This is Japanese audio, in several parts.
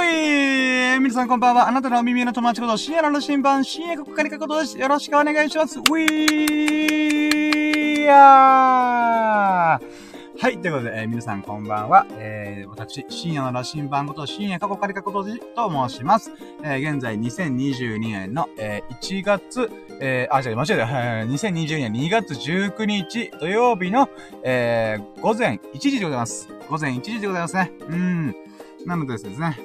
皆さんこんばんは。あなたのお耳の友達こと、深夜の新版、深夜国家かことです。よろしくお願いします。はい、ということで、皆さんこんばんは。私、深夜の羅針盤こと、深夜過去仮かことじと申します。現在2022年の、1月、間違えた。2022年2月19日土曜日の、午前1時でございます。午前1時でございますね。なのでですね、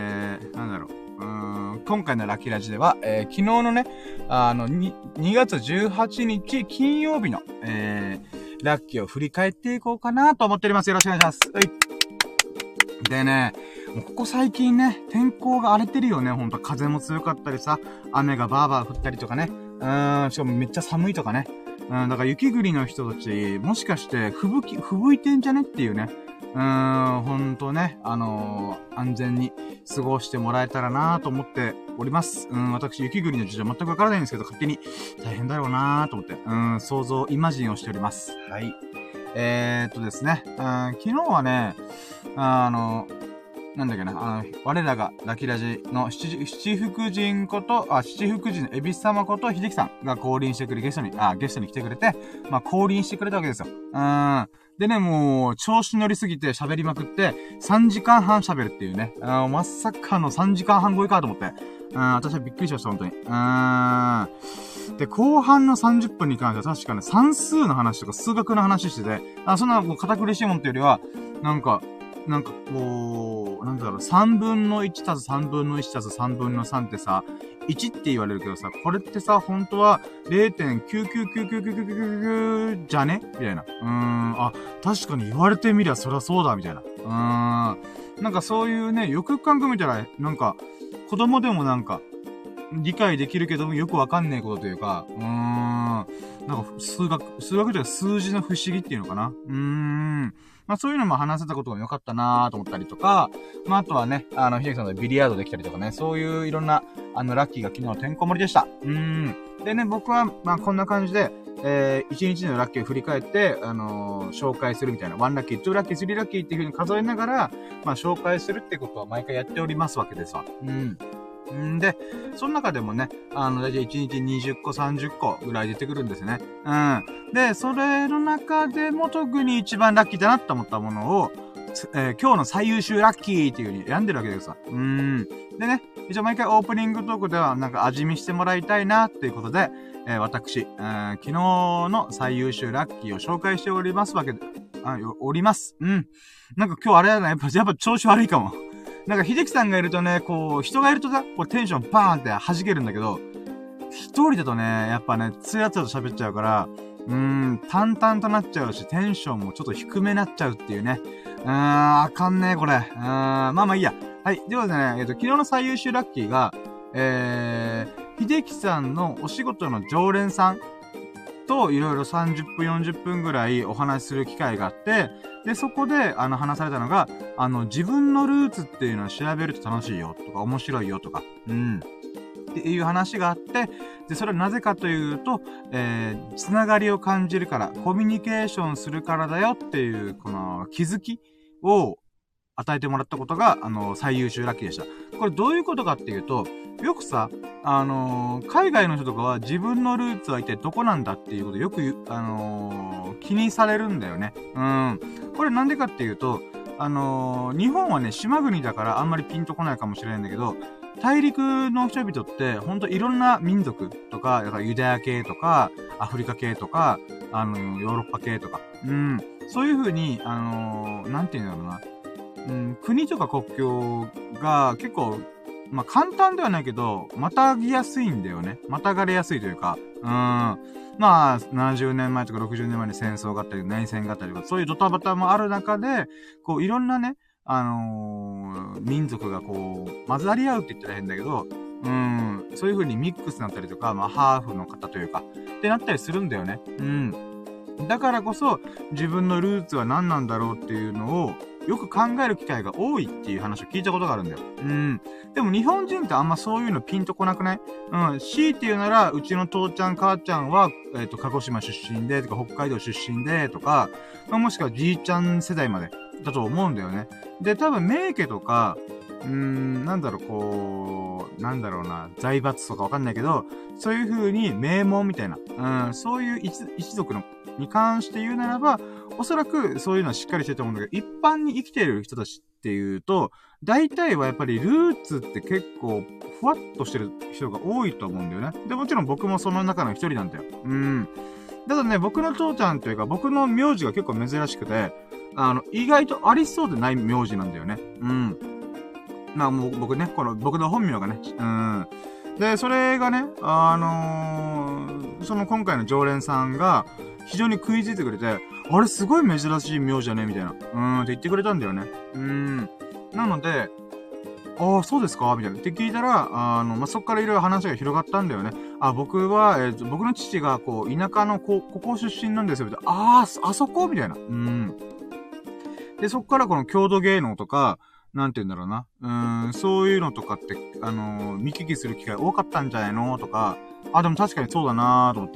今回のラッキーラジでは、昨日のね、2月18日金曜日の、ラッキーを振り返っていこうかなと思っております。よろしくお願いします。はい。でね、もうここ最近ね、天候が荒れてるよね。ほんと風も強かったりさ、雨がバーバー降ったりとかね。しかもめっちゃ寒いとかね。だから雪国の人たち、もしかして吹雪いてんじゃねっていうね。ほんとね、安全に過ごしてもらえたらなと思っております。私、雪国の事情全くわからないんですけど、勝手に大変だろうなと思って、想像、イマジンをしております。はい。ですね、昨日はね、なんだっけな、我らがラキラジの七福神こと、七福神のエビス様こと秀樹さんが降臨してくれ、ゲストに来てくれて、降臨してくれたわけですよ。でね、もう、調子乗りすぎて喋りまくって、3時間半喋るっていうね。まさかの3時間半超えかと思って。私はびっくりしました、本当に。で、後半の30分に関しては確かね、算数の話とか数学の話してて、そんな、堅苦しいもんっていうよりは、こう、3分の1たす3分の1たす3分の3ってさ、1って言われるけどさ、これってさ、本当は 0.9999999じゃねみたいな。確かに言われてみりゃそりゃそうだ、みたいな。そういうね、よく考えみたら、子供でも理解できるけどもよくわかんないことというか、数学というか数字の不思議っていうのかな。そういうのも話せたことが良かったなと思ったりとか、あとはね、秀樹さんのビリヤードできたりとかね、そういういろんな、ラッキーが昨日てんこ盛りでした。でね、僕は、こんな感じで、1日のラッキーを振り返って、紹介するみたいな、1ラッキー、2ラッキー、3ラッキーっていう風に数えながら、紹介するってことは毎回やっておりますわけですわ。で、その中でもね、だいたい1日20個、30個ぐらい出てくるんですよね。で、それの中でも特に一番ラッキーだなって思ったものを、今日の最優秀ラッキーっていう風に選んでるわけですわ。でね、一応毎回オープニングトークでは味見してもらいたいなっていうことで、私、昨日の最優秀ラッキーを紹介しておりますわけで、おります。今日あれだね、やっぱ調子悪いかも。秀樹さんがいるとね、こう、人がいるとさ、こうテンションバーンって弾けるんだけど、一人だとね、やっぱね、つやつやと喋っちゃうから、淡々となっちゃうし、テンションもちょっと低めなっちゃうっていうね。あかんねこれ。まあいいや。はい。ではね、昨日の最優秀ラッキーが、秀樹さんのお仕事の常連さんといろいろ30分、40分ぐらいお話しする機会があって、で、そこで、話されたのが、自分のルーツっていうのを調べると楽しいよとか、面白いよとか、っていう話があって、で、それはなぜかというと、つながりを感じるから、コミュニケーションするからだよっていう、この気づきを与えてもらったことが、最優秀ラッキーでした。これどういうことかっていうと、よくさ、海外の人とかは自分のルーツは一体どこなんだっていうことよく、気にされるんだよね。これなんでかっていうと、日本はね、島国だからあんまりピンとこないかもしれないんだけど、大陸の人々って、ほんといろんな民族とか、だからユダヤ系とか、アフリカ系とか、ヨーロッパ系とか、そういう風に、なんていうんだろうな、国とか国境が結構、簡単ではないけど、またぎやすいんだよね。またがれやすいというか、70年前とか60年前に戦争があったり、内戦があったりとか、そういうドタバタもある中で、こう、いろんなね、民族がこう、混ざり合うって言ったら変だけど、そういう風にミックスになったりとか、ハーフの方というか、ってなったりするんだよね。だからこそ、自分のルーツは何なんだろうっていうのを、よく考える機会が多いっていう話を聞いたことがあるんだよ。でも日本人ってあんまそういうのピンとこなくない？強いて言うなら、うちの父ちゃん母ちゃんは、鹿児島出身で、とか北海道出身で、とか、もしくはじいちゃん世代までだと思うんだよね。で、多分名家とか、 なんだろう、こう、なんだろうな、財閥とかわかんないけど、そういう風に名門みたいな、そういう一族の、に関して言うならば、おそらくそういうのはしっかりしてると思うんだけど、一般に生きている人たちっていうと、大体はやっぱりルーツって結構、ふわっとしてる人が多いと思うんだよね。で、もちろん僕もその中の一人なんだよ。ただね、僕の父ちゃんというか、僕の名字が結構珍しくて、意外とありそうでない名字なんだよね。まあもう僕ね、僕の本名がね、で、それがね、その今回の常連さんが、非常に食いついてくれて、あれすごい珍しい名字じゃねみたいな。って言ってくれたんだよね。なので、ああ、そうですかみたいな。って聞いたら、まあ、そっからいろいろ話が広がったんだよね。僕は、僕の父が、こう、田舎の、ここ出身なんですよ。みたいな。あそこみたいな。で、そっからこの郷土芸能とか、なんて言うんだろうな。そういうのとかって、見聞きする機会多かったんじゃないのとか、でも確かにそうだなーと思って。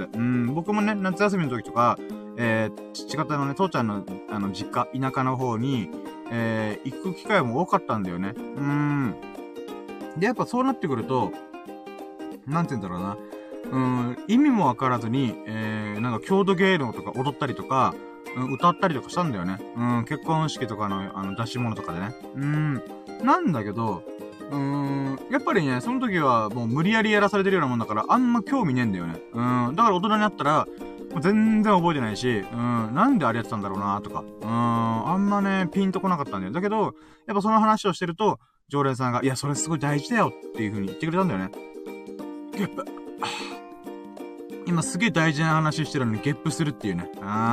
僕もね、夏休みの時とか、父方のね、父ちゃんの、実家、田舎の方に、行く機会も多かったんだよね。で、やっぱそうなってくると、なんて言うんだろうな。意味もわからずに、なんか郷土芸能とか踊ったりとか、歌ったりとかしたんだよね。結婚式とかの、出し物とかでね。なんだけど、やっぱりね、その時はもう無理やりやらされてるようなもんだから、あんま興味ねえんだよね。だから大人になったら、全然覚えてないし、なんであれやってたんだろうなとか、あんまね、ピンとこなかったんだよ。だけど、やっぱその話をしてると、常連さんが、いや、それすごい大事だよっていう風に言ってくれたんだよね。ゲップ。今すげえ大事な話してるのにゲップするっていうね。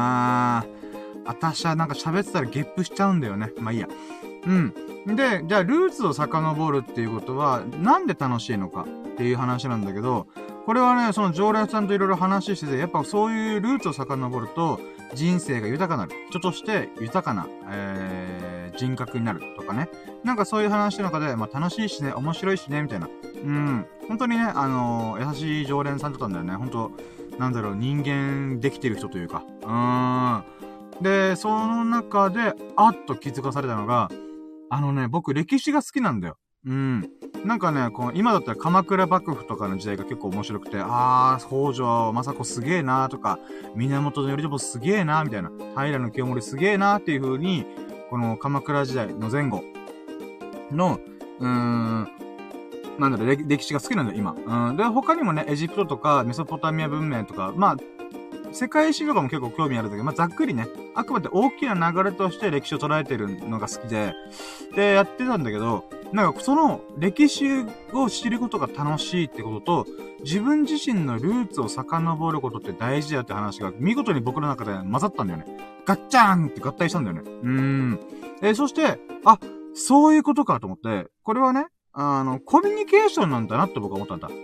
私はなんか喋ってたらゲップしちゃうんだよね。まあいいや。で、じゃあルーツを遡るっていうことは、なんで楽しいのかっていう話なんだけど、これはね、その常連さんといろいろ話してて、やっぱそういうルーツを遡ると、人生が豊かになる。人として豊かな、人格になるとかね。なんかそういう話の中で、まあ楽しいしね、面白いしね、みたいな。本当にね、優しい常連さんだったんだよね。本当なんだろう、人間できてる人というか。で、その中で、と気づかされたのが、僕歴史が好きなんだよ。なんかね、今だったら鎌倉幕府とかの時代が結構面白くて、北条政子すげえなーとか、源頼朝すげえなーみたいな、平清盛すげえなーっていう風に、この鎌倉時代の前後の、なんだろう、歴史が好きなんだよ、今。で、他にもね、エジプトとかメソポタミア文明とか、まあ、世界史とかも結構興味あるんだけど、まあ、ざっくりね、あくまで大きな流れとして歴史を捉えてるのが好きで、で、やってたんだけど、なんかその歴史を知ることが楽しいってことと、自分自身のルーツを遡ることって大事だって話が見事に僕の中で混ざったんだよね。ガッチャーンって合体したんだよね。そして、そういうことかと思って、これはね、コミュニケーションなんだなって僕は思ったんだ。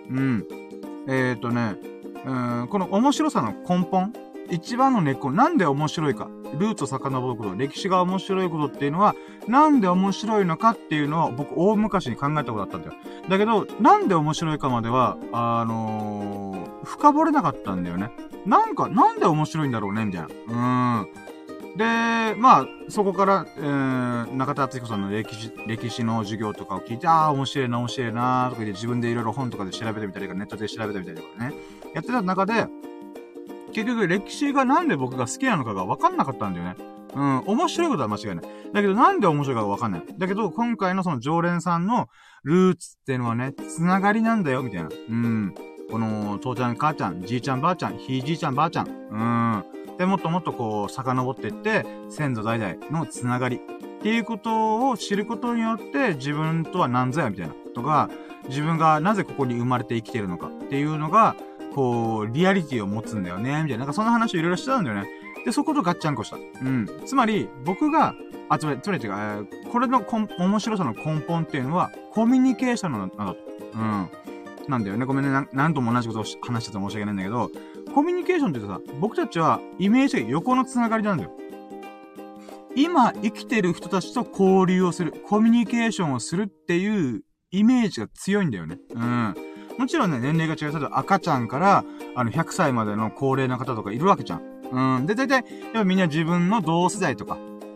この面白さの根本、一番の根っこ、なんで面白いか、ルーツを遡ること、歴史が面白いことっていうのは、なんで面白いのかっていうのは、僕、大昔に考えたことだったんだよ。だけど、なんで面白いかまでは、深掘れなかったんだよね。なんで面白いんだろうね、みたいな。で、まあ、そこから、中田敦彦さんの歴史の授業とかを聞いて、面白いな、とか言って自分でいろいろ本とかで調べてみたりとか、ネットで調べてみたりとかね。やってた中で、結局歴史がなんで僕が好きなのかが分かんなかったんだよね。面白いことは間違いない。だけどなんで面白いかが分かんない。だけど今回のその常連さんのルーツっていうのはね、つながりなんだよ、みたいな。この、父ちゃん、母ちゃん、じいちゃん、ばあちゃん、ひいじいちゃん、ばあちゃん。で、もっともっとこう、遡っていって、先祖代々のつながりっていうことを知ることによって、自分とは何ぞや、みたいな。とか、自分がなぜここに生まれて生きてるのかっていうのが、こう、リアリティを持つんだよね、みたいな。なんかそんな話をいろいろしてたんだよね。で、そことガッチャンコした。つまり、僕が、つまり違う、これの面白さの根本っていうのは、コミュニケーションなんだと。なんだよね。ごめんね。何度も同じことを話してて申し訳ないんだけど、コミュニケーションって言うとさ、僕たちはイメージ的に横のつながりなんだよ。今生きてる人たちと交流をする、コミュニケーションをするっていうイメージが強いんだよね。もちろんね、年齢が違う。例えば赤ちゃんから、100歳までの高齢な方とかいるわけじゃん。で、大体、みんな自分の同世代とか、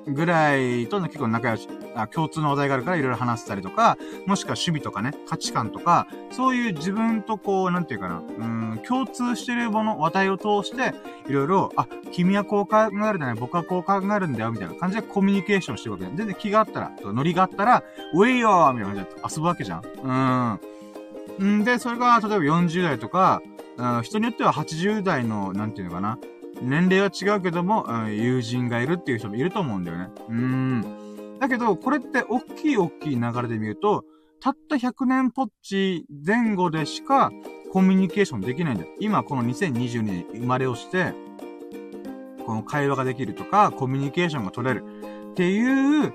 ぐらいと結構仲良し、共通の話題があるからいろいろ話したりとか、もしくは趣味とかね、価値観とか、そういう自分とこう、なんていうかな、共通してるもの、話題を通して、いろいろ、君はこう考えるんだね、僕はこう考えるんだよ、みたいな感じでコミュニケーションしてるわけね。全然気があったら、ノリがあったら、ウェイよーみたいな感じで遊ぶわけじゃん。で、それが、例えば40代とか、人によっては80代の、なんていうのかな、年齢は違うけども、友人がいるっていう人もいると思うんだよね。だけど、これって大きい流れで見ると、たった100年ぽっち前後でしかコミュニケーションできないんだよ。今、この2022年生まれをして、この会話ができるとか、コミュニケーションが取れるっていう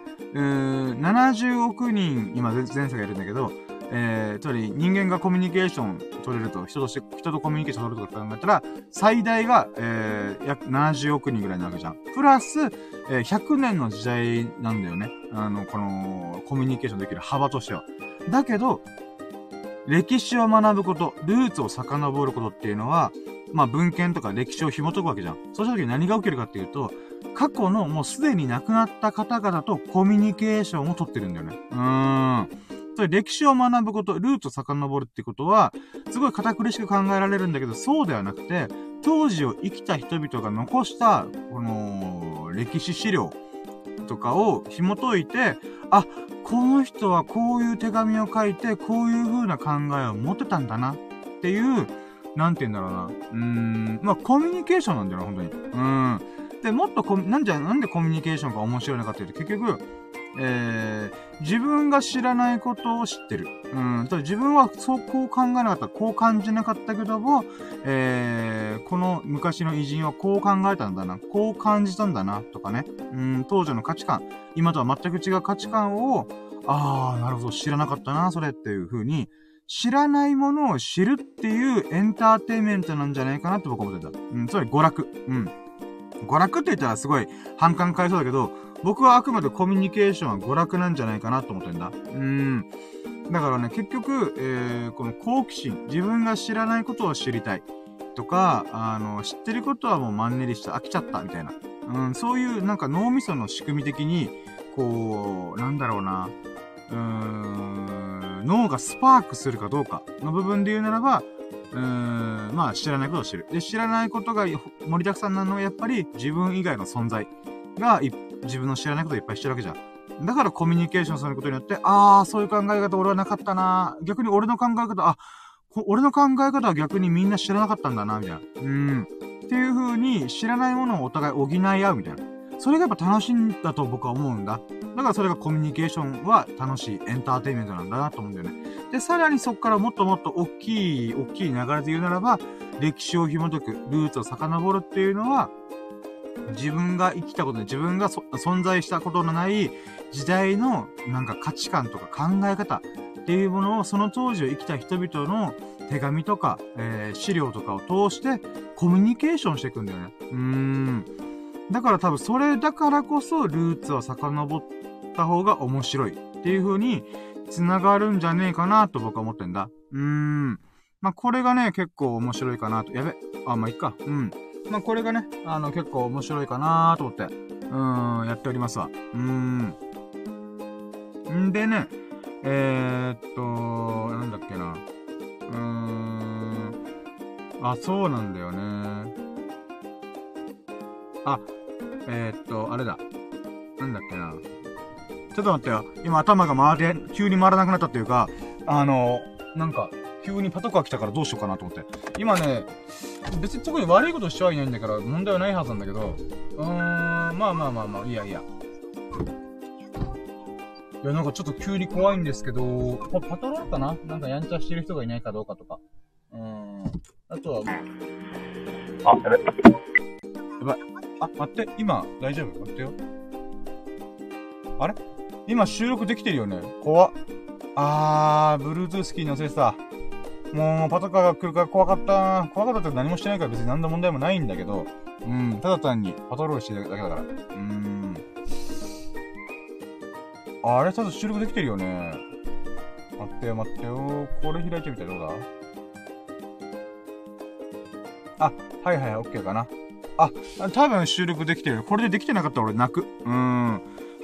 、70億人、今前世がいるんだけど、つまり人間がコミュニケーション取れると、人とコミュニケーション取れるとか考えたら、最大が、約70億人ぐらいなわけじゃん。プラス、100年の時代なんだよね。この、コミュニケーションできる幅としては。だけど、歴史を学ぶこと、ルーツを遡ることっていうのは、まあ文献とか歴史を紐解くわけじゃん。そうした時に何が起きるかっていうと、過去のもうすでに亡くなった方々とコミュニケーションを取ってるんだよね。それ歴史を学ぶこと、ルーツを遡るってことは、すごい堅苦しく考えられるんだけど、そうではなくて、当時を生きた人々が残した、この、歴史資料とかを紐解いて、この人はこういう手紙を書いて、こういう風な考えを持ってたんだな、っていう、なんて言うんだろうな。まあ、コミュニケーションなんだよな、本当に。で、もっとなんでコミュニケーションが面白いのかっていうと、結局、自分が知らないことを知ってる。自分はこう考えなかった、こう感じなかったけども、この昔の偉人はこう考えたんだな、こう感じたんだな、とかね。当時の価値観、今とは全く違う価値観を、なるほど、知らなかったな、それっていう風に、知らないものを知るっていうエンターテインメントなんじゃないかなって僕は思ってた。つまり娯楽。娯楽って言ったらすごい反感買いそうだけど、僕はあくまでコミュニケーションは娯楽なんじゃないかなと思ってんだ。だからね、結局、この好奇心、自分が知らないことを知りたいとか、知ってることはもうマンネリして飽きちゃったみたいな。そういうなんか脳みその仕組み的に、こう、なんだろうな、脳がスパークするかどうかの部分で言うならば、まあ知らないことを知る。で、知らないことが盛りだくさんなのはやっぱり自分以外の存在が自分の知らないことをいっぱい知ってるわけじゃん。だからコミュニケーションすることによって、そういう考え方俺はなかったな。逆に俺の考え方、俺の考え方は逆にみんな知らなかったんだな、みたいな。っていう風に知らないものをお互い補い合うみたいな。それがやっぱ楽しいんだと僕は思うんだ。だからそれがコミュニケーションは楽しいエンターテインメントなんだなと思うんだよね。で、さらにそこからもっともっと大きい流れで言うならば、歴史を紐解く、ルーツを遡るっていうのは、自分が生きたことで自分が存在したことのない時代のなんか価値観とか考え方っていうものをその当時を生きた人々の手紙とか、資料とかを通してコミュニケーションしていくんだよね。だから多分それだからこそルーツを遡った方が面白いっていう風に繋がるんじゃねえかなと僕は思ってんだ。まあ、これがね、結構面白いかなと。やべ。まあ、いっか。まあ、これがね、結構面白いかなと思って、やっておりますわ。んでね、なんだっけな。そうなんだよね。あれだ。なんだっけな。ちょっと待ってよ。今頭が急に回らなくなったっていうか、なんか、急にパトカー来たからどうしようかなと思って。今ね、別に特に悪いことしちゃいないんだから問題はないはずなんだけど、まあ、いや。いや、なんかちょっと急に怖いんですけど、パトロールかな？なんかやんちゃしてる人がいないかどうかとか。あとは、 やべ。 やばい。待って、今、大丈夫？待ってよ。あれ？今収録できてるよね？怖っ。Bluetooth キーに忘れてた。もう、パトカーが来るから怖かった。怖かったって何もしてないから別に何の問題もないんだけど、ただ単にパトロールしてるだけだから。あれ、ちゃんと収録できてるよね。待ってよ。これ開いてみたらどうだ？はい、オッケーかな。 あ、多分収録できてる。これでできてなかったら俺泣く。はい、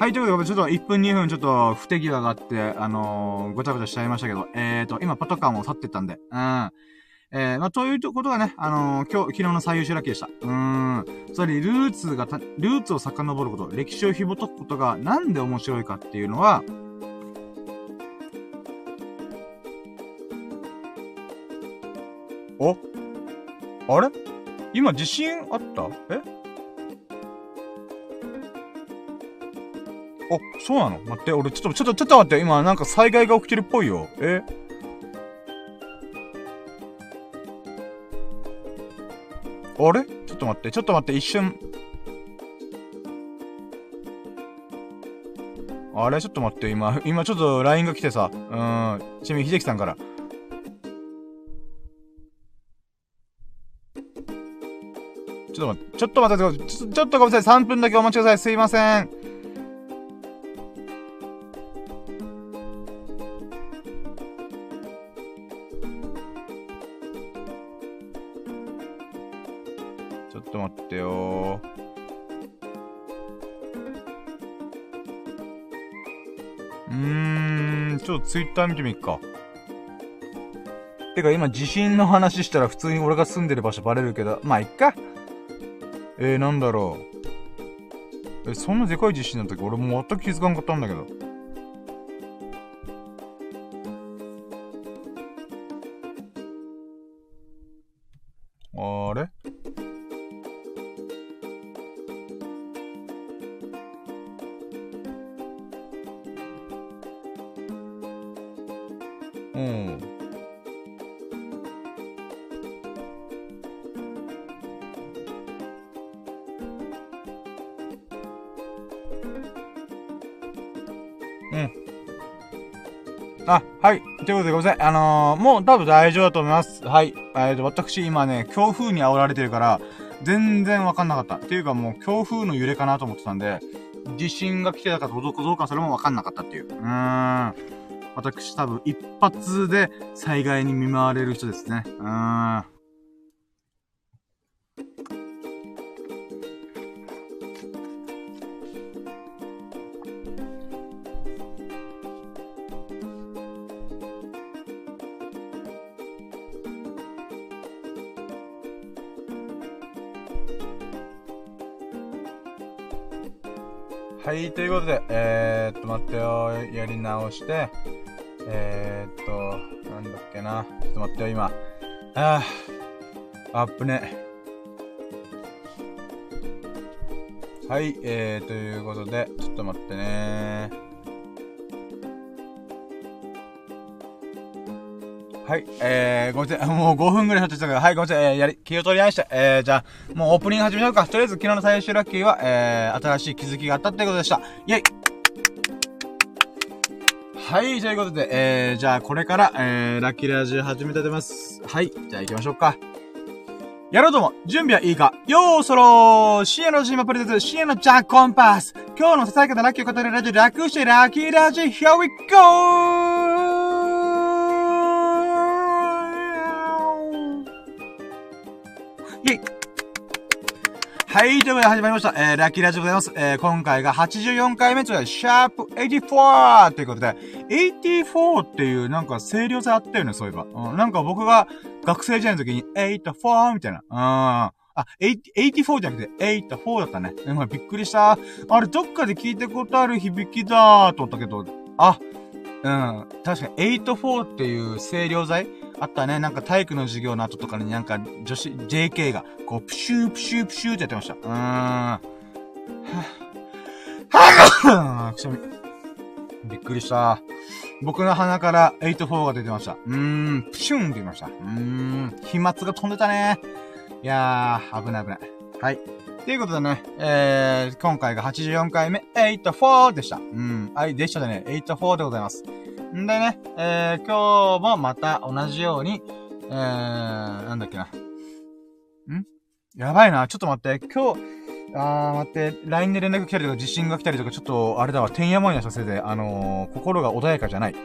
ということで、ちょっと1分2分ちょっと不手際があって、ごちゃごちゃしちゃいましたけど、今パトカーも去ってったんで、まあ、ということがね、昨日の最優秀ラッキーでした。それにルーツを遡ること、歴史を紐解くことがなんで面白いかっていうのは、あれ今地震あった？そうなの？待って、俺ちょっと待って、今なんか災害が起きてるっぽいよ。あれ？ちょっと待って、一瞬。あれ？ちょっと待って、今ちょっと LINE が来てさ、ちなみに秀樹さんから。ちょっと待って、ちょっとごめんなさい、3分だけお待ちください、すいません。ちょっと待ってよちょっとツイッター見てみっか。てか今地震の話したら普通に俺が住んでる場所バレるけど、まあいっか。なんだろう。そんなでかい地震の時俺も全く気づかんかったんだけど。あれ？はい。ということでごめんなさい。もう多分大丈夫だと思います。はい。私今ね、強風に煽られてるから、全然わかんなかった。っていうかもう強風の揺れかなと思ってたんで、地震が来てたかどうかそれもわかんなかったっていう。私多分一発で災害に見舞われる人ですね。はい、ということで、待ってよ、やり直して、なんだっけな。ちょっと待ってよ、今。あぶね。はい、ということで、ちょっと待ってね。はい、ごめんなさい。もう5分ぐらい経ってたから、はい、ごめんなさい。気を取り合いして、じゃあ、もうオープニング始めようか。とりあえず昨日の最終ラッキーは、新しい気づきがあったってことでした。イェイ！はい、ということで、じゃあこれから、ラッキーラジオ始めたいと思います。はい、じゃあ行きましょうか。やろうとも、準備はいいか？よーそろー！深夜のジーマプレゼンツ、深夜のジャックコンパス！今日のささやかなラッキーを語るラジオ、楽してラッキーラジオ、Here we go！イェイ！はい、ということで始まりました。ラッキーラジオでございます。今回が84回目という、シャープ84ということで、84っていうなんか清涼剤あったよね、そういえば。なんか僕が学生時代の時に、84みたいな。84じゃなくて、84だったね。びっくりした。あれ、どっかで聞いたことある響きだーと思ったけど、確かに84っていう清涼剤あったね。なんか体育の授業の後とかになんか女子、JK がこうプシュープシュープシューってやってました。くしゃみ。びっくりした。僕の鼻から84が出てました。プシューンって言いました。飛沫が飛んでたね。いやー、危ない。はい。ということでね、今回が84回目、84でした。でしたね、84でございます。んでね、今日もまた同じように、なんだっけな。やばいな、ちょっと待って、今日、待って、LINE で連絡来たりとか、地震が来たりとか、ちょっと、あれだわ、てんやもんやしたせいで、心が穏やかじゃない。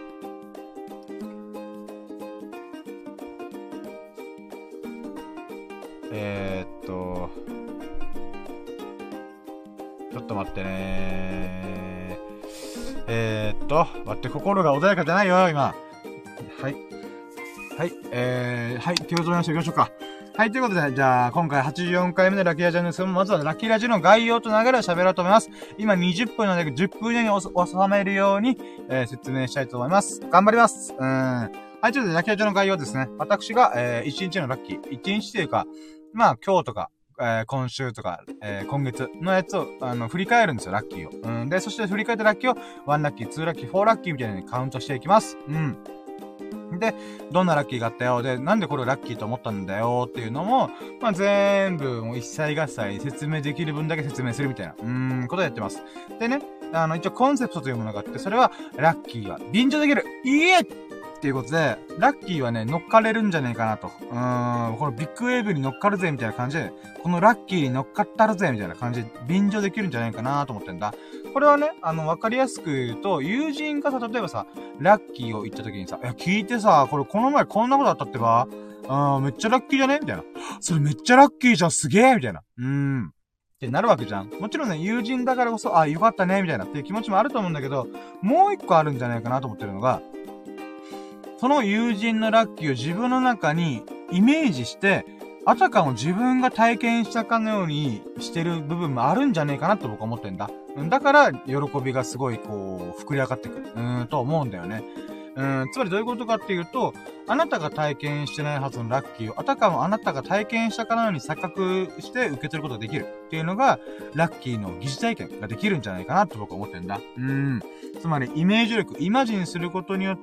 待ってね待って、心が穏やかじゃないよ、今。はい。はい、はい、手を止めましておきましょうか。はい、ということで、じゃあ、今回84回目のラッキーラジオなんですけども、まずはラッキーラジオの概要と流れを喋ろうと思います。今20分なので、10分以内に収めるように、説明したいと思います。頑張ります。はい、ということで、ラッキーラジオの概要ですね。私が、1日のラッキー。1日というか、まあ、今日とか、今週とか、今月のやつを、振り返るんですよ、ラッキーを。で、そして振り返ったラッキーを、1ラッキー、2ラッキー、4ラッキーみたいにカウントしていきます。で、どんなラッキーがあったよ。で、なんでこれをラッキーと思ったんだよっていうのも、まあ、全部もう一切合切説明できる分だけ説明するみたいな、ことをやってます。でね、一応コンセプトというものがあって、それは、ラッキーは便乗できるいえっていうことで、ラッキーはね、乗っかれるんじゃねえかなと。このビッグウェーブに乗っかるぜみたいな感じで、このラッキーに乗っかったるぜみたいな感じで、便乗できるんじゃないかなと思ってんだ。これはね、わかりやすく言うと、友人がさ、例えばさ、ラッキーを言った時にさ、いや、聞いてさ、この前こんなことあったってば、めっちゃラッキーじゃねみたいな。それめっちゃラッキーじゃん、すげえみたいな。ってなるわけじゃん。もちろんね、友人だからこそ、よかったねみたいなっていう気持ちもあると思うんだけど、もう一個あるんじゃないかなと思ってるのが、その友人のラッキーを自分の中にイメージして、あたかも自分が体験したかのようにしてる部分もあるんじゃねえかなって僕は思ってんだ。だから、喜びがすごいこう、膨れ上がってくる。と思うんだよね。つまりどういうことかっていうと、あなたが体験してないはずのラッキーを、あたかもあなたが体験したかのように錯覚して受け取ることができるっていうのが、ラッキーの疑似体験ができるんじゃないかなって僕は思ってんだ。つまり、イメージ力、イマジンすることによって、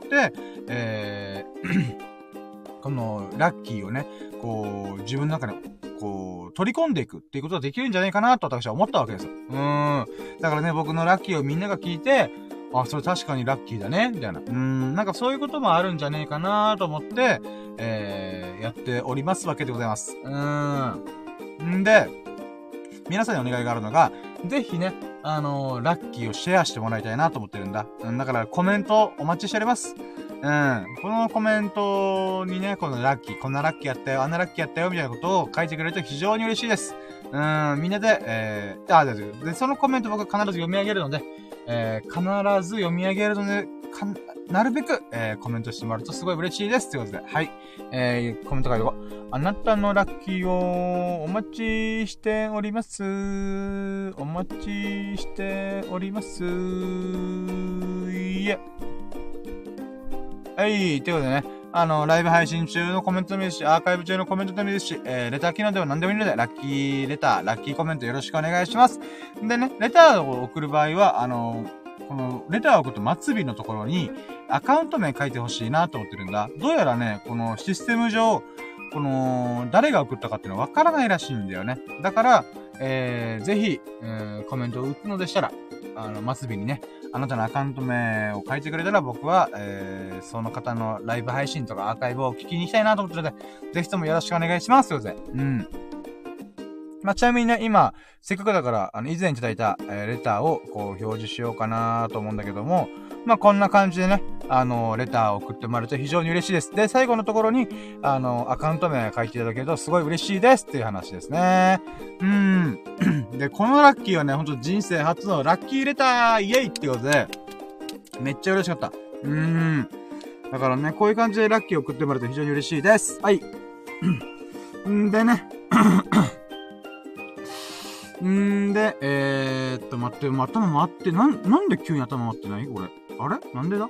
このラッキーをね、こう、自分の中に、こう、取り込んでいくっていうことができるんじゃないかなと私は思ったわけですよ。だからね、僕のラッキーをみんなが聞いて、それ確かにラッキーだね、みたいな。なんかそういうこともあるんじゃねえかなと思って、やっておりますわけでございます。で、皆さんにお願いがあるのが、ぜひね、ラッキーをシェアしてもらいたいなと思ってるんだ。だからコメントお待ちしております。このコメントにね、このラッキー、こんなラッキーやったよ、あんなラッキーやったよ、みたいなことを書いてくれると非常に嬉しいです。みんなで、で、そのコメント僕は必ず読み上げるので、必ず読み上げるので、なるべく、コメントしてもらうとすごい嬉しいです。ということで、はい。コメント書いておこう。あなたのラッキーをお待ちしております。お待ちしております。いえ。はい。ということでね、ライブ配信中のコメントでもいいですし、アーカイブ中のコメントでもいいですし、レター機能でも何でもいいので、ラッキーレター、ラッキーコメントよろしくお願いします。でね、レターを送る場合は、このレターを送ると末尾のところに、アカウント名書いてほしいなと思ってるんだ。どうやらね、このシステム上、誰が送ったかっていうのはわからないらしいんだよね。だから、ぜひ、コメントを打つのでしたら、末尾にね、あなたのアカウント名を書いてくれたら僕は、その方のライブ配信とかアーカイブを聞きに行きたいなと思ってるので、ぜひともよろしくお願いします。ということで。まあ、ちなみにね、今、せっかくだから、以前いただいた、レターを、こう、表示しようかなと思うんだけども、まあ、こんな感じでね、レターを送ってもらえると非常に嬉しいです。で、最後のところに、アカウント名を書いていただけるとすごい嬉しいですっていう話ですね。で、このラッキーはね、ほんと人生初のラッキーレターイエイっていうことで、めっちゃ嬉しかった。だからね、こういう感じでラッキーを送ってもらえると非常に嬉しいです。はい。でね、待って、頭回って、なんで急に頭回ってないこれ。あれなんでだ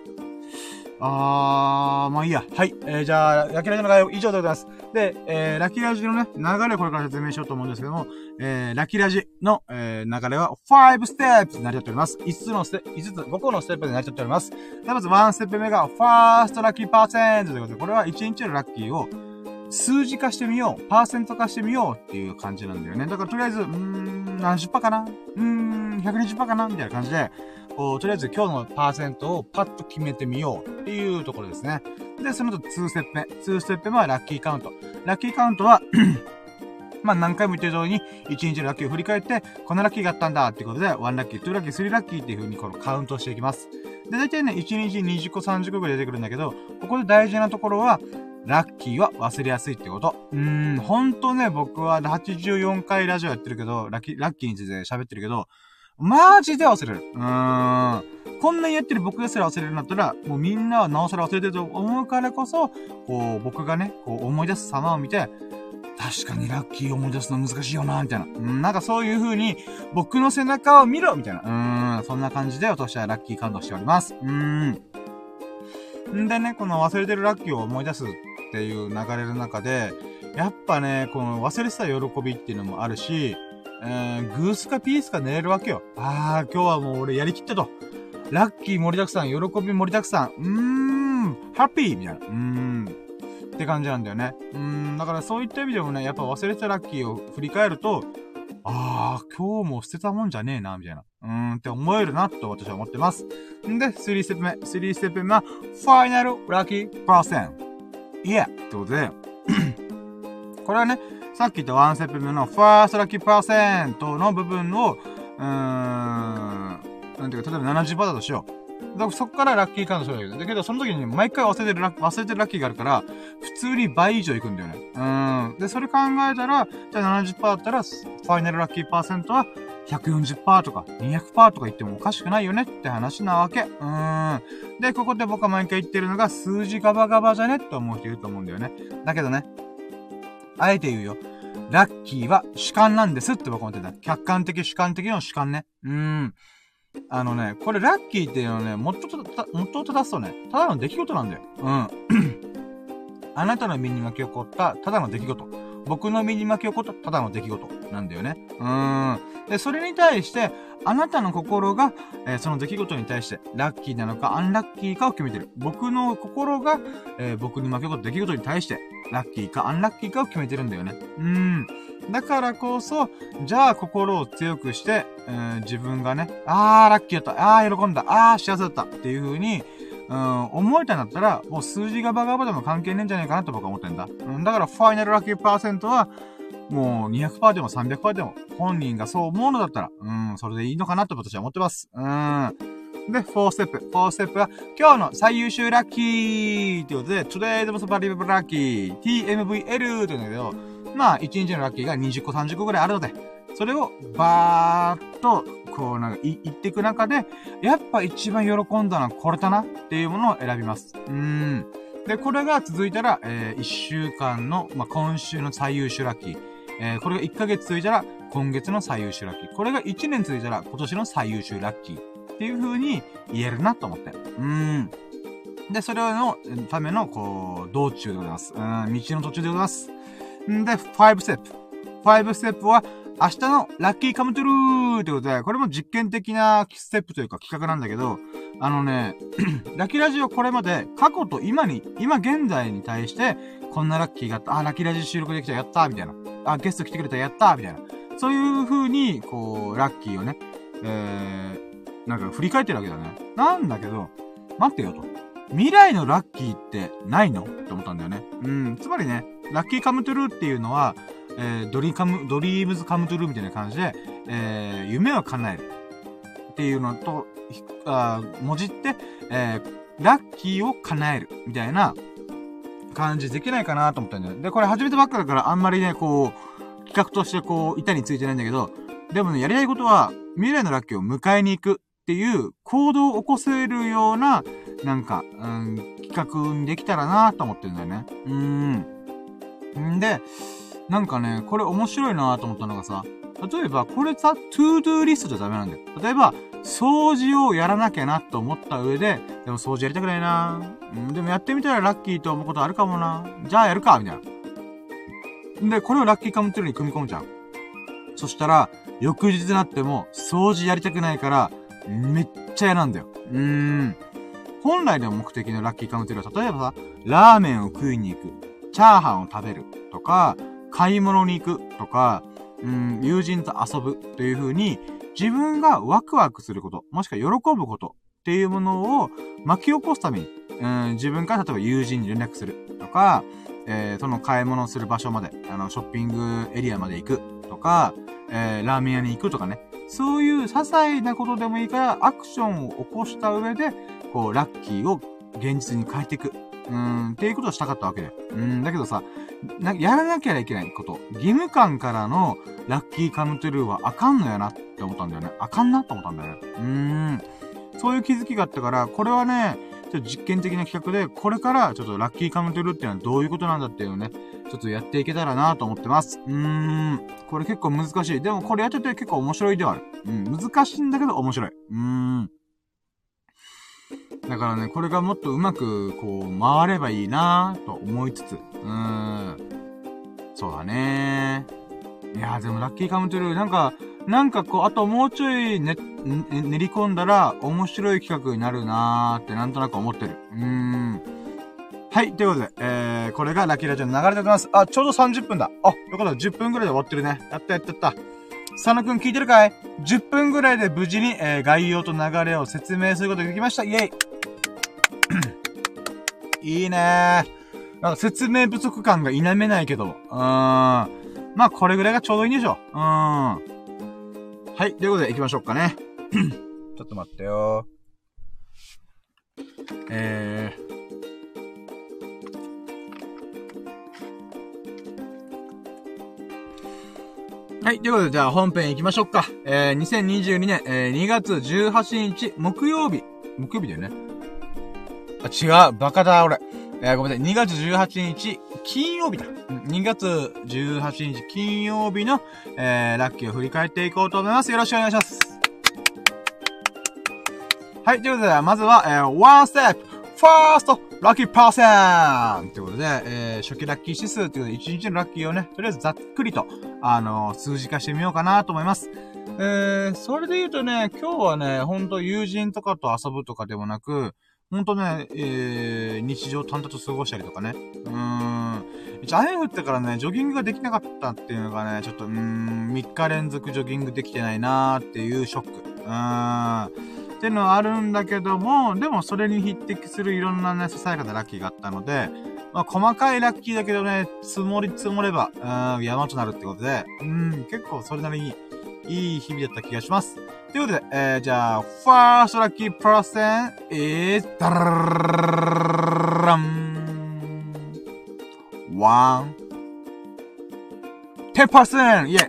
まあいいや。はい。じゃあ、ラッキーラジオの概要以上でございます。で、ラッキーラジのね、流れをこれから説明しようと思うんですけども、ラッキーラジの、流れは5ステップになりとっております。5個のステップで成り立っております。でまず1ステップ目が、ファーストラッキーパーセントということで、これは1日のラッキーを数字化してみよう、パーセント化してみようっていう感じなんだよね。だからとりあえず、何十パーかな120%かなみたいな感じで、とりあえず今日のパーセントをパッと決めてみようっていうところですね。で、その後2ステップ目。2ステップ目はラッキーカウント。ラッキーカウントは、まあ何回も言ってる通りに、1日のラッキーを振り返って、このラッキーがあったんだっていうことで、1ラッキー、2ラッキー、3ラッキーっていう風にこのカウントしていきます。で、大体ね、1日20個、30個ぐらい出てくるんだけど、ここで大事なところは、ラッキーは忘れやすいってこと。ほんとね、僕は84回ラジオやってるけど、ラッキーについて喋ってるけど、 マジで忘れる。こんなにやってる僕ですら忘れるんだったら、もうみんなはなおさら忘れてると思うからこそ、こう、僕がね、こう思い出す様を見て、確かにラッキー思い出すの難しいよな、みたいな。なんかそういう風に、僕の背中を見ろみたいな。そんな感じで私はラッキー感動しております。んでね、この忘れてるラッキーを思い出すっていう流れの中で、やっぱね、この忘れてた喜びっていうのもあるし、グースかピースか寝れるわけよ。今日はもう俺やりきったと。ラッキー盛りだくさん、喜び盛りだくさん、ハッピーみたいな。って感じなんだよね。だからそういった意味でもね、やっぱ忘れてたラッキーを振り返ると、今日も捨てたもんじゃねえな、みたいな。って思えるな、と私は思ってます。んで、3ステップ目。3ステップ目は、ファイナルラッキーパーセント。いや、ってことで、これはね、さっき言った1ステップ目のファーストラッキーパーセントの部分を、なんていうか、例えば 70% だとしよう。だからそっからラッキーカウントするんだけど、だけどその時に毎回忘れてるラッキーがあるから、普通に倍以上いくんだよね。で、それ考えたら、じゃあ 70% だったら、ファイナルラッキーパーセントは 140% とか 200% とか言ってもおかしくないよねって話なわけ。で、ここで僕は毎回言ってるのが、数字ガバガバじゃねって思う人いると思うんだよね。だけどね、あえて言うよ。ラッキーは主観なんですって僕は思ってた。客観的主観的の主観ね。これラッキーっていうのはね、もっと正すとね、ただの出来事なんだよ。あなたの身に巻き起こったただの出来事。僕の身に巻き起こったただの出来事なんだよね。で、それに対して、あなたの心が、その出来事に対して、ラッキーなのかアンラッキーかを決めてる。僕の心が、僕に巻き起こった出来事に対して、ラッキーかアンラッキーかを決めてるんだよね。だからこそ、じゃあ心を強くして、自分がね、ラッキーだった、喜んだ、幸せだったっていう風に、思えたんだったら、もう数字がバカバカでも関係ねえんじゃないかなと僕は思ってんだ。だから、ファイナルラッキーパーセントは、もう 200% でも 300% でも、本人がそう思うのだったら、それでいいのかなと私は思ってます。で、4ステップ。4ステップは、今日の最優秀ラッキーということで、Today the most valuable lucky, TMVL って言うんだけど、1日のラッキーが20個30個ぐらいあるので、それをバーっと、こう言っていく中で、やっぱ一番喜んだのはこれだなっていうものを選びます。で、これが続いたら、1週間の、今週の最優秀ラッキー。これが1ヶ月続いたら、今月の最優秀ラッキー。これが1年続いたら、今年の最優秀ラッキー。っていう風に言えるなと思って。で、それのための、道中でございます。道の途中でございます。で、5ステップ。5ステップは、明日のラッキーカムトゥルーということで、これも実験的なステップというか企画なんだけど、ラッキーラジオこれまで過去と今現在に対して、こんなラッキーがあった、ラッキーラジオ収録できた、やったみたいな。ゲスト来てくれた、やったみたいな。そういう風に、ラッキーをね、振り返ってるわけだね。なんだけど、待ってよと。未来のラッキーってないのって思ったんだよね。つまりね、ラッキーカムトゥルーっていうのは、ドリームズカムトゥルーみたいな感じで、夢を叶えるっていうのと、もじって、ラッキーを叶えるみたいな感じできないかなと思ったんだよね。で、これ始めたばっかだからあんまりね、企画として板についてないんだけど、でもね、やりたいことは、未来のラッキーを迎えに行くっていう行動を起こせるような、企画にできたらなと思ってるんだよね。で、これ面白いなと思ったのがさ、例えばこれさ、トゥードゥーリストじゃダメなんだよ。例えば、掃除をやらなきゃなと思った上で、でも掃除やりたくないなでもやってみたらラッキーと思うことあるかもなじゃあやるかみたいな。で、これをラッキーカムトゥルーに組み込むじゃん。そしたら、翌日になっても、掃除やりたくないから、めっちゃ嫌なんだよ。本来の目的のラッキーカムトゥルーは、例えばさ、ラーメンを食いに行く、チャーハンを食べるとか、買い物に行くとか、友人と遊ぶという風に、自分がワクワクすること、もしくは喜ぶことっていうものを巻き起こすために、自分から例えば友人に連絡するとか、その買い物する場所まで、ショッピングエリアまで行くとか、ラーメン屋に行くとかね。そういう些細なことでもいいから、アクションを起こした上で、ラッキーを現実に変えていく。っていうことをしたかったわけだよ。だけどさ、 やらなきゃいけないこと。義務感からのラッキーカムトゥルーはあかんのやなって思ったんだよね。あかんなって思ったんだよね。そういう気づきがあったから、これはね、ちょっと実験的な企画で、これからちょっとラッキーカムトゥルーっていうのはどういうことなんだっていうのをね、ちょっとやっていけたらなと思ってます。これ結構難しい。でもこれやってて結構面白いではある。難しいんだけど面白い。だからね、これがもっとうまく、こう、回ればいいなと思いつつ、そうだね。いやーでもラッキーカムトゥルー、なんかこう、あともうちょい練り込んだら面白い企画になるなーってなんとなく思ってる。はい、ということで、これがラッキーラジオの流れでございます。あ、ちょうど30分だ。あ、よかった、10分ぐらいで終わってるね。やった。佐野くん聞いてるかい？ 10 分ぐらいで無事に、概要と流れを説明することができました。イェイいいねー。なんか説明不足感が否めないけど。まあ、これぐらいがちょうどいいんでしょう。はい、ということで行きましょうかね。ちょっと待ってよはい、ということで、じゃあ本編行きましょうか。2022年、2月18日、木曜日だよね。あ、違う、バカだ、俺。ごめんなさい、2月18日、金曜日だ。2月18日、金曜日の、ラッキーを振り返っていこうと思います。よろしくお願いします。はい、ということで、まずは、ワンステップ、ファースト、ラッキーパーセンということで、初期ラッキー指数ということで、1日のラッキーをね、とりあえずざっくりと、数字化してみようかなと思います。それで言うとね、今日はね、ほんと友人とかと遊ぶとかでもなく、ほんとね、日常淡々と過ごしたりとかね。雨降ってからね、ジョギングができなかったっていうのがね、ちょっと、3日連続ジョギングできてないなーっていうショック。っていうのはあるんだけども、でもそれに匹敵するいろんなね、ささやかなラッキーがあったので、まあ、細かいラッキーだけどね、積もれば、山となるってことで、結構それなりにいい日々だった気がします。ということで、じゃあ、ファーストラッキーパーセン is ダララン 10% イェイ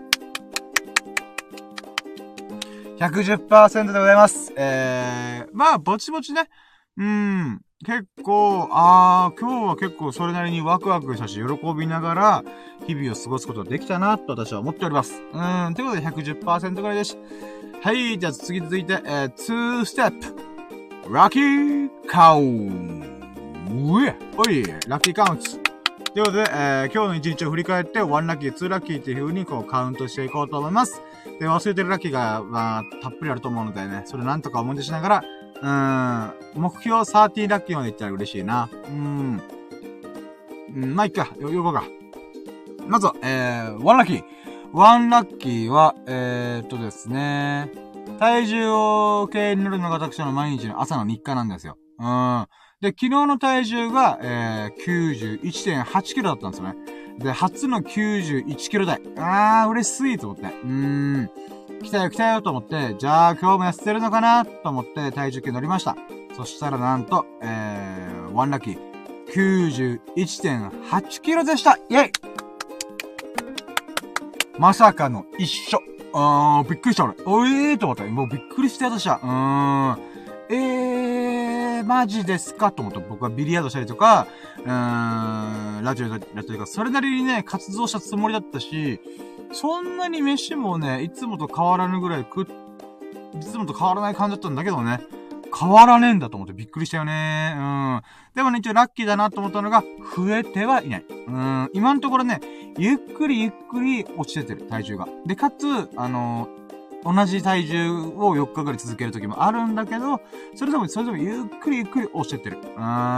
110% でございます。まあ、ぼちぼちね。結構、今日は結構それなりにワクワクしたし、喜びながら、日々を過ごすことができたな、と私は思っております。ということで 110% ぐらいです。はい、じゃあ続いて、2ステップ。ラッキーカウント。おい、ラッキーカウント。ということで、今日の一日を振り返って、1ラッキー、2ラッキーっていう風にこうカウントしていこうと思います。で、忘れてるラッキーが、まあ、たっぷりあると思うのでね、それなんとか思い出しながら、目標30ラッキーまでいったら嬉しいな。まあ、いっか、よこうか。まずは、1ラッキー。1ラッキーは、ですね、体重を計に乗るのが私の毎日の朝の日課なんですよ。で、昨日の体重が、91.8 キロだったんですよね。で、初の91キロ台。嬉しいと思って。来たよと思って、じゃあ今日も痩せてるのかなと思って体重計乗りました。そしたらなんと、1ラッキー、91.8 キロでした。イェイまさかの一緒。びっくりした俺。と思った。もうびっくりして私は。マジですかと思って、僕はビリヤードしたりとか、ラジオやったりとか、それなりにね、活動したつもりだったし、そんなに飯もね、いつもと変わらぬぐらいいつもと変わらない感じだったんだけどね、変わらねえんだと思ってびっくりしたよね。でもね、一応ラッキーだなと思ったのが、増えてはいない。今のところね、ゆっくり落ちててる、体重が。で、かつ、同じ体重を4日ぐらい続ける時もあるんだけど、それでもゆっくり落ちてってる。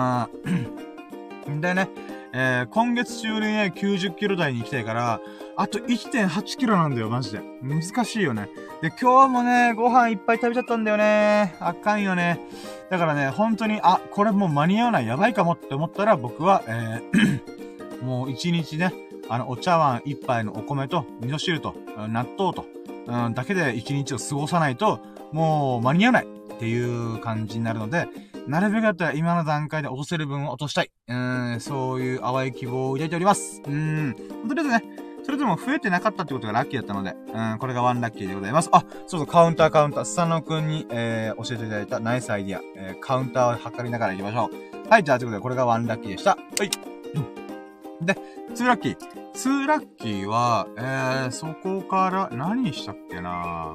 でね、今月中にね、90キロ台に行きたいから、あと 1.8 キロなんだよ、マジで。難しいよね。で、今日もね、ご飯いっぱい食べちゃったんだよね。あかんよね。だからね、本当に、これもう間に合わない、やばいかもって思ったら、僕は、もう1日ね、お茶碗1杯のお米と、味噌汁と、納豆と、だけで1日を過ごさないと、もう間に合わないっていう感じになるので、 なるべくだったら今の段階で落とせる分を落としたい。そういう淡い希望を抱いております。とりあえずね、それでも増えてなかったってことがラッキーだったので、これがワンラッキーでございます。あ、そうそう、カウンター。スサノくんに、教えていただいたナイスアイディア。カウンターを測りながら行きましょう。はい、じゃあ、ということで、これがワンラッキーでした。はい。で、ツーラッキー。ツーラッキーは、そこから、何したっけな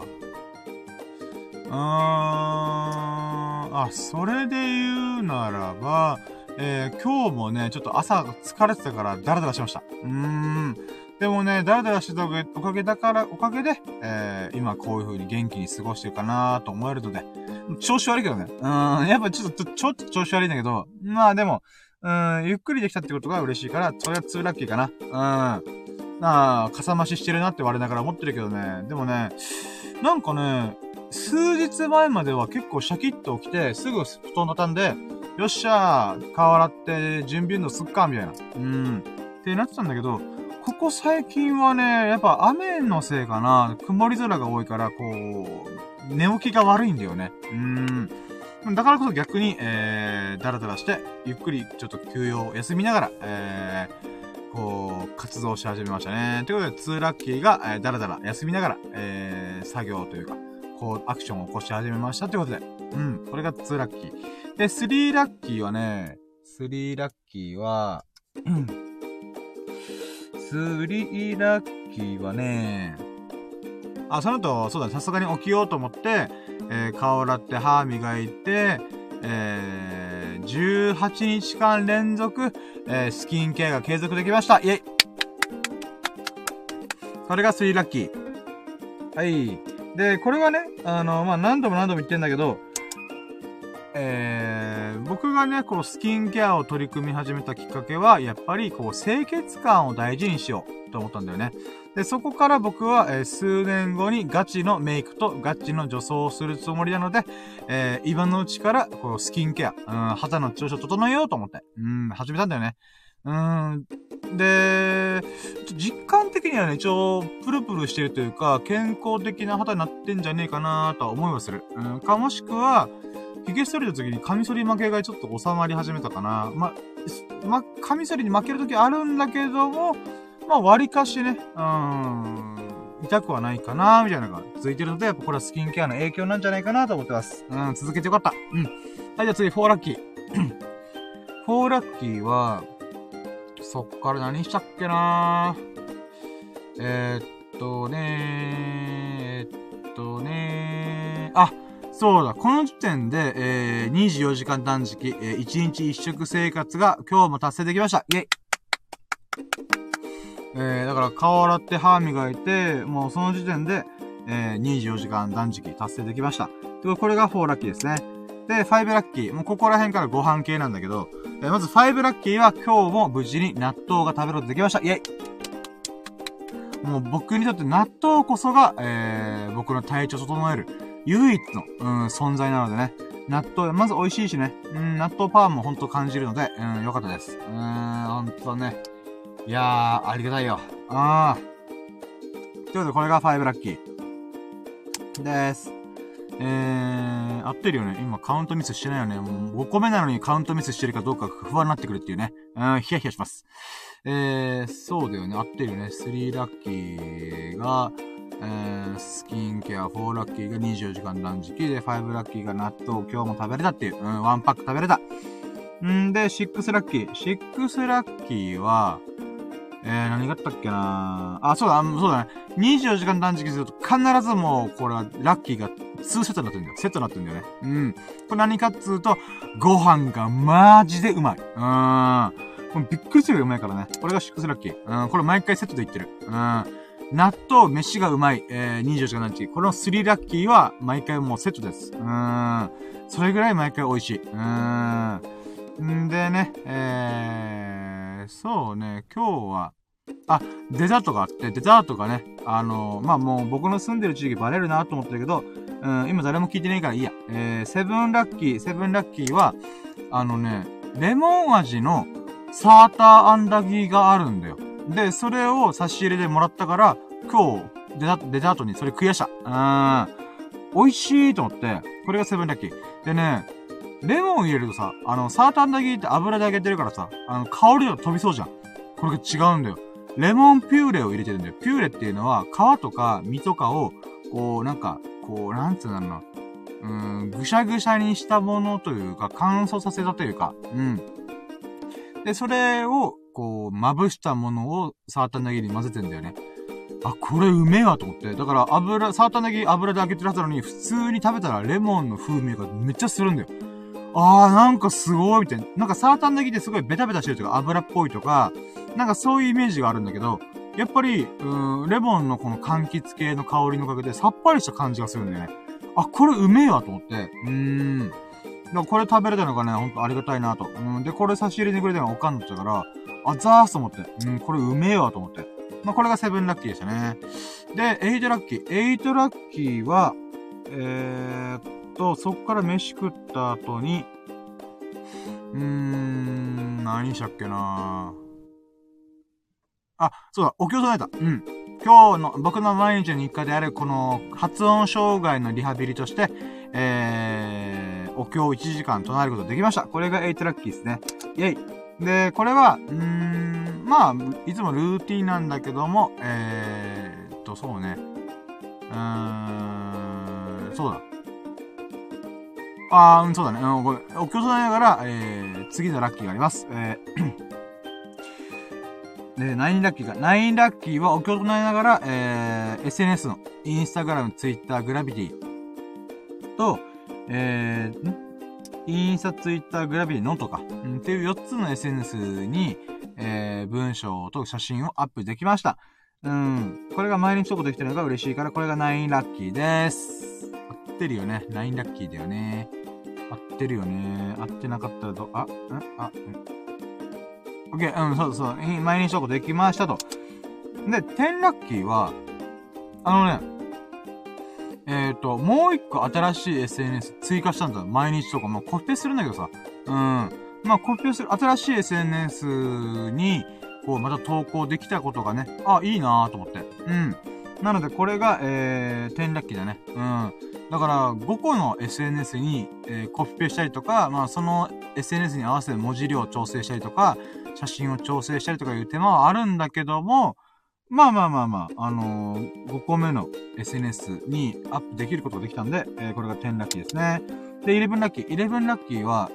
それで言うならば、今日もね、ちょっと朝疲れてたからダラダラしました。でもね、ダラダラしてたおかげで、今こういう風に元気に過ごしてるかなと思えるので、調子悪いけどね。やっぱちょっと調子悪いんだけど、まあでも、ゆっくりできたってことが嬉しいから、それはツーラッキーかな。かさ増ししてるなって我ながら思ってるけどね。でもね、なんかね、数日前までは結構シャキッと起きて、すぐ布団畳んで、よっしゃー、顔洗って準備運動すっか、みたいな。ってなってたんだけど、ここ最近はね、やっぱ雨のせいかな、曇り空が多いから、こう、寝起きが悪いんだよね。だからこそ逆に、ダラダラして、ゆっくりちょっと休養を休みながら、こう、活動し始めましたね。ということで、2ラッキーが、ダラダラ休みながら、作業というか、こう、アクションを起こし始めましたということで。これが2ラッキー。で、3ラッキーはね、3ラッキーは、3ラッキーはね、その後、そうだね、さすがに起きようと思って、顔洗って歯磨いて、18日間連続、スキンケアが継続できました。イェイ！これが3ラッキー。はい。で、これはね、何度も言ってんだけど、僕がね、こう、スキンケアを取り組み始めたきっかけは、やっぱり、こう、清潔感を大事にしようと思ったんだよね。で、そこから僕は、数年後にガチのメイクとガチの女装をするつもりなので、今のうちから、こう、スキンケア、肌の調子を整えようと思って、始めたんだよね。で、実感的にはね、一応、プルプルしてるというか、健康的な肌になってんじゃねえかなとは思いはする。もしくは、髭剃りの時にカミソリ負けがちょっと収まり始めたかな。カミソリに負ける時あるんだけども、割かしね、痛くはないかなみたいなのが続いてるので、やっぱこれはスキンケアの影響なんじゃないかなと思ってます。続けてよかった。はい、じゃあ次、4ラッキー。4ラッキーは、そっから何したっけなそうだ、この時点で、24時間断食、1日1食生活が今日も達成できました。イェイ！だから顔洗って歯磨いて、もうその時点で、24時間断食達成できました。で、これが4ラッキーですね。で、5ラッキー。もうここら辺からご飯系なんだけど、まず5ラッキーは今日も無事に納豆が食べることできました。イェイ！もう僕にとって納豆こそが、僕の体調を整える唯一の、存在なのでね。納豆、まず美味しいしね。納豆パワーもほんと感じるので、よかったです。ほんとね。いやー、ありがたいよ。ということで、これが5ラッキー。です。合ってるよね。今カウントミスしてないよね。もう5個目なのにカウントミスしてるかどうか不安になってくるっていうね。ヒヤヒヤします。そうだよね。合ってるよね。3ラッキーが、スキンケア、4ラッキーが24時間断食で、5ラッキーが納豆を今日も食べれたっていう、1パック食べれた。で、6ラッキー。6ラッキーは、何があったっけなそうだね。24時間断食すると必ずもう、これはラッキーが2セットになってるんだよ。セットになってるんだよね。これ何かっつうと、ご飯がマジでうまい。これびっくりするぐらいうまいからね。これが6ラッキー。これ毎回セットで言ってる。納豆、飯がうまい。24時間断食。この3ラッキーは毎回もうセットです。それぐらい毎回美味しい。でね、そうね、今日は、デザートがあって、デザートがね、もう僕の住んでる地域バレるなと思ってるけど、今誰も聞いてないからいいや。セブンラッキーは、レモン味のサーターアンダギーがあるんだよ。で、それを差し入れでもらったから、今日、デザートにそれ食い出した。美味しいと思って、これがセブンラッキー。でね、 レモン入れるとさ、サーターアンダギーって油で揚げてるからさ、香りが飛びそうじゃん。これが違うんだよ。レモンピューレを入れてるんだよ。ピューレっていうのは、皮とか実とかを、こう、なんつうんだろうな。ぐしゃぐしゃにしたものというか、乾燥させたというか、で、それを、こう、まぶしたものをサーターアンダギーに混ぜてんだよね。あ、これうめえわと思って。だからサーターアンダギー油で揚げてるはずなのに、普通に食べたらレモンの風味がめっちゃするんだよ。なんかすごいみたいな。なんかサーターアンダギーってすごいベタベタしてるとか油っぽいとか、なんかそういうイメージがあるんだけど、やっぱり、レモンのこの柑橘系の香りのおかげでさっぱりした感じがするんだよね。これうめえわと思って。だからこれ食べれたのがね、ほんとありがたいなと。で、これ差し入れてくれたのがおかんだったから、ザースと思って。これうめえわと思って。これがセブンラッキーでしたね。で、エイトラッキー。エイトラッキーは、そっから飯食った後に、何したっけなそうだ、お経を唱えた。今日の、僕の毎日の日課である、この、発音障害のリハビリとして、お経を1時間唱えることができました。これが8ラッキーですね。イェイ。で、これは、いつもルーティンなんだけども、そうね。そうだ。そうだね。これ、お経を唱えながら、次のラッキーがあります。で、9ラッキーか。9ラッキーはお経を唱えながら、SNS の、インスタグラム、ツイッター、グラビティと、インスタ、ツイッター、グラビティ、ノートか。っていう4つの SNS に、文章と写真をアップできました。これが毎日投稿できてるのが嬉しいから、これが9ラッキーです。合ってるよね。9ラッキーだよね。合ってるよね。合ってなかったらオッケー、そう。毎日投稿できましたと。で、10ラッキーは、もう一個新しい SNS 追加したんだ。毎日投稿。コピペするんだけどさ。コピペする、新しい SNS に、こう、また投稿できたことがね、いいなぁと思って。なので、これが、10ラッキーだね。だから、5個の SNS に、コピペしたりとか、その SNS に合わせて文字量を調整したりとか、写真を調整したりとかいう手間はあるんだけども、5個目の SNS にアップできることができたんで、これが10ラッキーですね。で、11ラッキー。11ラッキーは、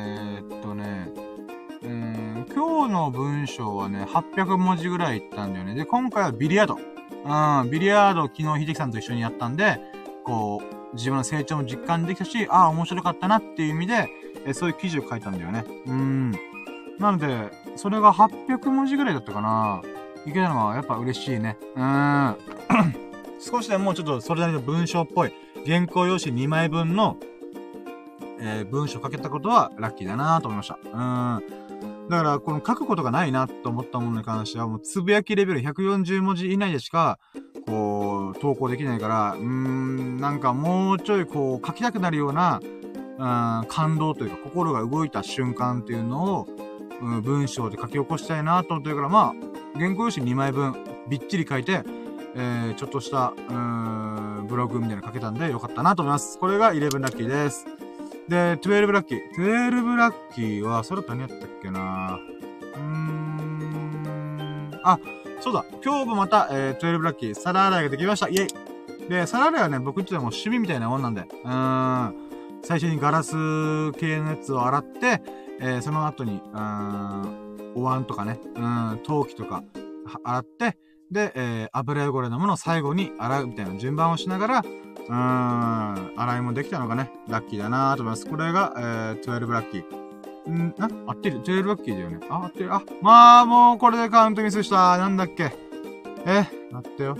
今日の文章はね、800文字ぐらいいったんだよね。で、今回はビリヤード。ビリヤードを昨日秀樹さんと一緒にやったんで、こう、自分の成長も実感できたし、面白かったなっていう意味で、そういう記事を書いたんだよね。なので、それが800文字ぐらいだったかな。いけたのはやっぱ嬉しいね。少しでもちょっとそれなりの文章っぽい、原稿用紙2枚分の、文章書けたことはラッキーだなと思いました。だから、この書くことがないなと思ったものに関しては、もうつぶやきレベル140文字以内でしか、こう、投稿できないから、なんかもうちょいこう、書きたくなるような、感動というか、心が動いた瞬間っていうのを、文章で書き起こしたいなと思ってるから、原稿用紙2枚分、びっちり書いて、ちょっとした、ブログみたいなの書けたんでよかったなと思います。これが11ラッキーです。で、12ラッキー。12ラッキーは、それ何やったっけなそうだ。今日もまた、12ラッキー、皿洗いができました。イェイ。で、皿洗いはね、僕んちでも趣味みたいなもんなんで、最初にガラス系のやつを洗って、その後に、お椀とかね、陶器とか、洗って、で、油汚れのものを最後に洗うみたいな順番をしながら、洗いもできたのがね、ラッキーだなーと思います。これが、12ラッキー。合ってる ?12 ラッキーだよね。合ってる。もうこれでカウントミスした。なんだっけ。待ってよ。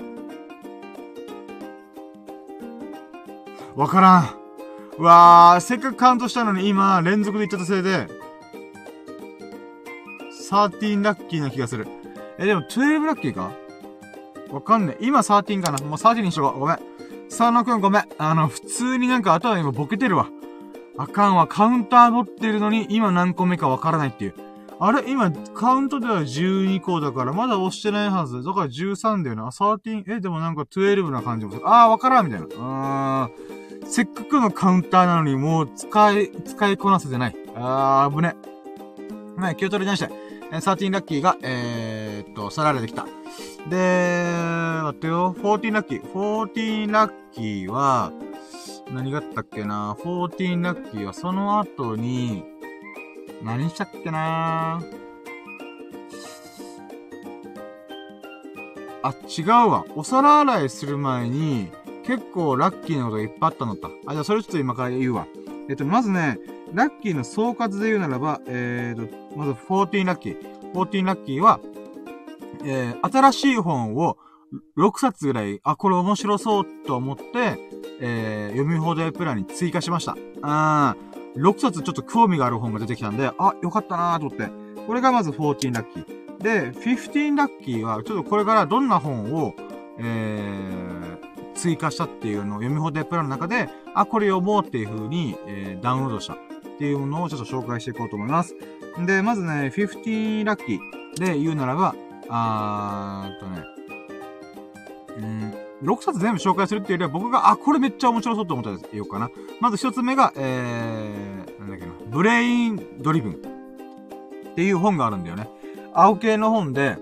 わからん。うわー、せっかくカウントしたのに今、連続で言っちゃったせいで、13ラッキーな気がする。でも12ラッキーかわかんねえ。今13かな。もう13にしとこう。ごめん。佐野くんごめん。普通になんか頭今ボケてるわ。あかんわ。カウンター持ってるのに今何個目かわからないっていう。あれ今、カウントでは12個だから、まだ押してないはず。だから13だよな。13、でもなんか12な感じもする。わからんみたいな。 せっかくのカウンターなのにもう使いこなせてない。危ね。はい、気を取り直して。13ラッキーが、さられてきた。で、待ってよ。14ラッキー。14ラッキーは、何があったっけな。14ラッキーはその後に、何したっけな。あ、違うわ。お皿洗いする前に、結構ラッキーなことがいっぱいあったのだった。じゃあそれちょっと今から言うわ。まずね、ラッキーの総括で言うならば、まず14ラッキー。14ラッキーは、新しい本を6冊ぐらい、これ面白そうと思って、読み放題プランに追加しました。6冊ちょっと興味がある本が出てきたんで、よかったなーと思って。これがまず14ラッキー。で、15ラッキーは、ちょっとこれからどんな本を、追加したっていうのを読み放題プランの中で、これ読もうっていう風に、ダウンロードしたっていうのをちょっと紹介していこうと思います。で、まずね、15ラッキーで言うならば、6冊全部紹介するっていうよりは僕が、これめっちゃ面白そうと思ったやつ言おうかな。まず一つ目が、なんだっけな、ブレインドリブンっていう本があるんだよね。青系の本で、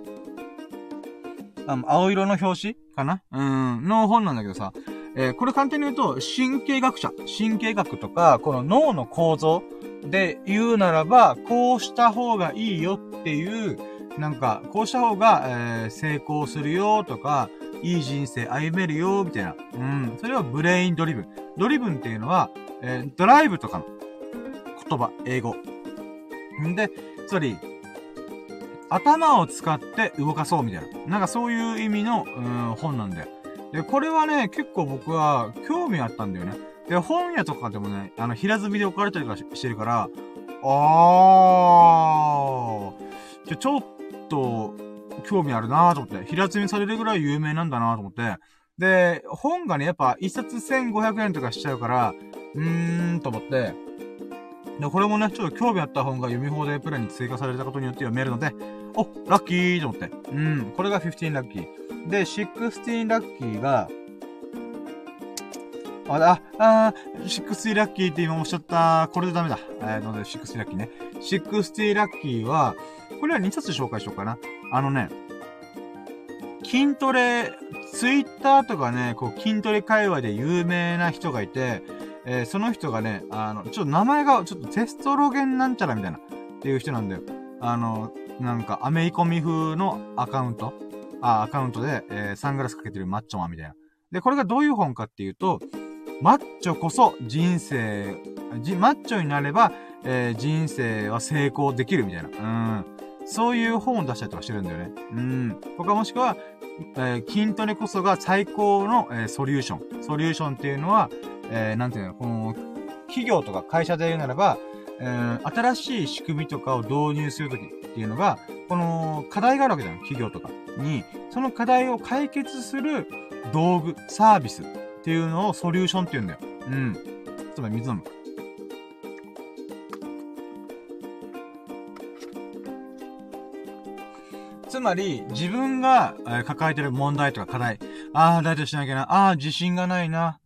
青色の表紙かなの本なんだけどさ、これ簡単に言うと、神経学とか、この脳の構造で言うならば、こうした方がいいよっていう、なんか、こうした方が、成功するよとか、いい人生歩めるよみたいな。それはブレインドリブン。ドリブンっていうのは、ドライブとかの言葉、英語。で、つまり、頭を使って動かそうみたいな。なんかそういう意味の、本なんだよ。で、これはね、結構僕は興味あったんだよね。で、本屋とかでもね、平積みで置かれたりとかしてるから、ちょっと、興味あるなぁと思って、平積みされるぐらい有名なんだなぁと思って、で、本がね、やっぱ一冊1500円とかしちゃうから、と思って、で、これもね、ちょっと興味あった本が読み放題プランに追加されたことによって読めるので、ラッキーと思って。これが15ラッキー。で、16ラッキーが、16ラッキーって今おっしゃった。これでダメだ。ので、16ラッキーね。16ラッキーは、これは2冊紹介しようかな。筋トレ、ツイッターとかね、こう、筋トレ界隈で有名な人がいて、その人がね、ちょっと名前が、ちょっとテストロゲンなんちゃらみたいな、っていう人なんだよ。なんか、アメリコミ風のアカウントで、サングラスかけてるマッチョマンみたいな。で、これがどういう本かっていうと、マッチョこそ人生、マッチョになれば、人生は成功できるみたいな。そういう本を出したりとかしてるんだよね。他もしくは、筋トレこそが最高の、ソリューション。ソリューションっていうのは、なんていうの、この、企業とか会社で言うならば、新しい仕組みとかを導入するときっていうのが、この課題があるわけじゃん、企業とかに。その課題を解決する道具、サービスっていうのをソリューションって言うんだよ。つまり水飲む。つまり、自分が抱えてる問題とか課題。ダイエットしなきゃな。自信がないな。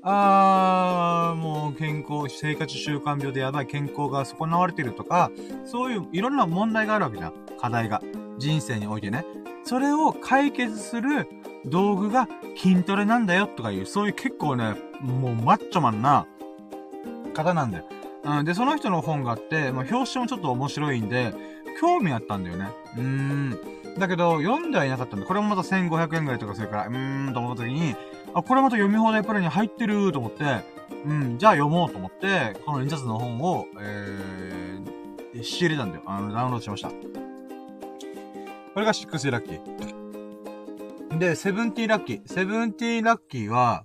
もう健康、生活習慣病でやばい、健康が損なわれてるとか、そういういろんな問題があるわけじゃん。課題が。人生においてね。それを解決する道具が筋トレなんだよとかいう、そういう結構ね、もうマッチョマンな方なんだよ。で、その人の本があって、表紙もちょっと面白いんで、興味あったんだよね。だけど、読んではいなかったんで、これもまた1500円ぐらいとかするから、と思った時に、これまた読み放題プランに入ってると思って、じゃあ読もうと思って、この2冊の本を、仕入れたんだよ。ダウンロードしました。これが6ラッキー。で、17ラッキー。17ラッキーは、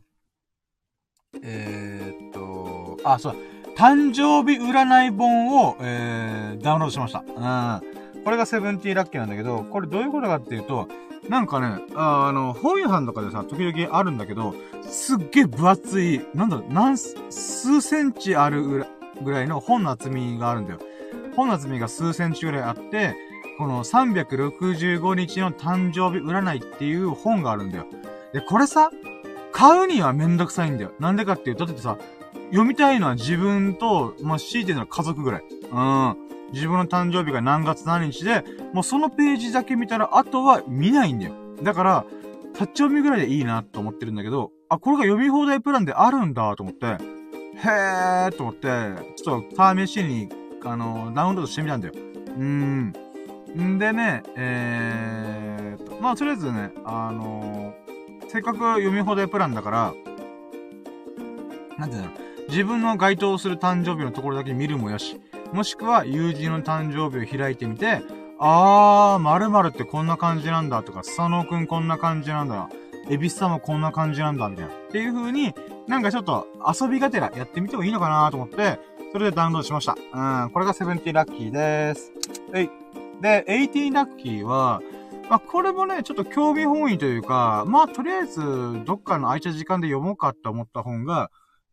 そうだ。誕生日占い本を、ダウンロードしました。これが17ラッキーなんだけど、これどういうことかっていうと、なんかね、本屋さんとかでさ、時々あるんだけど、すっげえ分厚い、数センチあるぐらいの本の厚みがあるんだよ。本の厚みが数センチぐらいあって、この365日の誕生日占いっていう本があるんだよ。で、これさ、 買うにはめんどくさいんだよ。なんでかっていうと、だってさ、読みたいのは自分と、まあ、強いてるのは家族ぐらい。自分の誕生日が何月何日で、もうそのページだけ見たら、あとは見ないんだよ。だから、立ち読みぐらいでいいなと思ってるんだけど、あ、これが読み放題プランであるんだと思って、へーと思って、ちょっと試しに、ダウンロードしてみたんだよ。んでね、まあ、とりあえずね、せっかく読み放題プランだから、なんていうんだろう、自分の該当する誕生日のところだけ見るもよし、もしくは友人の誕生日を開いてみて、〇〇ってこんな感じなんだとか、スサノオくんこんな感じなんだ、エビスさんもこんな感じなんだ、みたいな。っていう風に、なんかちょっと遊びがてらやってみてもいいのかなと思って、それでダウンロードしました。これが70ラッキーです。で、80ラッキーは、まあ、これもね、ちょっと興味本位というか、まあ、とりあえず、どっかの空いた時間で読もうかって思った本が、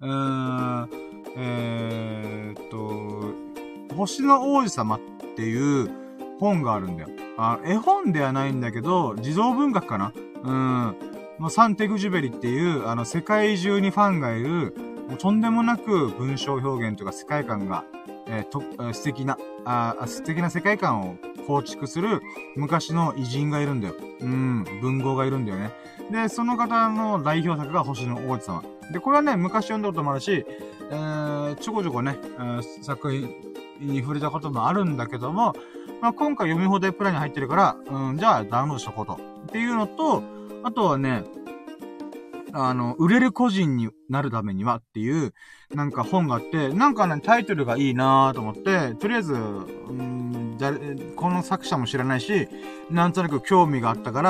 星の王子様っていう本があるんだよ。絵本ではないんだけど、児童文学かな？サンテグジュベリっていう、世界中にファンがいる、とんでもなく文章表現とか世界観が、素敵な世界観を構築する昔の偉人がいるんだよ。文豪がいるんだよね。で、その方の代表作が星の王子様。で、これはね、昔読んだこともあるし、ちょこちょこね、作品に触れたこともあるんだけども、まあ、今回読み放題プランに入ってるから、じゃあダウンロードしとこうと。っていうのと、あとはね、売れる個人になるためにはっていう、なんか本があって、なんかね、タイトルがいいなぁと思って、とりあえず、この作者も知らないし、なんとなく興味があったから、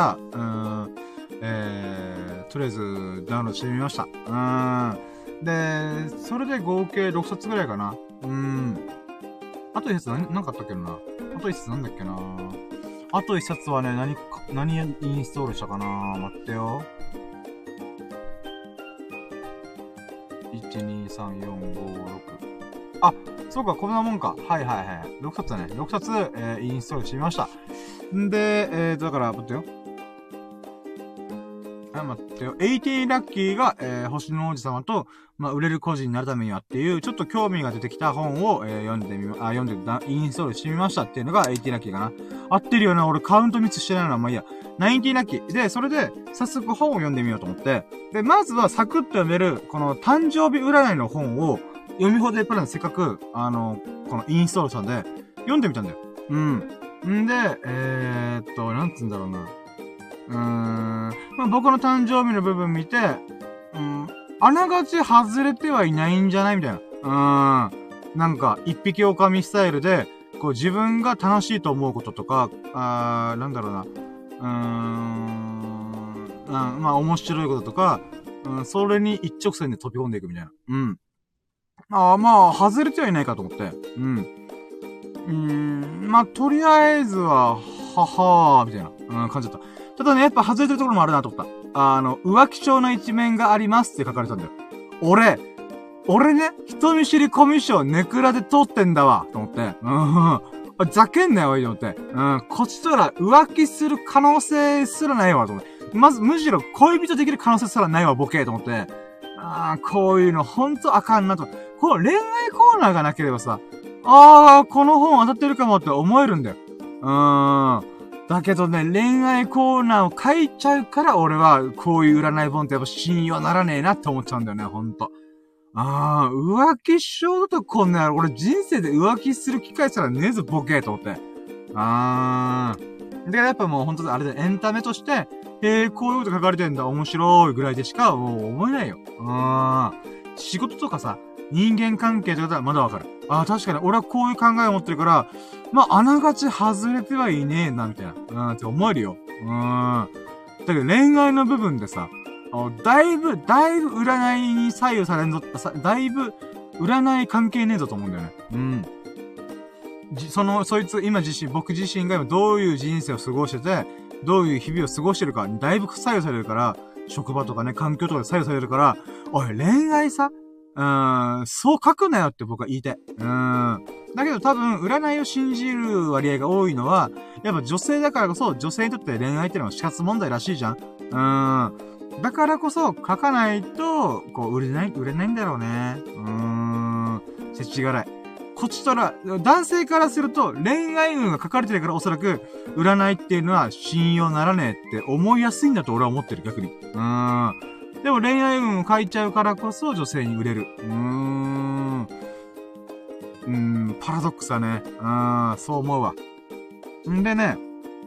とりあえずダウンロードしてみました。で、それで合計6冊ぐらいかな。あと1冊何かあったっけな。あと1冊なんだっけな。あと1冊はね、何インストールしたかな。待ってよ。1、2、3、4、5、6。あ、そうか、こんなもんか。はい。6冊だね。6冊、インストールしてみました。んで、だから、待ってよ。80ラッキーが、星の王子様と、まあ、売れる個人になるためにはっていう、ちょっと興味が出てきた本を、読んでインストールしてみましたっていうのが80ラッキーかな。合ってるよな、俺カウントミスしてないのは、まあいいや。90ラッキー。で、それで、早速本を読んでみようと思って。で、まずはサクッと読める、この誕生日占いの本を、読み放題プランでせっかく、このインストールしたんで、読んでみたんだよ。んで、なんつうんだろうな。まあ、僕の誕生日の部分見て、あながち外れてはいないんじゃないみたいな。なんか、一匹狼スタイルで、こう自分が楽しいと思うこととか、なんだろうな。まあ、面白いこととか、それに一直線で飛び込んでいくみたいな。まあ、外れてはいないかと思って。まあ、とりあえずは、ははー、みたいな、感じだった。ただね、やっぱ外れてるところもあるなと思った。浮気症の一面がありますって書かれたんだよ。俺ね、人見知りコミュ障ネクラで通ってんだわ、と思って。ざけんなよ、おい、と思って。こっちとら浮気する可能性すらないわ、と思って。まず、むしろ恋人できる可能性すらないわ、ボケ、と思って。こういうのほんとあかんなと。この恋愛コーナーがなければさ、この本当たってるかもって思えるんだよ。だけどね、恋愛コーナーを書いちゃうから、俺は、こういう占い本ってやっぱ信用ならねえなって思っちゃうんだよね、ほんと。浮気症だとこんな、俺人生で浮気する機会すらねえぞ、ボケと思って。だからやっぱもうほんとあれでエンタメとして、こういうこと書かれてんだ、面白いぐらいでしかもう思えないよ。仕事とかさ、人間関係とかだったらまだわかる。確かに俺はこういう考えを持ってるから、まあ、あながち外れてはいねえな、みたいな。って思えるよ。だけど恋愛の部分でさ、だいぶ占いに左右されんぞ、だいぶ占い関係ねえぞと思うんだよね。僕自身が今どういう人生を過ごしてて、どういう日々を過ごしてるか、だいぶ左右されるから、職場とかね、環境とかで左右されるから、おい、恋愛さ、そう書くなよって僕は言いたい。だけど多分、占いを信じる割合が多いのは、やっぱ女性だからこそ、女性にとって恋愛ってのは死活問題らしいじゃん。 だからこそ書かないと、こう、売れないんだろうね。世知辛い。こっちとら、男性からすると、恋愛運が書かれてるからおそらく、占いっていうのは信用ならねえって思いやすいんだと俺は思ってる、逆に。でも恋愛運を書いちゃうからこそ女性に売れる。パラドックスだね。そう思うわ。んでね、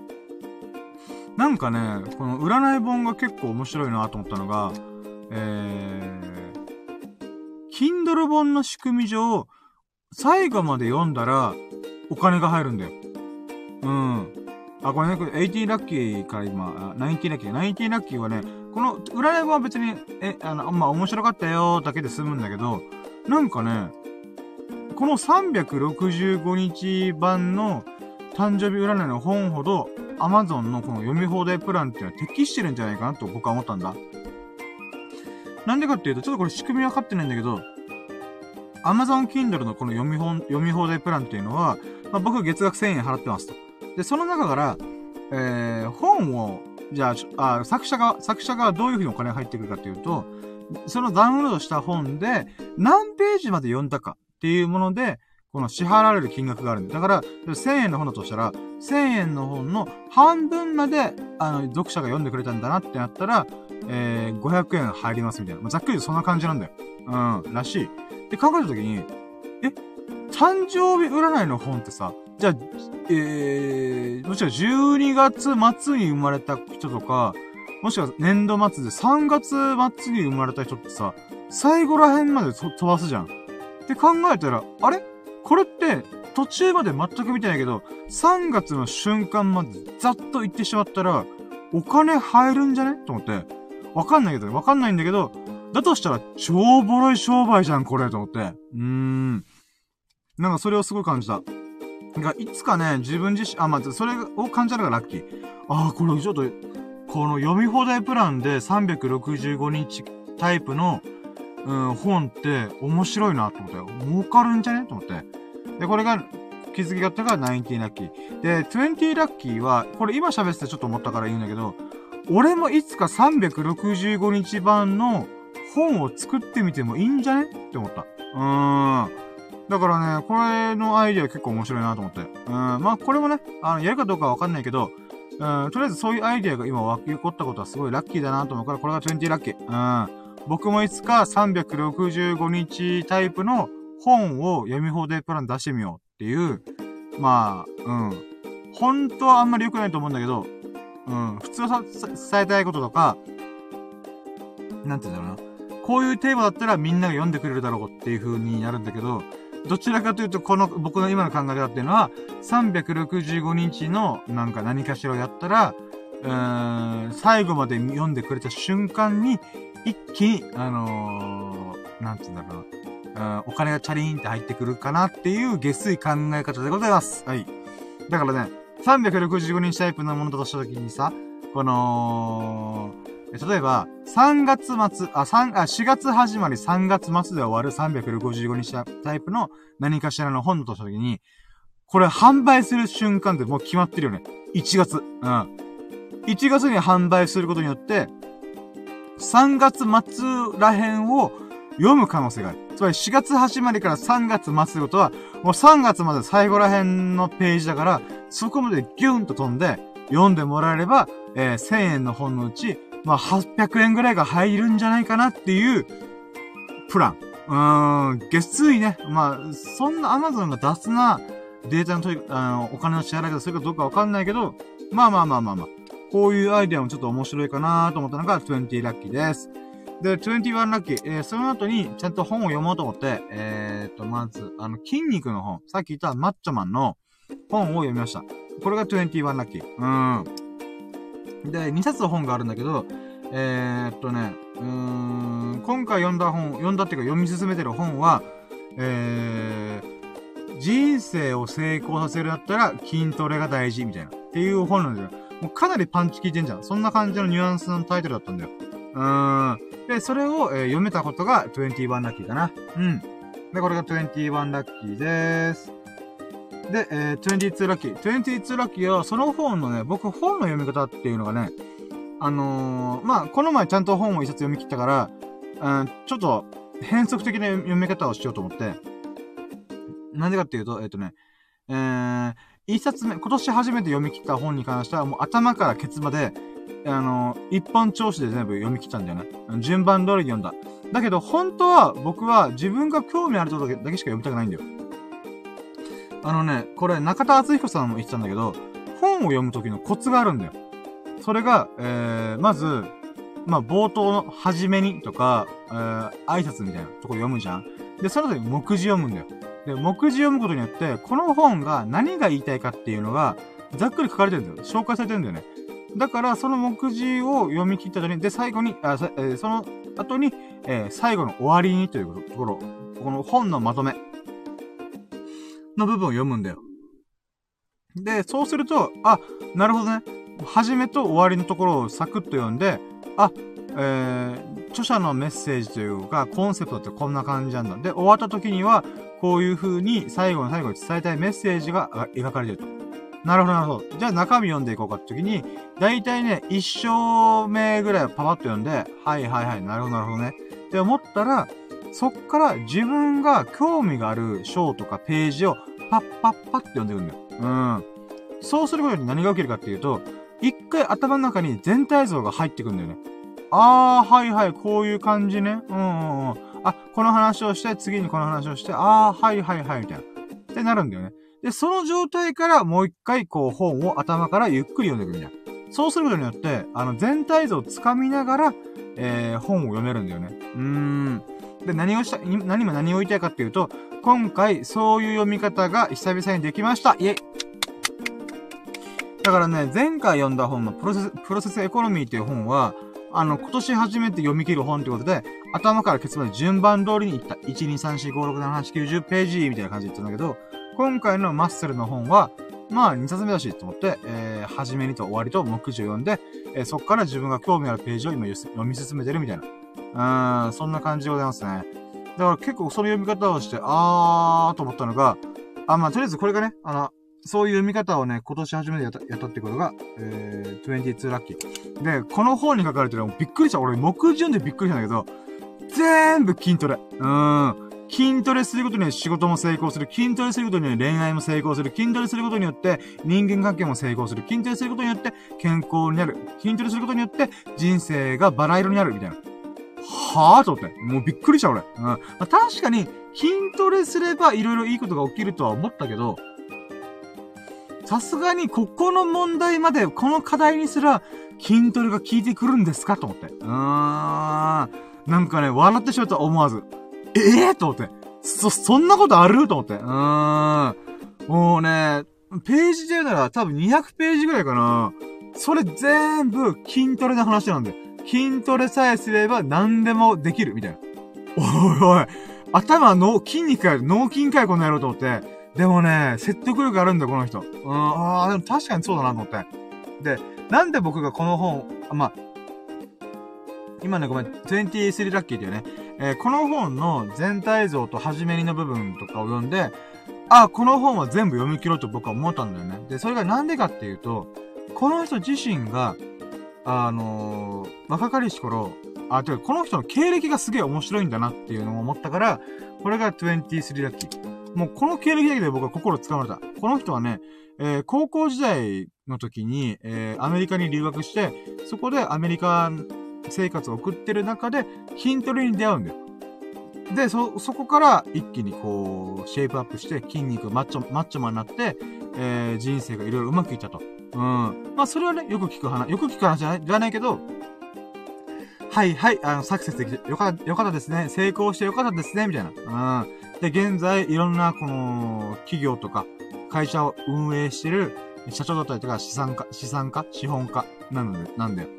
なんかね、この占い本が結構面白いなと思ったのが、Kindle 本の仕組み上、最後まで読んだら、お金が入るんだよ。これね、これ18ラッキーから今、19ラッキー。19ラッキーはね、この占い本は別に、面白かったよだけで済むんだけど、なんかね、この365日版の誕生日占いの本ほど、Amazon のこの読み放題プランっていうのは適してるんじゃないかなと僕は思ったんだ。なんでかっていうと、ちょっとこれ仕組みは分かってないんだけど、Amazon Kindle のこの読み放題プランっていうのは、僕月額1000円払ってますと。で、その中から、本を、じゃあ、作者がどういう風にお金が入ってくるかっていうと、そのダウンロードした本で、何ページまで読んだかっていうもので、この支払われる金額があるんだ。だから、1000円の本だとしたら、1000円の本の半分まで、読者が読んでくれたんだなってなったら、500円入りますみたいな。ざっくりとそんな感じなんだよ。らしい。で、考えたときに、誕生日占いの本ってさ、じゃあ、もしくは12月末に生まれた人とか、もしくは年度末で3月末に生まれた人ってさ、最後ら辺まで飛ばすじゃん。って考えたら、あれこれって、途中まで全く見てないけど、3月の瞬間までざっと行ってしまったら、お金入るんじゃねと思って。わかんないんだけど、だとしたら超ボロい商売じゃん、これ、と思って。なんかそれをすごい感じた。いつかね、自分自身、それを感じたのがラッキー。これちょっと、この読み放題プランで365日タイプの、本って面白いなと思ったよ。儲かるんじゃねと思って。で、これが、気づきがあったが19ラッキー。で、20ラッキーは、これ今喋っててちょっと思ったから言うんだけど、俺もいつか365日版の本を作ってみてもいいんじゃねって思った。だからね、これのアイディア結構面白いなと思って。これもね、やるかどうかはわかんないけど、とりあえずそういうアイディアが今湧き起こったことはすごいラッキーだなと思うから、これが20ラッキー。僕もいつか365日タイプの本を読み放題プラン出してみようっていう、本当はあんまり良くないと思うんだけど、普通は伝えたいこととか、なんて言うんだろうな。こういうテーマだったらみんなが読んでくれるだろうっていう風になるんだけど、どちらかというと、僕の今の考え方っていうのは、365日の何かしらをやったら、最後まで読んでくれた瞬間に、一気に、なんて言うんだろうな。お金がチャリーンって入ってくるかなっていう下水考え方でございます。はい。だからね、365日タイプのものだとしたときにさ、例えば、4月始まり3月末で終わる365日タイプの何かしらの本だとしたときに、これ販売する瞬間ってもう決まってるよね。1月。1月に販売することによって、3月末らへんを読む可能性がある。つまり4月始まりから3月末ってことは、もう3月まで最後らへんのページだから、そこまでギュンと飛んで、読んでもらえれば、1000円の本のうち、800円ぐらいが入るんじゃないかなっていう、プラン。月水ね。そんな Amazon が雑なデータのお金の支払いがするかどうかわかんないけど、こういうアイデアもちょっと面白いかなと思ったのが20ラッキーです。で、21ラッキー。その後にちゃんと本を読もうと思って、まず、筋肉の本。さっき言ったマッチョマンの本を読みました。これが21ラッキー。で、2冊の本があるんだけど、今回読んだっていうか読み進めてる本は、人生を成功させるだったら筋トレが大事みたいな。っていう本なんだよ。もうかなりパンチ効いてんじゃん。そんな感じのニュアンスのタイトルだったんだよ。で、それを、読めたことが21ラッキーかな。で、これが21ラッキーです。で、22ラッキー。22ラッキーは、その本のね、僕本の読み方っていうのがね、 まあ、この前ちゃんと本を一冊読み切ったから、ちょっと変則的な読み方をしようと思って、なんでかっていうと、一冊目、今年初めて読み切った本に関しては、もう頭からケツまで、一本調子で全部読み切ったんだよね。順番通りに読んだ。だけど、本当は、僕は自分が興味あるところだけしか読みたくないんだよ。これ、中田敦彦さんも言ってたんだけど、本を読む時のコツがあるんだよ。それが、まず、まあ、冒頭の初めにとか、挨拶みたいなところ読むじゃん。で、その後に目次読むんだよ。で、目次読むことによって、この本が何が言いたいかっていうのが、ざっくり書かれてるんだよ。紹介されてるんだよね。だから、その目次を読み切った後に、で、最後に、その後に、最後の終わりにというところ、この本のまとめの部分を読むんだよ。で、そうすると、あ、なるほどね。始めと終わりのところをサクッと読んで、あ、著者のメッセージというか、コンセプトってこんな感じなんだ。で、終わった時には、こういう風に最後の最後に伝えたいメッセージが描かれてると。なるほど、なるほど。じゃあ中身読んでいこうかって時に、だいたいね、一章目ぐらいをパパッと読んで、はいはいはい、なるほどなるほどね。って思ったら、そっから自分が興味がある章とかページをパッパッパッって読んでいくんだよ。うん。そうすることに何が起きるかっていうと、一回頭の中に全体像が入ってくんだよね。あー、はいはい、こういう感じね。あ、この話をして、次にこの話をして、はいはいはい、みたいな。ってなるんだよね。で、その状態からもう一回、こう、本を頭からゆっくり読んでいくみたいな。そうすることによって、全体像をつかみながら、本を読めるんだよね。で、何を言いたいかっていうと、今回、そういう読み方が久々にできました。イェイ。だからね、前回読んだ本のプロセスエコノミーっていう本は、今年初めて読み切る本ってことで、頭からケツまで順番通りにいった。1、2、3、4、5、6、7、8、9、10ページみたいな感じで言ったんだけど、今回のマッスルの本は、まあ、2冊目だし、と思って、初めにと終わりと目次を読んで、そっから自分が興味あるページを今読み進めてるみたいな。そんな感じでございますね。だから結構その読み方をして、と思ったのが、まあ、とりあえずこれがね、そういう読み方をね、今年初めてやったってことが、22ラッキー。で、この本に書かれてるのびっくりした。俺、目次読んでびっくりしたんだけど、全部筋トレ。筋トレすることによって仕事も成功する。筋トレすることによって恋愛も成功する。筋トレすることによって人間関係も成功する。筋トレすることによって健康になる。筋トレすることによって人生がバラ色になる。みたいな。はぁと思って。もうびっくりした俺。まあ、確かに筋トレすれば色々いいことが起きるとは思ったけど、さすがにここの問題まで、この課題にすら筋トレが効いてくるんですかと思って。なんかね、笑ってしまった思わず。と思って。そんなことあると思って。もうね、ページで言うなら多分200ページぐらいかな。それ全部筋トレの話なんで。筋トレさえすれば何でもできるみたいな。おい、頭の筋肉かよ、脳筋かよ、この野郎と思って。でもね、説得力あるんだよ、この人。でも確かにそうだなと思って。で、なんで僕がこの本、今ね、ごめん、23ラッキーだよね。この本の全体像と始めにの部分とかを読んで、この本は全部読み切ろうと僕は思ったんだよね。で、それがなんでかっていうと、この人自身が、若かりし頃、この人の経歴がすげえ面白いんだなっていうのを思ったから、これが23ラッキー。もうこの経歴だけで僕は心つかまれた。この人はね、高校時代の時に、アメリカに留学して、そこでアメリカ生活を送ってる中で筋トレに出会うんだよ。で、そこから一気にこう、シェイプアップして筋肉マッチョマンになって、人生がいろいろうまくいったと。まあ、それはね、よく聞く話じゃないけど、はい、サクセスできてよかったですね。成功してよかったですね。みたいな。で、現在、いろんな、この、企業とか、会社を運営してる、社長だったりとか、資本家なんだよ。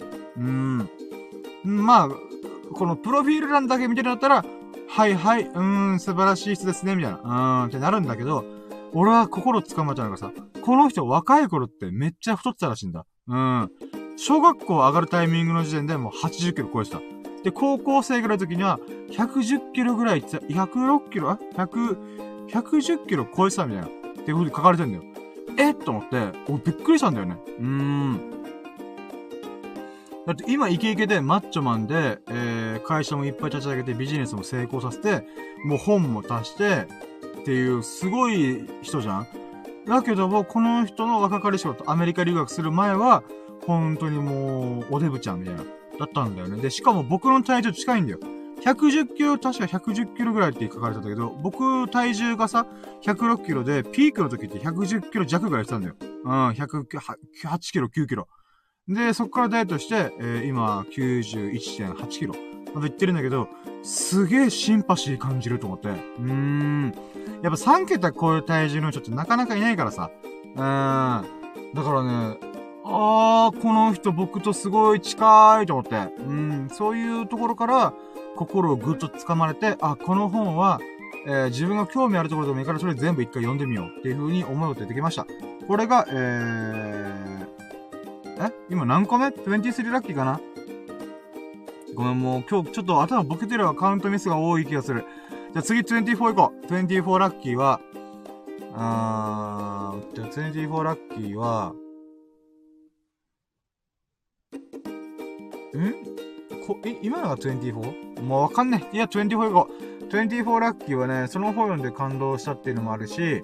まあ、このプロフィール欄だけ見てるんだったら、はい、素晴らしい人ですね、みたいな。ってなるんだけど、俺は心つかまっちゃうのがさ、この人若い頃ってめっちゃ太ってたらしいんだ。小学校上がるタイミングの時点でもう80キロ超えてた。で、高校生ぐらいの時には、110キロぐらい106キロ110キロ超えてたみたいな。っていう風に書かれてんだよ。と思って、びっくりしたんだよね。 だって今イケイケでマッチョマンで、会社もいっぱい立ち上げてビジネスも成功させて、もう本も出して、っていうすごい人じゃん。だけども、この人の若かりし頃、アメリカ留学する前は、本当にもう、おデブちゃんみたいな、だったんだよね。で、しかも僕の体重近いんだよ。110キロ、確か110キロぐらいって書かれてたんだけど、僕体重がさ、106キロで、ピークの時って110キロ弱ぐらいしたんだよ。108キロ、9キロ。で、そっからダイエットして、今、91.8 キロ。まで言ってるんだけど、すげえシンパシー感じると思って。やっぱ3桁超える体重の人ってなかなかいないからさ。だからね、この人僕とすごい近いと思って。そういうところから、心をぐっと掴まれて、この本は、自分が興味あるところでもいいからそれ全部一回読んでみようっていう風に思うことができました。これが、今何個目 ?23 ラッキーかな。ごめん、もう今日ちょっと頭ボケてるわ。カウントミスが多い気がする。じゃあ次24行こう。24ラッキーは、じゃあ24ラッキーは、今のが 24？ もうわかんねえ。いや、24行こう。24ラッキーはね、その本読んで感動したっていうのもあるし、待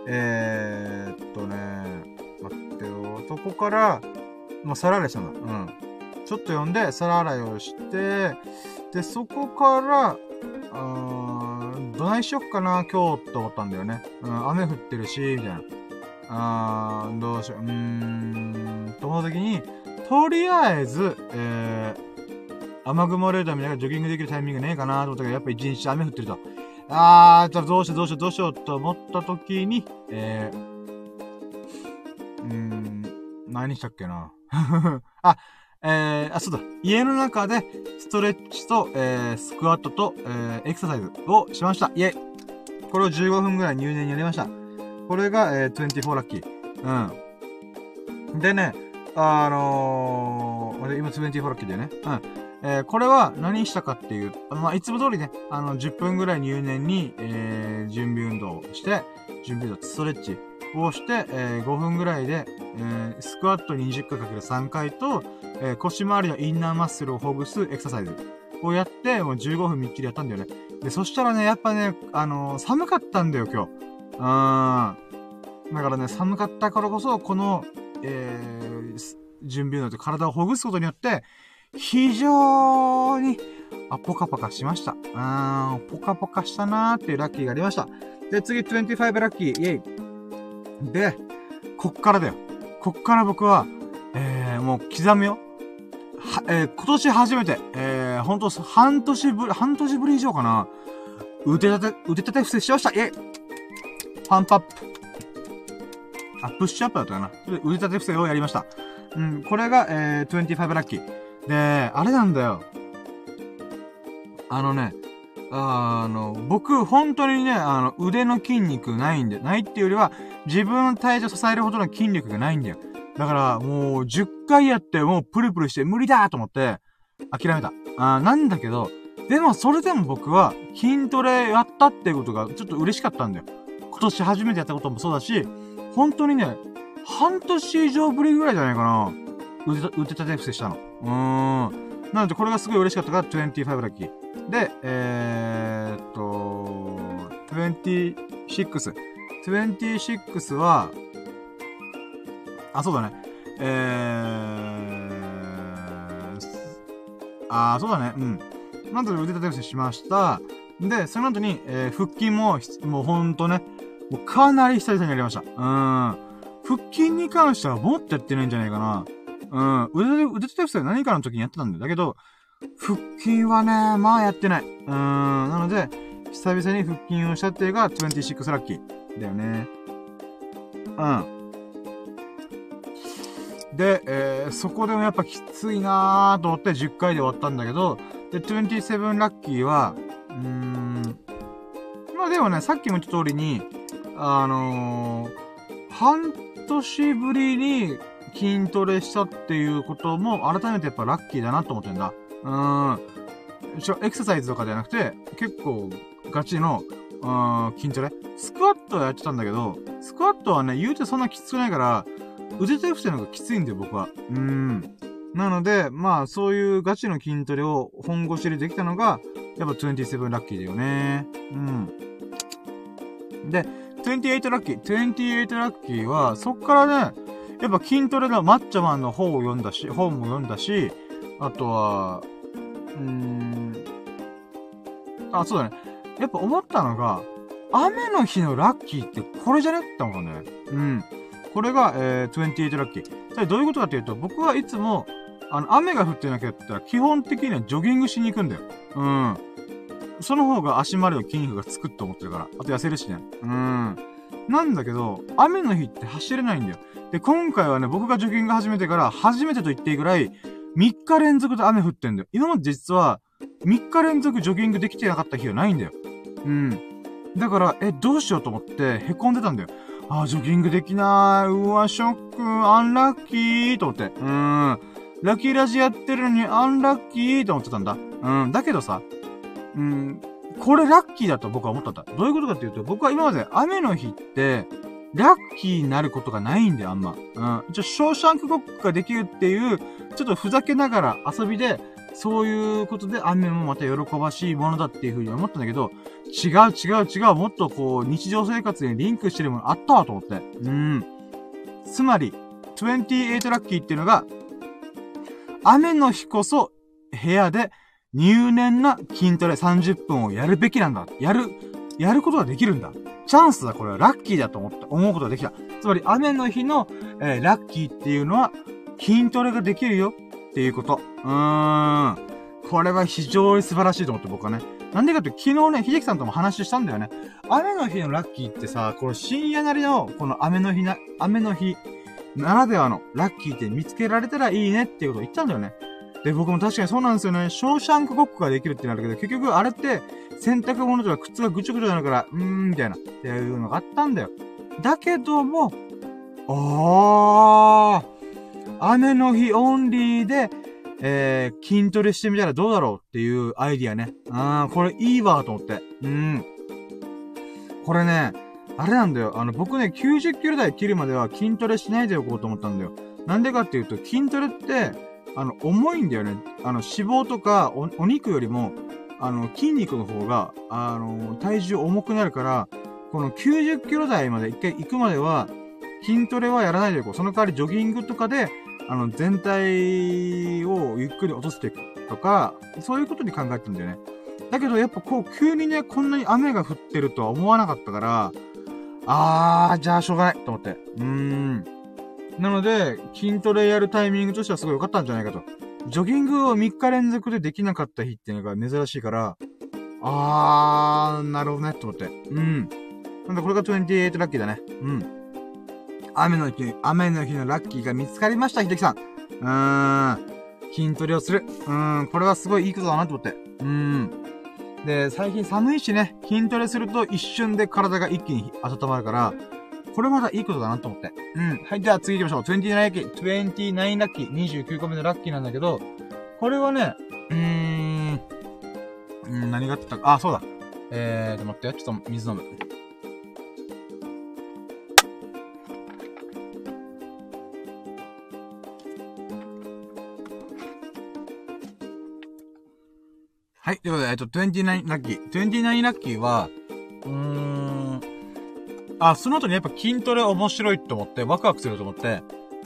ってよ。そこから、もう皿洗いしたんだ。ちょっと読んで、皿洗いをして、で、そこから、どないしよっかな、今日って思ったんだよね。雨降ってるし、みたいな。どうしよう。と思った時に、とりあえず、雨雲レーダー見ながらジョギングできるタイミングねえかなと思ったけど、やっぱ一日雨降ってると。じゃあどうしようと思った時に、何したっけな。そうだ。家の中で、ストレッチと、スクワットと、エクササイズをしました。イェイ。これを15分ぐらい入念にやりました。これが、24ラッキー。でね、今24ラッキーだよね。これは何したかっていう、いつも通りね、10分ぐらい入念に、準備運動をして、ストレッチをして、5分ぐらいで、スクワット20回かける3回と、腰回りのインナーマッスルをほぐすエクササイズをやって、もう15分みっきりやったんだよね。で、そしたらね、やっぱね、寒かったんだよ、今日。だからね、寒かったからこそ、この、準備運動で体をほぐすことによって、非常に、ポカポカしました。ポカポカしたなーっていうラッキーがありました。で、次、25ラッキー、イェイ。で、こっからだよ。こっから僕は、もう刻むよ。今年初めて、ほんと半年ぶり以上かな。腕立て伏せしました。イェイ。パンプアップ。プッシュアップだったかな。腕立て伏せをやりました。これが、25ラッキー。で、あれなんだよ。僕、本当にね、腕の筋肉ないっていうよりは、自分の体重を支えるほどの筋力がないんだよ。だから、もう、10回やって、もう、プルプルして、無理だと思って、諦めた。なんだけど、でも、それでも僕は、筋トレやったっていうことが、ちょっと嬉しかったんだよ。今年初めてやったこともそうだし、本当にね、半年以上ぶりぐらいじゃないかな。腕立て伏せしたの。なので、これがすごい嬉しかったから、25ラッキー。で、26。26は、そうだね。そうだね。まず腕立て伏せしました。で、その後に、腹筋もうほんとね、もうかなり久々にやりました。腹筋に関してはもっとやってないんじゃないかな。腕立て伏せは何かの時にやってたんだよ。だけど、腹筋はね、まあやってない。なので、久々に腹筋をしたっていうのが26ラッキーだよね。で、そこでもやっぱきついなーと思って10回で終わったんだけど、で、27ラッキーは、まあでもね、さっきも言った通りに、半年ぶりに筋トレしたっていうことも改めてやっぱラッキーだなと思ってんだ。エクササイズとかじゃなくて、結構ガチの、筋トレ。スクワットはやってたんだけど、スクワットはね、言うてそんなきつくないから、腕立て伏せの方がきついんだよ、僕は。 なので、まあ、そういうガチの筋トレを本腰でできたのが、やっぱ27ラッキーだよね。うん。で、28ラッキー。28ラッキーは、そっからね、やっぱ筋トレのマッチョマンの本も読んだし、あとは、そうだね。やっぱ思ったのが、雨の日のラッキーってこれじゃねって思ったんだよね。うん。これが、28ラッキー。それどういうことかというと、僕はいつも、雨が降ってなかったら、基本的にはジョギングしに行くんだよ。うん。その方が足回りの筋肉がつくって思ってるから。あと痩せるしね。うん。なんだけど、雨の日って走れないんだよ。で、今回はね、僕がジョギング始めてから初めてと言っていいぐらい、3日連続で雨降ってんだよ。今まで実は、3日連続ジョギングできてなかった日はないんだよ。うん。だから、どうしようと思って凹んでたんだよ。ジョギングできない。うわ、ショック、アンラッキーと思って。ラッキーラジやってるのにアンラッキーと思ってたんだ。だけどさ、これラッキーだと僕は思ったんだ。どういうことかっていうと、僕は今まで雨の日って、ラッキーになることがないんだよ、あんま。一応、ショーシャンクごっこができるっていう、ちょっとふざけながら遊びで、そういうことで雨もまた喜ばしいものだっていう風に思ったんだけど、違う。もっとこう、日常生活にリンクしてるものあったわと思って。つまり、28ラッキーっていうのが、雨の日こそ部屋で入念な筋トレ30分をやるべきなんだ。やることができるんだ。チャンスだ、これはラッキーだと思うことができた。つまり、雨の日の、ラッキーっていうのは、筋トレができるよっていうこと。これは非常に素晴らしいと思って僕はね。なんでかって昨日ね、秀樹さんとも話したんだよね。雨の日のラッキーってさ、この深夜なりの、この雨の日ならではのラッキーって見つけられたらいいねっていうことを言ったんだよね。で、僕も確かにそうなんですよね。ショーシャンクごっこができるってなるけど、結局あれって、洗濯物とか靴がぐちょぐちょになるから、みたいな、っていうのがあったんだよ。だけども、雨の日オンリーで、筋トレしてみたらどうだろうっていうアイディアね。これいいわと思って。これね、あれなんだよ。僕ね、90キロ台切るまでは筋トレしないでおこうと思ったんだよ。なんでかっていうと、筋トレって、重いんだよね。脂肪とかお肉よりも、筋肉の方が、体重重くなるから、この90キロ台まで一回行くまでは、筋トレはやらないでおこう。その代わりジョギングとかで、全体をゆっくり落としていくとか、そういうことに考えてんだよね。だけどやっぱこう、急にね、こんなに雨が降ってるとは思わなかったから、じゃあしょうがないと思って。なので、筋トレやるタイミングとしてはすごい良かったんじゃないかと。ジョギングを3日連続でできなかった日っていうのが珍しいから、なるほどね、と思って。なんでこれが28ラッキーだね。雨の日のラッキーが見つかりました、秀樹さん。筋トレをする。これはすごいいいことだなと思って。で、最近寒いしね、筋トレすると一瞬で体が一気に温まるから、これまだいいことだなと思って。はい、じゃあ次行きましょう。29ラッキー。29ラッキー。29個目のラッキーなんだけど、これはね、何があったか、そうだ。待ってよ。ちょっと水飲む。はい。ということで、29ラッキー。29ラッキーは、その後にやっぱ筋トレ面白いと思って、ワクワクすると思って、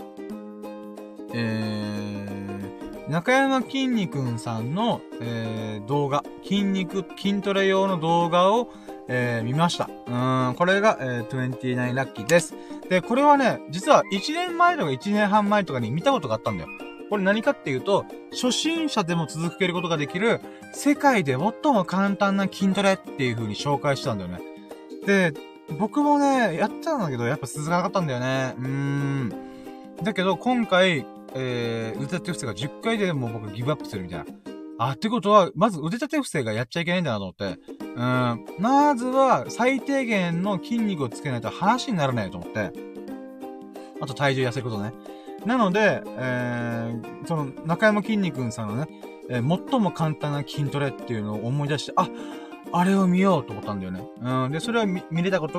中山きんに君さんの、動画、筋トレ用の動画を、見ました。これが、29ラッキーです。で、これはね、実は1年前とか1年半前とかに見たことがあったんだよ。これ何かっていうと、初心者でも続けることができる、世界で最も簡単な筋トレっていう風に紹介したんだよね。で、僕もね、やってたんだけど、やっぱ続かなかったんだよね。だけど、今回、腕立て伏せが10回でもう僕ギブアップするみたいな。ってことは、まず腕立て伏せがやっちゃいけないんだなと思って。まずは、最低限の筋肉をつけないと話にならないと思って。あと体重痩せることね。なので、その、中山きんに君さんのね、最も簡単な筋トレっていうのを思い出して、あれを見ようと思ったんだよね。で、それを見れたこと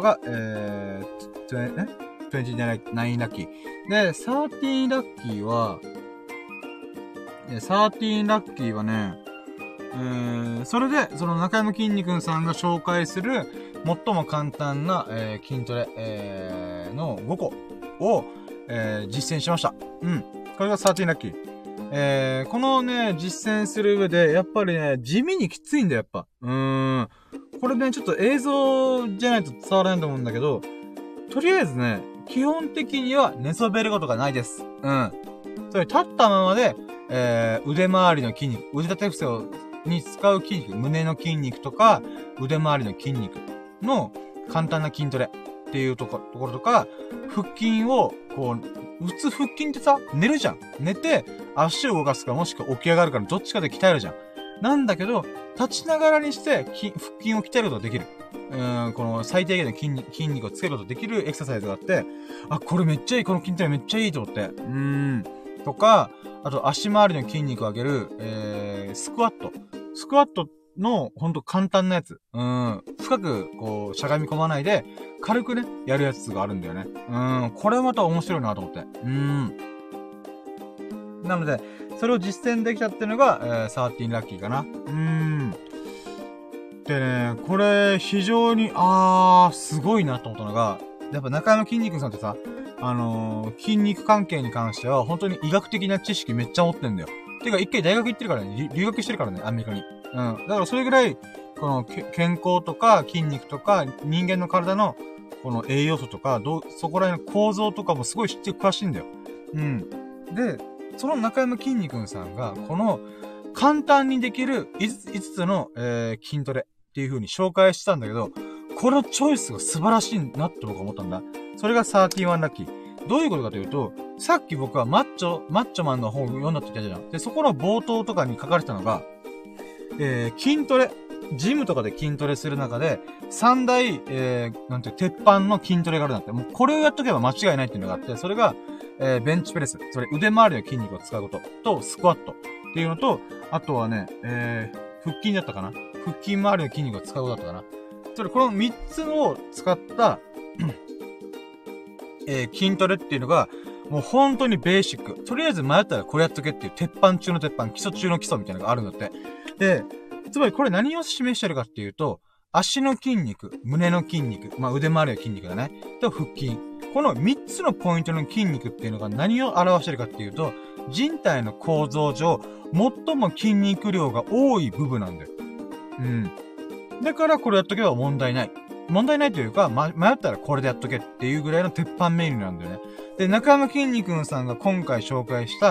が、29ラッキー。で、13ラッキーは、 13ラッキーはね、それで、その中山きんに君さんが紹介する、最も簡単な、筋トレ、の5個を、実践しました。うん。これが13ラッキー。このね、実践する上で、やっぱりね、地味にきついんだよ、やっぱ。これね、ちょっと映像じゃないと伝わらないと思うんだけど、とりあえずね、基本的には寝そべることがないです。うん。それ立ったままで、腕周りの筋肉、腕立て伏せに使う筋肉、胸の筋肉とか、腕周りの筋肉の簡単な筋トレっていうところとか、腹筋を、こう、普通腹筋ってさ、寝るじゃん。寝て、足を動かすかもしくは起き上がるかのどっちかで鍛えるじゃん。なんだけど、立ちながらにして、腹筋を鍛えることができる。この最低限の筋肉をつけることができるエクササイズがあって、あ、これめっちゃいい、この筋トレめっちゃいいと思って。とか、あと足回りの筋肉を上げる、スクワット。スクワットの、ほんと簡単なやつ。深く、こう、しゃがみ込まないで、軽くね、やるやつがあるんだよね。これまた面白いなと思って。なので、それを実践できたっていうのが、13ラッキーかな。でね、これ、非常に、すごいなと思ったのが、やっぱ中山きんに君さんってさ、筋肉関係に関しては、本当に医学的な知識めっちゃ持ってんだよ。てか、一回大学行ってるからね、留学してるからね、アメリカに。だからそれぐらい、この、健康とか筋肉とか、人間の体の、この栄養素とか、そこら辺の構造とかもすごい知って詳しいんだよ。で、その中山きんに君さんが、この、簡単にできる5つの、筋トレっていう風に紹介したんだけど、このチョイスが素晴らしいなって僕は思ったんだ。それが31ラッキー。どういうことかというと、さっき僕はマッチョマンの本を読んだって言ったじゃん。で、そこの冒頭とかに書かれてたのが、筋トレ。ジムとかで筋トレする中で、3大、鉄板の筋トレがあるんだって。もうこれをやっとけば間違いないっていうのがあって、それが、ベンチプレス。それ腕周りの筋肉を使うこと。と、スクワット。っていうのと、あとはね、腹筋だったかな。腹筋周りの筋肉を使うことだったかな。それ、この3つを使った、筋トレっていうのが、もう本当にベーシック。とりあえず迷ったらこれやっとけっていう鉄板中の鉄板、基礎中の基礎みたいなのがあるんだって。で、つまりこれ何を示してるかっていうと、足の筋肉、胸の筋肉、腕周りの筋肉だね。と腹筋。この3つのポイントの筋肉っていうのが何を表してるかっていうと、人体の構造上、最も筋肉量が多い部分なんだよ。だからこれやっとけば問題ない。問題ないというか、迷ったらこれでやっとけっていうぐらいの鉄板メニューなんだよね。で、中山きんに君さんが今回紹介した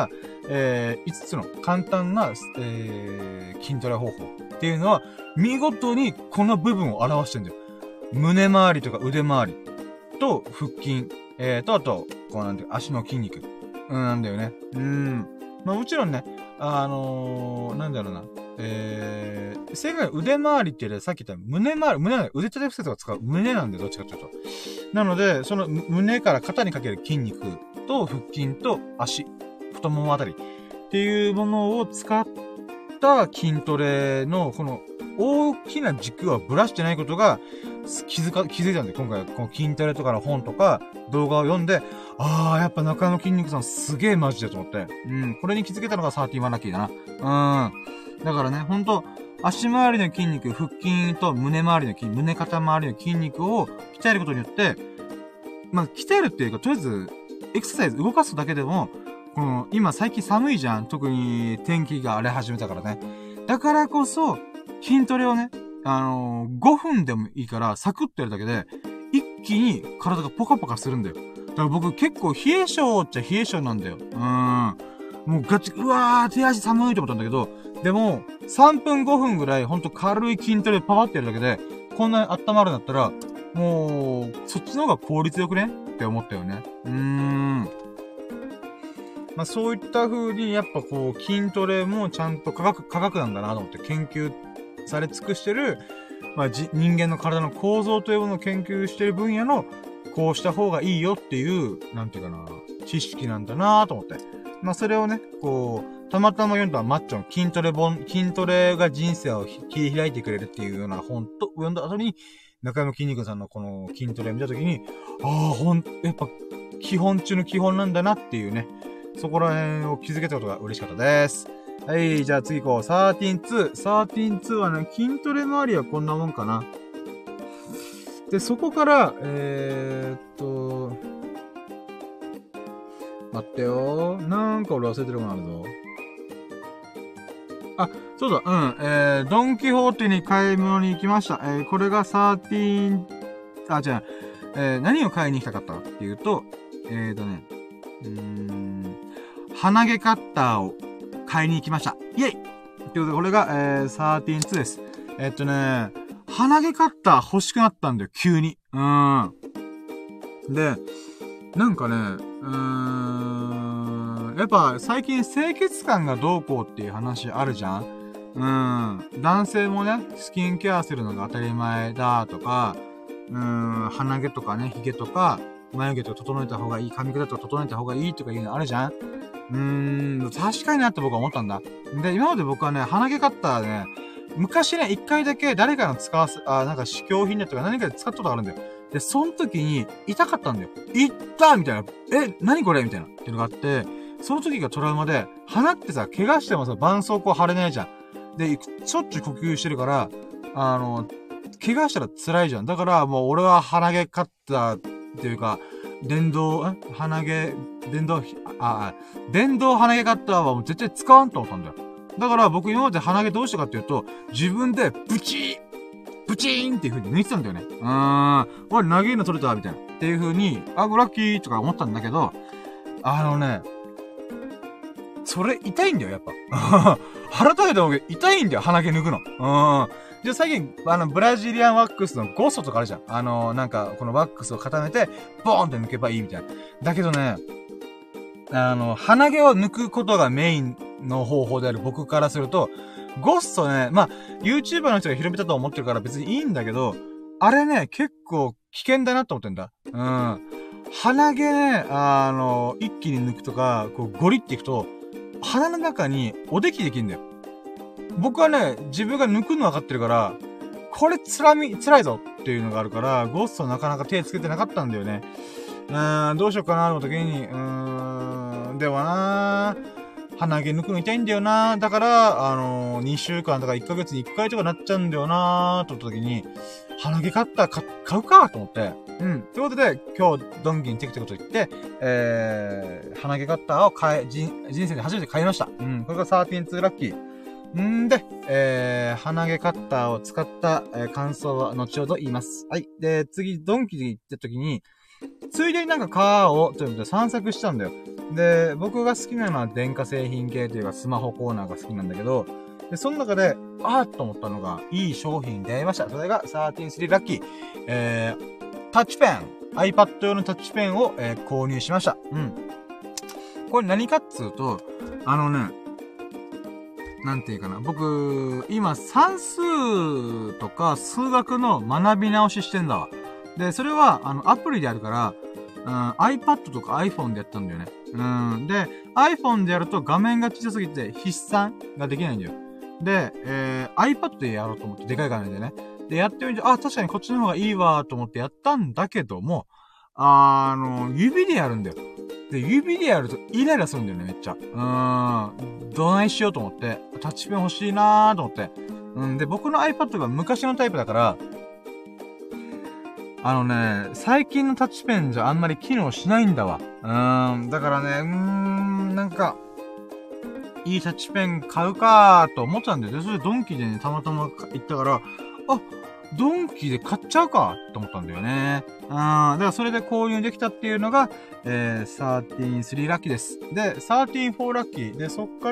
、5つの簡単な、筋トレ方法っていうのは、見事にこの部分を表してるんだよ。胸周りとか腕周りと腹筋、あと、こうなんていう足の筋肉、なんだよね。もちろんね、なんだろうな。正解は腕周りっていうよりはさっき言った胸周り、腕立て伏せとか使う胸なんで、どっちかっていうと。なので、その胸から肩にかける筋肉と腹筋と足、太ももあたりっていうものを使った筋トレの、この大きな軸はぶらしてないことが気づいたんで、今回この筋トレとかの本とか動画を読んで、やっぱ中山きんに君さんすげえマジだと思って。これに気づけたのが31ラッキーだな。だからね、ほんと、足回りの筋肉、腹筋と胸肩周りの筋肉を鍛えることによって、鍛えるっていうか、とりあえず、エクササイズ動かすだけでも、この、今最近寒いじゃん。特に天気が荒れ始めたからね。だからこそ、筋トレをね、5分でもいいから、サクッとやるだけで、一気に体がポカポカするんだよ。だから僕結構冷え性っちゃ冷え性なんだよ。もううわー、手足寒いと思ったんだけど、でも、3分5分ぐらい、ほんと軽い筋トレパパってやるだけで、こんなに温まるんだったら、もう、そっちの方が効率よくねって思ったよね。そういった風に、やっぱこう、筋トレもちゃんと科学なんだなと思って研究され尽くしてる、人間の体の構造というものを研究してる分野の、こうした方がいいよっていう、なんていうかな、知識なんだなと思って。それをね、こう、たまたま読んだマッチョの筋トレが人生を切り開いてくれるっていうような本と読んだ後に、中山きんに君さんのこの筋トレを見たときに、やっぱ基本中の基本なんだなっていうね、そこら辺を気づけたことが嬉しかったです。 はい、じゃあ次行こう。13-2。13-2はね、筋トレ周りはこんなもんかな。で、そこから、待ってよ。なんか俺忘れてるものあるぞ。あ、そうだ、ドンキホーテに買い物に行きました。これが13、違う。何を買いに行きたかったっていうと、鼻毛カッターを買いに行きました。イェイということで、これが、13-2です。鼻毛カッター欲しくなったんだよ、急に。で、なんかね、やっぱ最近清潔感がどうこうっていう話あるじゃん。男性もね、スキンケアするのが当たり前だとか、鼻毛とかね、髭とか、眉毛とか整えた方がいい、髪型とか整えた方がいいとかいうのあるじゃん。確かになって僕は思ったんだ。で、今まで僕はね、鼻毛カッターね、昔ね、一回だけ誰かの使わす、なんか試供品だとか何かで使ったことがあるんだよ。で、その時に痛かったんだよ。痛ったみたいな。何これみたいな。っていうのがあって、その時がトラウマで、鼻ってさ、怪我してもさ、絆創膏貼れないじゃん。で、しょっちゅう呼吸してるから、怪我したら辛いじゃん。だからもう俺は鼻毛カッターっていうか、電動鼻毛カッターはもう絶対使わんと思ったんだよ。だから僕今まで鼻毛どうしたかっていうと、自分でブチーンっていう風に抜いてたんだよね。俺投げるの取れたみたいな。っていう風に、ラッキーとか思ったんだけど、それ痛いんだよ、やっぱ。腹立てた方が痛いんだよ、鼻毛抜くの。で、最近、ブラジリアンワックスのゴソとかあるじゃん。なんか、このワックスを固めて、ボーンって抜けばいいみたいな。だけどね、鼻毛を抜くことがメインの方法である僕からすると、ゴッソね、まあ、YouTuber の人が広めたと思ってるから別にいいんだけど、あれね、結構危険だなと思ってんだ。鼻毛ね、一気に抜くとか、こうゴリっていくと、鼻の中におできできるんだよ。僕はね、自分が抜くの分かってるから、これ辛いぞっていうのがあるから、ゴッソなかなか手つけてなかったんだよね。どうしようかなと思った時に、ではな鼻毛抜くの痛いんだよなだから、2週間とか1ヶ月に1回とかなっちゃうんだよなと思った時に、鼻毛カッター買うかと思って。ということで、今日、ドンキにテクテクと言って、鼻毛カッターを人生で初めて買いました。これが13-2ラッキー。で、鼻毛カッターを使った、感想は後ほど言います。はい。で、次、ドンキに行った時に、ついでになんか川を、ということで散策したんだよ。で、僕が好きなのは電化製品系というかスマホコーナーが好きなんだけど、で、その中で、と思ったのが、いい商品に出会いました。それが13-3ラッキー。タッチペン。iPad 用のタッチペンを、購入しました。これ何かっつうと、なんていうかな。僕、今算数とか数学の学び直ししてんだわ。で、それは、アプリであるから、iPad とか iPhone でやったんだよね。で、iPhone でやると画面が小さすぎて筆算ができないんだよ。で、iPad でやろうと思って、でかい画面でね。で、やってみて、確かにこっちの方がいいわと思ってやったんだけども、指でやるんだよ。で、指でやるとイライラするんだよね、めっちゃ。どないしようと思って、タッチペン欲しいなーと思って。で、僕の iPad が昔のタイプだから、最近のタッチペンじゃあんまり機能しないんだわ。だからね、なんか、いいタッチペン買うかーと思ったんだよ。で、それでドンキでね、たまたま行ったから、ドンキで買っちゃうかと思ったんだよね。だからそれで購入できたっていうのが、13-3ラッキーです。で、13-4ラッキー。で、そっから、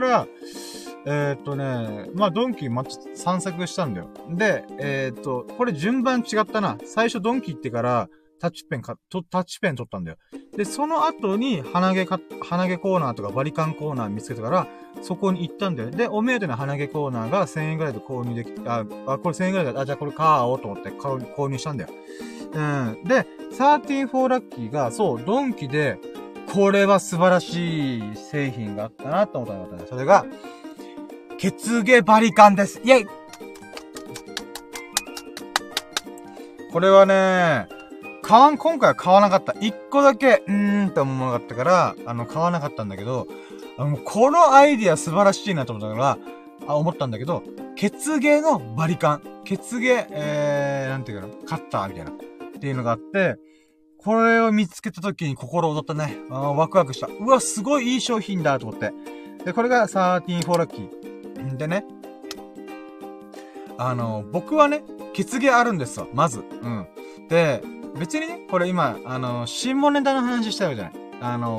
ドンキ散策したんだよ。で、これ順番違ったな。最初ドンキ行ってから、タッチペン取ったんだよ。で、その後に鼻毛コーナーとかバリカンコーナー見つけたから、そこに行ったんだよ。で、お目当ての鼻毛コーナーが1000円ぐらいで購入できこれ1000円ぐらいだ。じゃあこれ買おうと思って購入したんだよ。で、13-4ラッキーが、そう、ドンキで、これは素晴らしい製品があったなと思ったのがあったね。それが、血毛バリカンです。イェイ！これはね、 今回は買わなかった。一個だけ、って思わなかったから、買わなかったんだけど、このアイディア素晴らしいなと思ったから、思ったんだけど、血芸のバリカン。血芸、なんていうかな、カッターみたいな。っていうのがあって、これを見つけた時に心躍ったね。ワクワクした。うわ、すごいいい商品だと思って。で、これが13 for lucky。でね、僕はね、血芸あるんですよ。まず。うん。で、別にね、これ今、下ネタの話したわけじゃない。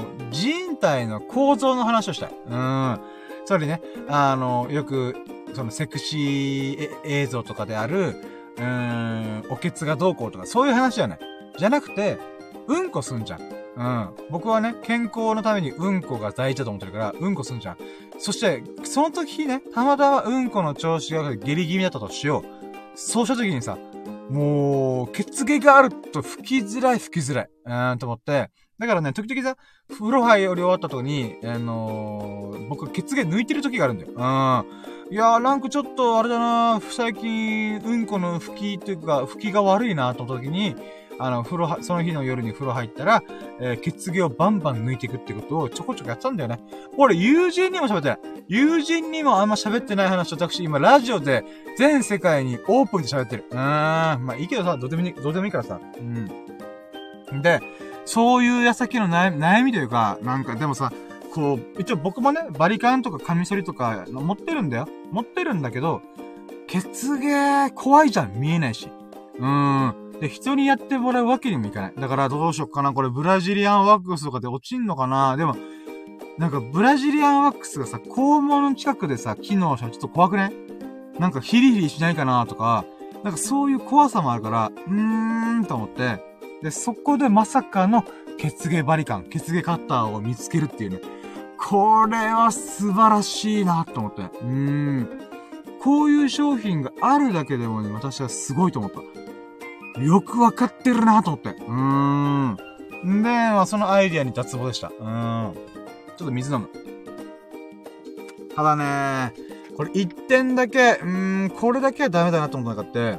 人体の構造の話をしたい。それね、よく、そのセクシー映像とかである、おけつがどうこうとか、そういう話じゃない。じゃなくて、うんこすんじゃん。僕はね、健康のためにうんこが大事だと思ってるから、うんこすんじゃん。そして、その時ね、たまたまうんこの調子が下痢気味だったとしよう。そうした時にさ、もう、血芸があると吹きづらい。と思って。だからね、時々さ、風呂入り終わった後に、僕、血芸抜いてる時があるんだよ。いやー、なんかちょっと、あれだな最近、うんこの吹きが悪いなと思った時に、その日の夜に風呂入ったら、血芸をバンバン抜いていくってことをちょこちょこやってたんだよね。俺、友人にも喋ってない。友人にもあんま喋ってない話を私、今、ラジオで全世界にオープンで喋ってる。まあいいけどさ、どうでもいいからさ。で、そういう矢先の悩みというか、なんかでもさ、こう、一応僕もね、バリカンとかカミソリとか持ってるんだよ。持ってるんだけど、血芸怖いじゃん、見えないし。で、人にやってもらうわけにもいかない。だからどうしよっかな。これブラジリアンワックスとかで落ちんのかな。でも、なんかブラジリアンワックスがさ、肛門の近くでさ、機能したらちょっと怖くね？なんかヒリヒリしないかなとか、なんかそういう怖さもあるから、と思って、で、そこでまさかの血芸バリカン、血芸カッターを見つけるっていうね。これは素晴らしいなと思って。こういう商品があるだけでもね、私はすごいと思った。よくわかってるなと思って。で、まあ、そのアイディアに脱帽でした。ちょっと水飲む。ただねこれ一点だけ、これだけはダメだなと思ったのがあって、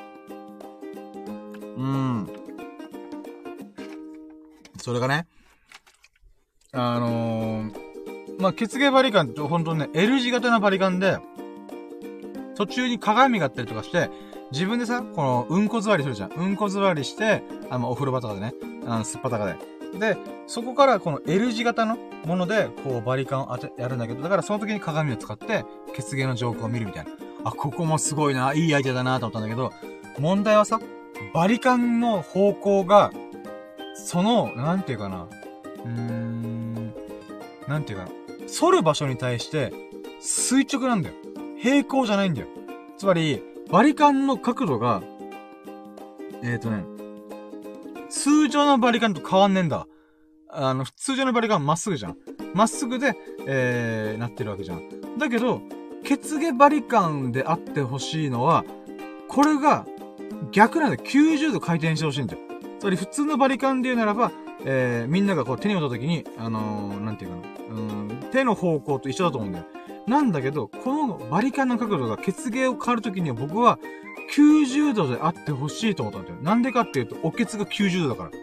それがね、まあ、血芸バリカンってほんとね、L 字型のバリカンで、途中に鏡があったりとかして、自分でさ、この、うんこ座りするじゃん。うんこ座りして、お風呂場とかでね、すっぱたかで。で、そこからこの L 字型のもので、こう、バリカンをやるんだけど、だからその時に鏡を使って、血芸の状況を見るみたいな。あ、ここもすごいな、いいアイデアだなと思ったんだけど、問題はさ、バリカンの方向が、その、なんていうかな、なんていうかな、反る場所に対して、垂直なんだよ。平行じゃないんだよ。つまり、バリカンの角度が、通常のバリカンと変わんねえんだ。通常のバリカンまっすぐじゃん。まっすぐで、なってるわけじゃん。だけど、血芸バリカンであってほしいのは、これが、逆なんだよ。90度回転してほしいんだよ。つまり普通のバリカンで言うならば、みんながこう手に持った時に、なんていうかな、手の方向と一緒だと思うんだよ。なんだけど、このバリカンの角度が血芸を変わるときには僕は90度であってほしいと思ったんだよ。なんでかっていうと、おけつが90度だから。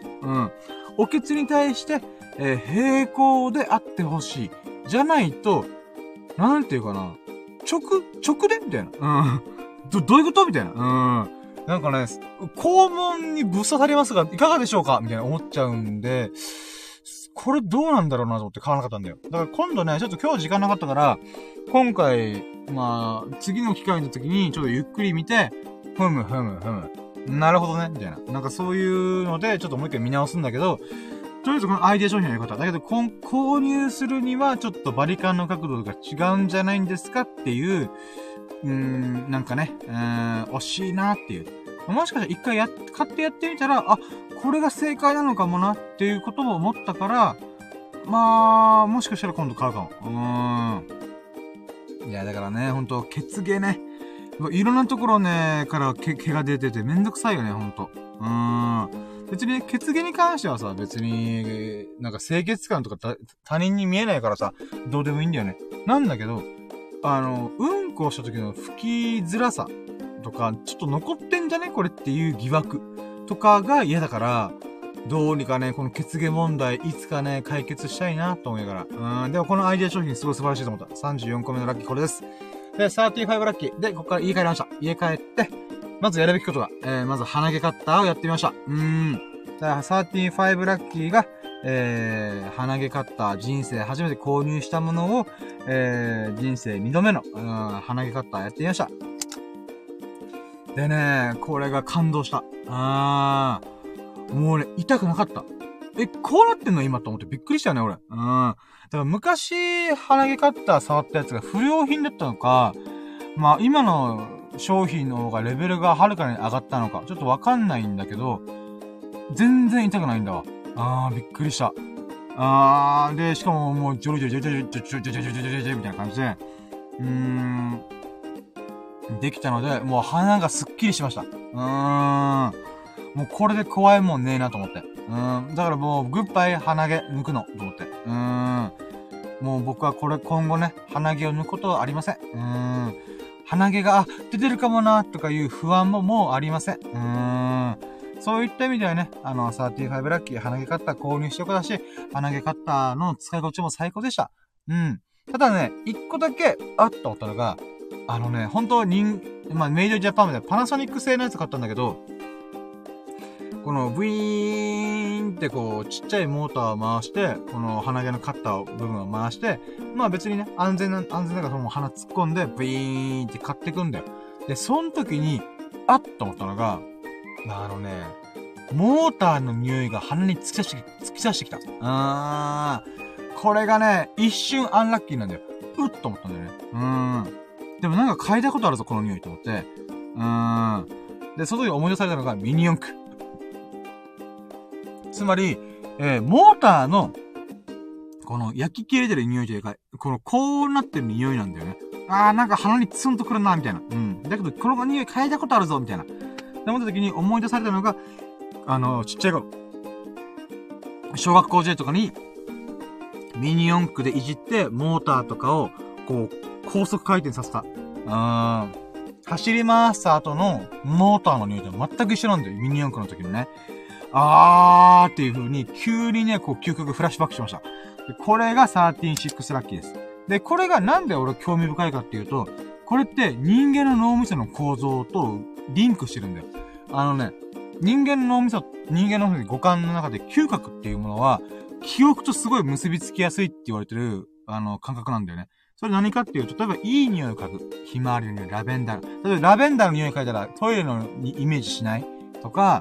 おけつに対して、平行であってほしい。じゃないと、なんていうかな、直でみたいな。どういうことみたいな。なんかね、肛門にぶっ刺さりますが、いかがでしょうかみたいな思っちゃうんで、これどうなんだろうなと思って買わなかったんだよ。だから今度ね、ちょっと今日時間なかったから、今回、まあ、次の機会の時にちょっとゆっくり見て、ふむ。なるほどね、みたいな。なんかそういうので、ちょっともう一回見直すんだけど、とりあえずこのアイデア商品は良かった。だけど、購入するには、ちょっとバリカンの角度が違うんじゃないんですかっていう、なんかね、惜しいなっていう。もしかしたら一回買ってやってみたら、あ、これが正解なのかもなっていうことも思ったから、まあ、もしかしたら今度買うかも。いや、だからね、ほんと、血芸ね。いろんなところね、から毛が出ててめんどくさいよね、ほんと。別に、血芸に関してはさ、別に、なんか清潔感とか他人に見えないからさ、どうでもいいんだよね。なんだけど、うんこをした時の拭きづらさとか、ちょっと残ってんじゃねこれっていう疑惑。 とかが嫌だから、どうにかね、この血毛問題、いつかね、解決したいなと思いながら。でもこのアイデア商品すごい素晴らしいと思った。34個目のラッキーこれです。で、35ラッキー。で、ここから家帰りました。家帰って、まずやるべきことが、まず鼻毛カッターをやってみました。だから35ラッキーが、鼻毛カッター、人生初めて購入したものを、人生2度目の、鼻毛カッターやってみました。でね、これが感動した。もうね、痛くなかった。こうなってんの今と思ってびっくりしたよね、俺。だから昔、鼻毛カッター触ったやつが不良品だったのか、まあ今の商品の方がレベルがはるかに上がったのか、ちょっとわかんないんだけど、全然痛くないんだわ。びっくりした。で、しかももうジョリジョリジョリジョリジョリジョリジョリジョリジョリジョリみたいな感じで、できたので、もう鼻がすっきりしました。もうこれで怖いもんねえなと思って。だからもうグッバイ鼻毛抜くのと思って。もう僕はこれ今後ね、鼻毛を抜くことはありません。鼻毛が、出てるかもなとかいう不安ももうありません。そういった意味ではね、35ラッキー鼻毛カッター購入しておくだし、鼻毛カッターの使い心地も最高でした。ただね、一個だけ、と思ったのが、本当メイドジャパンでパナソニック製のやつ買ったんだけど、このブイーンってこう、ちっちゃいモーターを回して、この鼻毛のカッター部分を回して、まあ別にね、安全だからその鼻突っ込んで、ブイーンって買ってくんだよ。で、その時に、と思ったのが、モーターの匂いが鼻に突き刺してきた。これがね、一瞬アンラッキーなんだよ。と思ったんだよね。でもなんか嗅いだことあるぞ、この匂いと思って。で、その時思い出されたのがミニ四駆。つまり、モーターの、この焼き切れてる匂いというか、こうなってる匂いなんだよね。なんか鼻にツンとくるな、みたいな。だけど、この匂い嗅いだことあるぞ、みたいな。で、思った時に思い出されたのが、ちっちゃい頃、小学校時代とかに、ミニ四駆でいじって、モーターとかを、こう、高速回転させた。走り回した後の、モーターの匂いと全く一緒なんだよ。ミニ四駆の時のね。っていう風に、急にね、究極フラッシュバックしました。でこれが136ラッキーです。で、これがなんで俺興味深いかっていうと、これって人間の脳みその構造とリンクしてるんだよ。人間の脳みその五感の中で嗅覚っていうものは、記憶とすごい結びつきやすいって言われてる、感覚なんだよね。それ何かっていうと、例えばいい匂いを嗅ぐ。ひまわりの匂い、ラベンダー。例えばラベンダーの匂い嗅いだらトイレのイメージしないとか、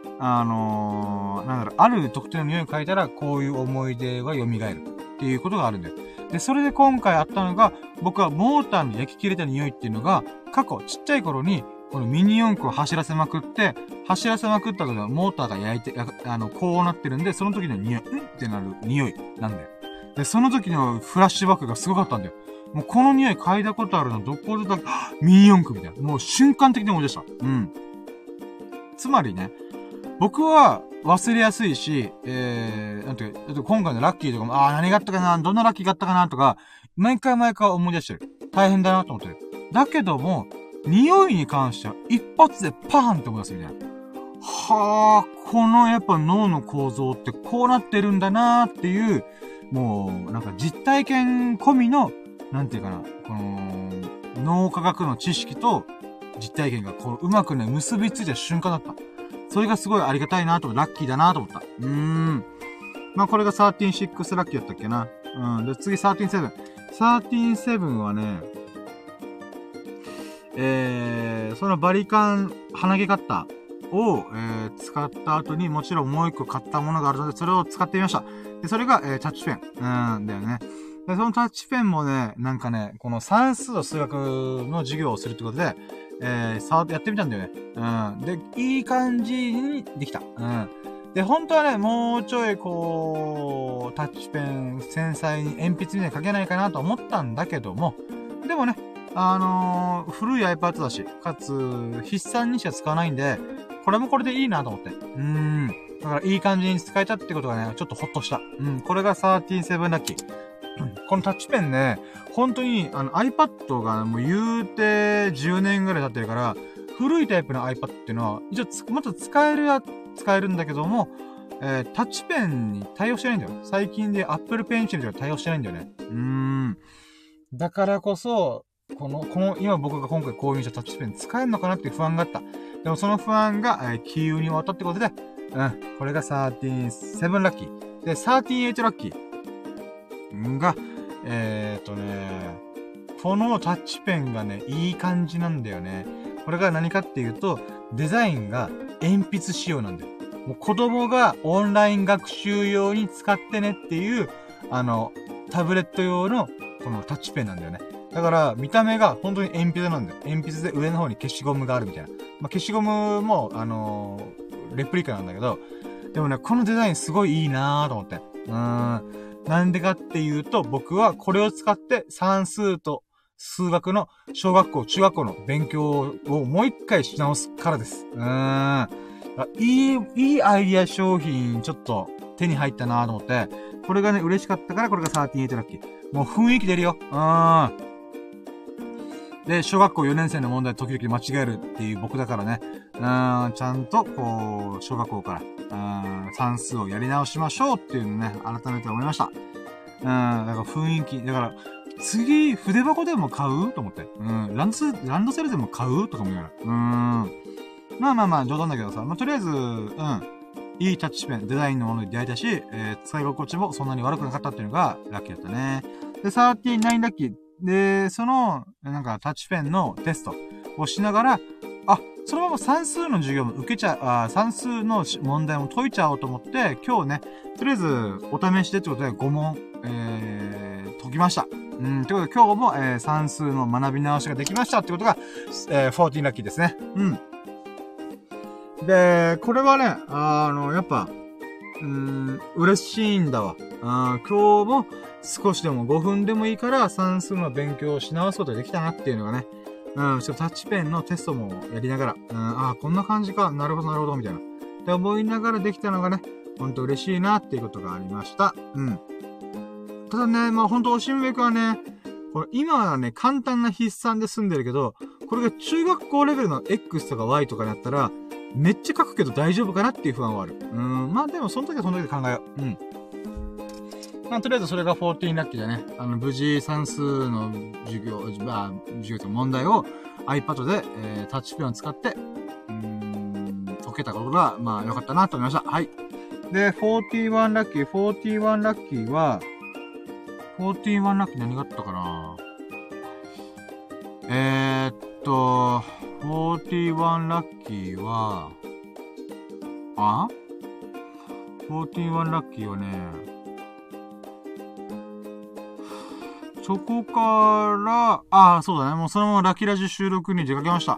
ある特定の匂いを嗅いだら、こういう思い出が蘇るっていうことがあるんだよ。で、それで今回あったのが、僕はモーターの焼き切れた匂いっていうのが、過去、ちっちゃい頃に、このミニ四駆を走らせまくった時はモーターが焼いて、こうなってるんで、その時の匂い、ってなる匂いなんだよ。で、その時のフラッシュバックがすごかったんだよ。もうこの匂い嗅いだことあるの、どこでだっけ、ミニ四駆みたいな。もう瞬間的に思い出した。つまりね、僕は忘れやすいし、今回のラッキーとかも、何があったかな、どんなラッキーがあったかなとか、毎回思い出してる。大変だなと思ってる。だけども、匂いに関しては一発でパーンって思い出すみたいな。このやっぱ脳の構造ってこうなってるんだなーっていう、もうなんか実体験込みの、なんていうかな、この脳科学の知識と実体験がうまくね、結びついた瞬間だった。それがすごいありがたいなと思って、ラッキーだなと思った。まあ、これが136ラッキーだったっけな。で、次137。137はね、そのバリカン鼻毛カッターを、使った後にもちろんもう一個買ったものがあるので、それを使ってみました。で、それが、タッチペン。だよね。で、そのタッチペンもね、なんかね、この算数と数学の授業をするってことで、やってみたんだよね。で、いい感じにできた。で、本当はね、もうちょいタッチペン、繊細に鉛筆に書けないかなと思ったんだけども、でもね、古い iPad だし、かつ、筆算にしか使わないんで、これもこれでいいなと思って。だからいい感じに使えたってことがね、ちょっとほっとした。これが37ラッキー。このタッチペンね、本当にiPad がもう言うて10年ぐらい経ってるから、 古いタイプの iPad っていうのは、一応また使えるんだけども、タッチペンに対応してないんだよ。最近で Apple Pencil では対応してないんだよね。だからこそ、今僕が今回購入したタッチペン使えるのかなっていう不安があった。でもその不安が、急に終わったってことで、これが13ラッキー。で、13ラッキーが、このタッチペンがね、いい感じなんだよね。これが何かっていうと、デザインが鉛筆仕様なんだよ。もう子供がオンライン学習用に使ってねっていう、タブレット用のこのタッチペンなんだよね。だから、見た目が本当に鉛筆なんだよ。鉛筆で上の方に消しゴムがあるみたいな。消しゴムも、レプリカなんだけど、でもね、このデザインすごいいいなぁと思って。なんでかっていうと、僕はこれを使って算数と数学の小学校、中学校の勉強をもう一回し直すからです。いいアイディア商品ちょっと手に入ったなぁと思って、これがね、嬉しかったからこれが13ラッキー。もう雰囲気出るよ。で、小学校4年生の問題時々間違えるっていう僕だからね、ちゃんと、小学校から、算数をやり直しましょうっていうのね、改めて思いました。だから雰囲気、だから、次、筆箱でも買うと思って。ランドセルでも買うとかも言うから。まあ、冗談だけどさ、とりあえず、いいタッチペン、デザインのものに出会えたし、使い心地もそんなに悪くなかったっていうのがラッキーだったね。で、13ラッキー。で、その、タッチペンのテストをしながら、そのまま算数の授業も算数の問題も解いちゃおうと思って、今日ね、とりあえず、お試しでってことで5問、解きました。ということで今日も、算数の学び直しができましたってことが、14ラッキーですね。で、これはね、やっぱ、嬉しいんだわ。今日も少しでも5分でもいいから算数の勉強をし直すことができたなっていうのがね、タッチペンのテストもやりながら、こんな感じか、なるほど、みたいな。って思いながらできたのがね、ほんと嬉しいなっていうことがありました。ただね、ほんと、おしんべくはね、これ今はね、簡単な筆算で済んでるけど、これが中学校レベルの X とか Y とかになったら、めっちゃ書くけど大丈夫かなっていう不安はある。でもその時はその時で考えよう。とりあえずそれが14ラッキーだね。無事算数の授業と問題を iPad で、タッチペンを使って、解けたことが、良かったなと思いました。はい。で、41ラッキー。41ラッキーは、41ラッキー何があったかな41ラッキーは、41ラッキーはね、そこから、そうだね。もうそのままラッキーラジ収録に出かけました。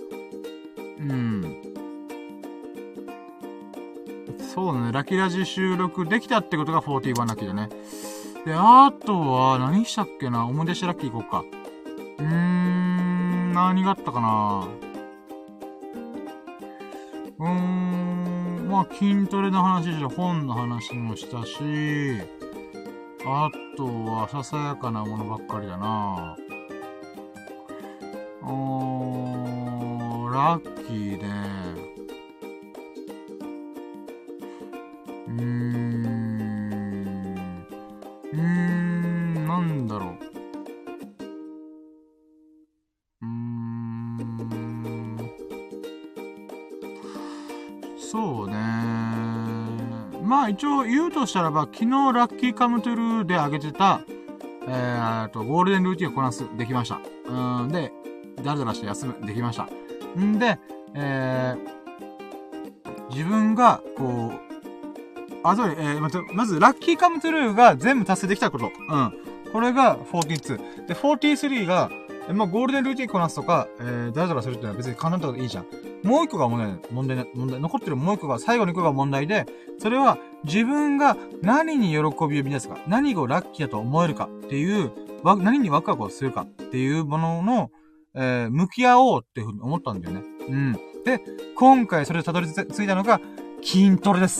そうだね。ラッキーラジ収録できたってことが41ラッキーだね。で、あとは、何したっけな？思い出したラッキー行こうか。何があったかな？筋トレの話した、本の話もしたし、あとは、ささやかなものばっかりだな。ラッキーね。なんだろう。そうね。一応言うとしたらば、昨日ラッキーカムトゥルーで上げてた、ゴールデンルーティンをこなす、できました。で、だらだらして休む、できました。で、自分が、まず、ラッキーカムトゥルーが全部達成できたこと。これが42。で、43が、ゴールデンルーティンこなすとか、だらだらするっていうのは別に簡単とかでいいじゃん。もう一個が問題。残ってるもう一個が、最後の一個が問題で、それは自分が何に喜びを見出すか、何をラッキーだと思えるかっていう、何にワクワクをするかっていうものの、向き合おうっていうふうに思ったんだよね。で、今回それでたどり着いたのが、筋トレです。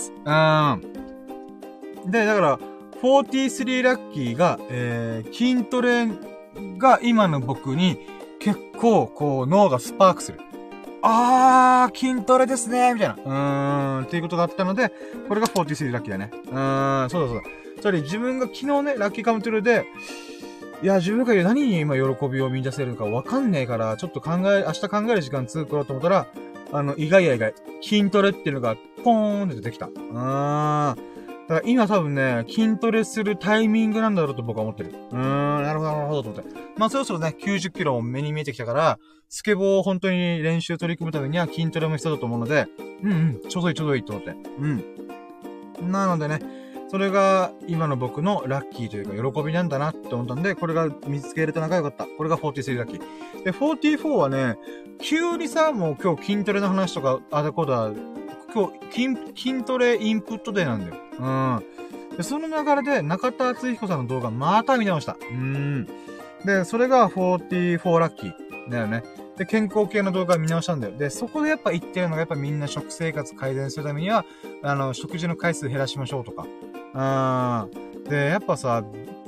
で、だから、43ラッキーが、筋トレが今の僕に結構、脳がスパークする。 筋トレですねみたいな。っていうことがあったので、これが43ラッキーだね。そうだそうだ。つまり自分が昨日ね、ラッキーカムトゥルーで、いや、自分が何に今喜びを見出せるのかわかんねえから、ちょっと明日考える時間作ろうと思ったら、意外や意外、筋トレっていうのが、ポーンって出てきた。だから今多分ね、筋トレするタイミングなんだろうと僕は思ってる。なるほど、なるほど、と思って。まあそろそろね、90キロも目に見えてきたから、スケボーを本当に練習取り組むためには筋トレも必要だと思うので、ちょうどいいちょうどいいと思って。なのでね、それが今の僕のラッキーというか喜びなんだなって思ったんで、これが見つけれたのがよかった。これが43ラッキー。で、44はね、急にさ、もう今日筋トレの話とか、あだこだ、今日筋トレインプットデーなんだよ。で、その流れで中田敦彦さんの動画また見直した。で、それが44ラッキーだよね。で、健康系の動画見直したんだよ。で、そこでやっぱ言ってるのがやっぱみんな食生活改善するためには、食事の回数減らしましょうとか。で、やっぱさ、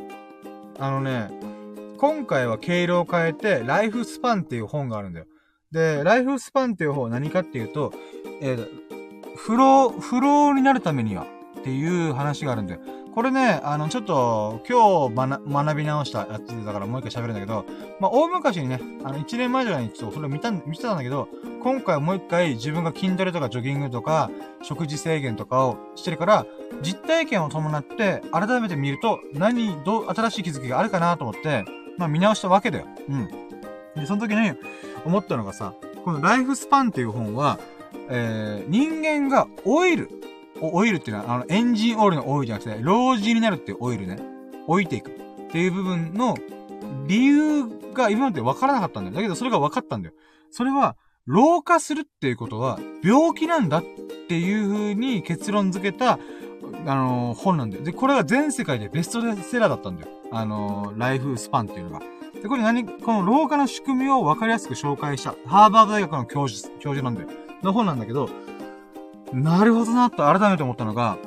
今回は経路を変えて、ライフスパンっていう本があるんだよ。で、ライフスパンっていう本は何かっていうと、不老になるためにはっていう話があるんだよ。これね、ちょっと、今日学び直したやつだからもう一回喋るんだけど、まあ、大昔にね、1年前ぐらいにちょっとそれを見てたんだけど、今回はもう一回自分が筋トレとかジョギングとか、食事制限とかをしてるから、実体験を伴って、改めて見ると、新しい気づきがあるかなと思って、まあ見直したわけだよ。で、その時に思ったのがさ、このライフスパンっていう本は、人間がオイルっていうのは、エンジンオイルのオイルじゃなくて、老人になるっていうオイルね。置いていく。っていう部分の理由が今まで分からなかったんだよ。だけどそれが分かったんだよ。それは、老化するっていうことは、病気なんだっていう風に結論付けた、本なんだよ。で、これが全世界でベストセラーだったんだよ。ライフスパンっていうのが。で、この老化の仕組みを分かりやすく紹介した、ハーバード大学の教授なんだよ。の本なんだけど、なるほどなと改めて思ったのが、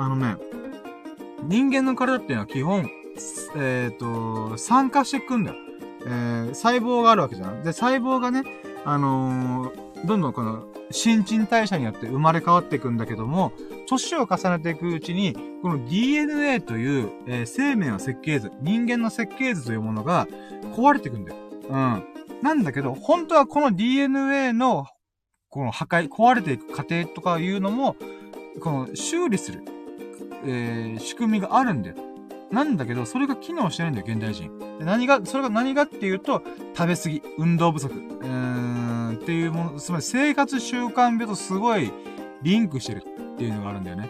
人間の体っていうのは基本、酸化していくんだよ。細胞があるわけじゃん。で、細胞がね、どんどんこの、新陳代謝によって生まれ変わっていくんだけども、年を重ねていくうちに、この DNA という、生命の設計図、人間の設計図というものが壊れていくんだよ。なんだけど、本当はこの DNA の、この壊れていく過程とかいうのも、この修理する、仕組みがあるんだよ。なんだけど、それが機能してないんだよ、現代人。で、それが何がっていうと、食べ過ぎ、運動不足、っていうもの、つまり生活習慣病とすごいリンクしてるっていうのがあるんだよね。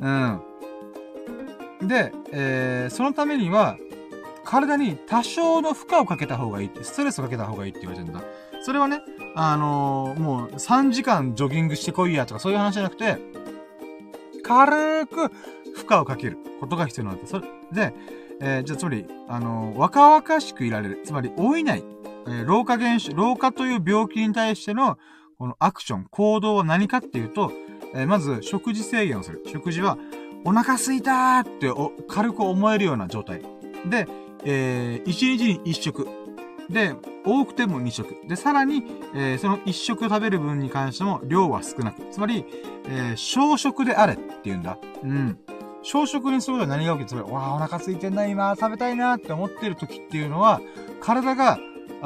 で、そのためには、体に多少の負荷をかけた方がいいって、ストレスをかけた方がいいって言われてるんだ。それはね、もう3時間ジョギングしてこいやとかそういう話じゃなくて、軽く負荷をかけることが必要なんだ。それで、じゃあつまり、若々しくいられる。つまり、老いない。老化という病気に対しての、このアクション、行動は何かっていうと、まず、食事制限をする。食事は、お腹空いたーって軽く思えるような状態。で、1日に1食。で、多くても2食。で、さらに、その1食食べる分に関しても量は少なく。つまり、小食であれって言うんだ。小食にすることは何が起きる？つまり、お腹空いてんな、今、食べたいなって思ってる時っていうのは、体が、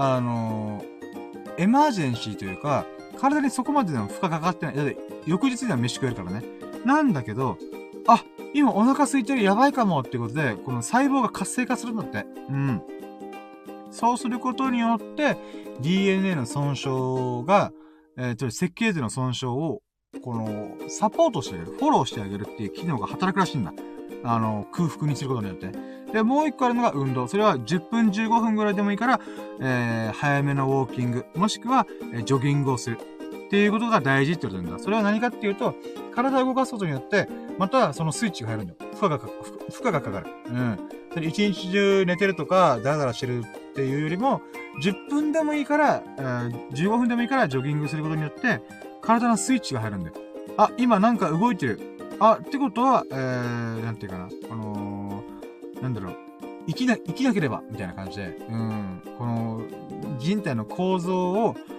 エマージェンシーというか、体にそこまでの負荷かかってない。だって、翌日には飯食えるからね。なんだけど、今お腹空いてる、やばいかもってことで、この細胞が活性化するんだって。そうすることによって、DNA の損傷が、設計図の損傷を、サポートしてあげる、フォローしてあげるっていう機能が働くらしいんだ。空腹にすることによって。で、もう一個あるのが運動。それは10分15分ぐらいでもいいから、早めのウォーキング、もしくは、ジョギングをする。っていうことが大事って言われてるんだ。それは何かっていうと、体を動かすことによって、またそのスイッチが入るんだよ。負荷がかかる。それ一日中寝てるとか、ダラダラしてるっていうよりも、10分でもいいから、15分でもいいからジョギングすることによって、体のスイッチが入るんだよ。今なんか動いてる。ってことは、なんていうかな。なんだろう。生きなければ、みたいな感じで、この、人体の構造を、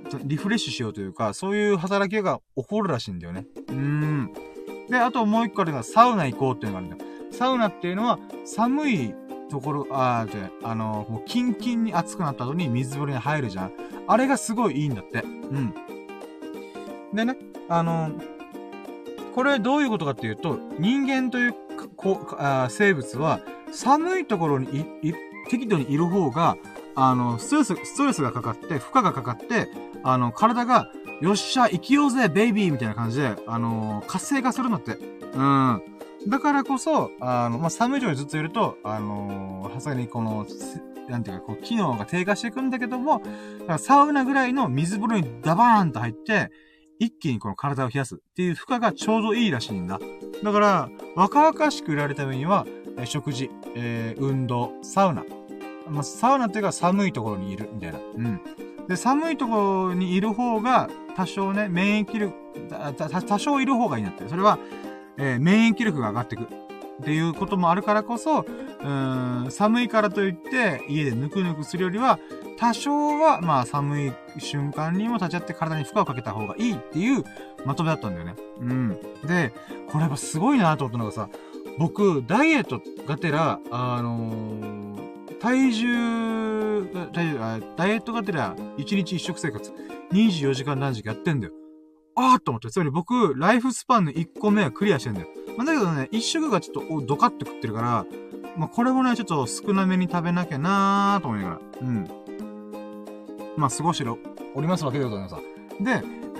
リフレッシュしようというか、そういう働きが起こるらしいんだよね。で、あともう一個あるのが、サウナ行こうっていうのがあるんだよ。サウナっていうのは、寒いところ、もうキンキンに暑くなった後に水風呂に入るじゃん。あれがすごいいいんだって。でね、これどういうことかっていうと、人間という生物は、寒いところに適度にいる方が、ストレスがかかって、負荷がかかって、体が、よっしゃ、生きようぜ、ベイビーみたいな感じで、活性化するんだって。だからこそ、寒い状態ずっといると、さすがになんていうか、機能が低下していくんだけども、サウナぐらいの水風呂にダバーンと入って、一気にこの体を冷やすっていう負荷がちょうどいいらしいんだ。だから、若々しくいられるためには、食事、運動、サウナ。サウナっていうか寒いところにいる、みたいな。で、寒いところにいる方が、多少ね、免疫力、多少いる方がいいんだって。それは、免疫力が上がっていく。っていうこともあるからこそ、寒いからといって、家でぬくぬくするよりは、多少は、寒い瞬間にも立ち会って体に負荷をかけた方がいいっていうまとめだったんだよね。で、これはすごいなと思ったのがさ、僕、ダイエットがてら、ダイエットがてら、1日1食生活、24時間断食やってんだよ。と思って。つまり僕、ライフスパンの1個目はクリアしてんだよ。だけどね、1食がちょっとドカッと食ってるから、これもね、ちょっと少なめに食べなきゃなーと思いながら。過ごしておりますわけでございます。で、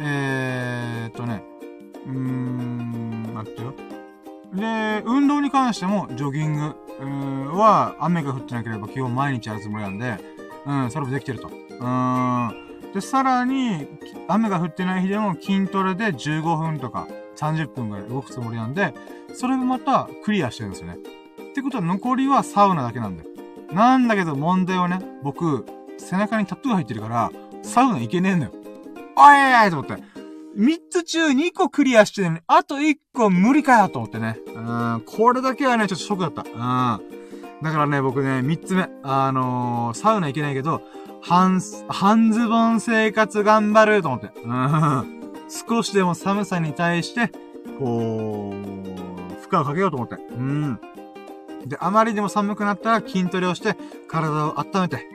待ってよ。で、運動に関しても、ジョギング、は、雨が降ってなければ基本毎日やるつもりなんで、それもできてると。で、さらに、雨が降ってない日でも筋トレで15分とか30分ぐらい動くつもりなんで、それもまたクリアしてるんですよね。ってことは残りはサウナだけなんだよ。なんだけど問題はね、僕、背中にタトゥー入ってるから、サウナ行けねえんだよ。おいと思って。3つ中2個クリアしてるのに、あと1個無理かよと思ってね。これだけはね、ちょっとショックだった。だからね、僕ね、3つ目。サウナ行けないけど、半ズボン生活頑張ると思って。少しでも寒さに対して、負荷をかけようと思って。で、あまりでも寒くなったら筋トレをして、体を温めて、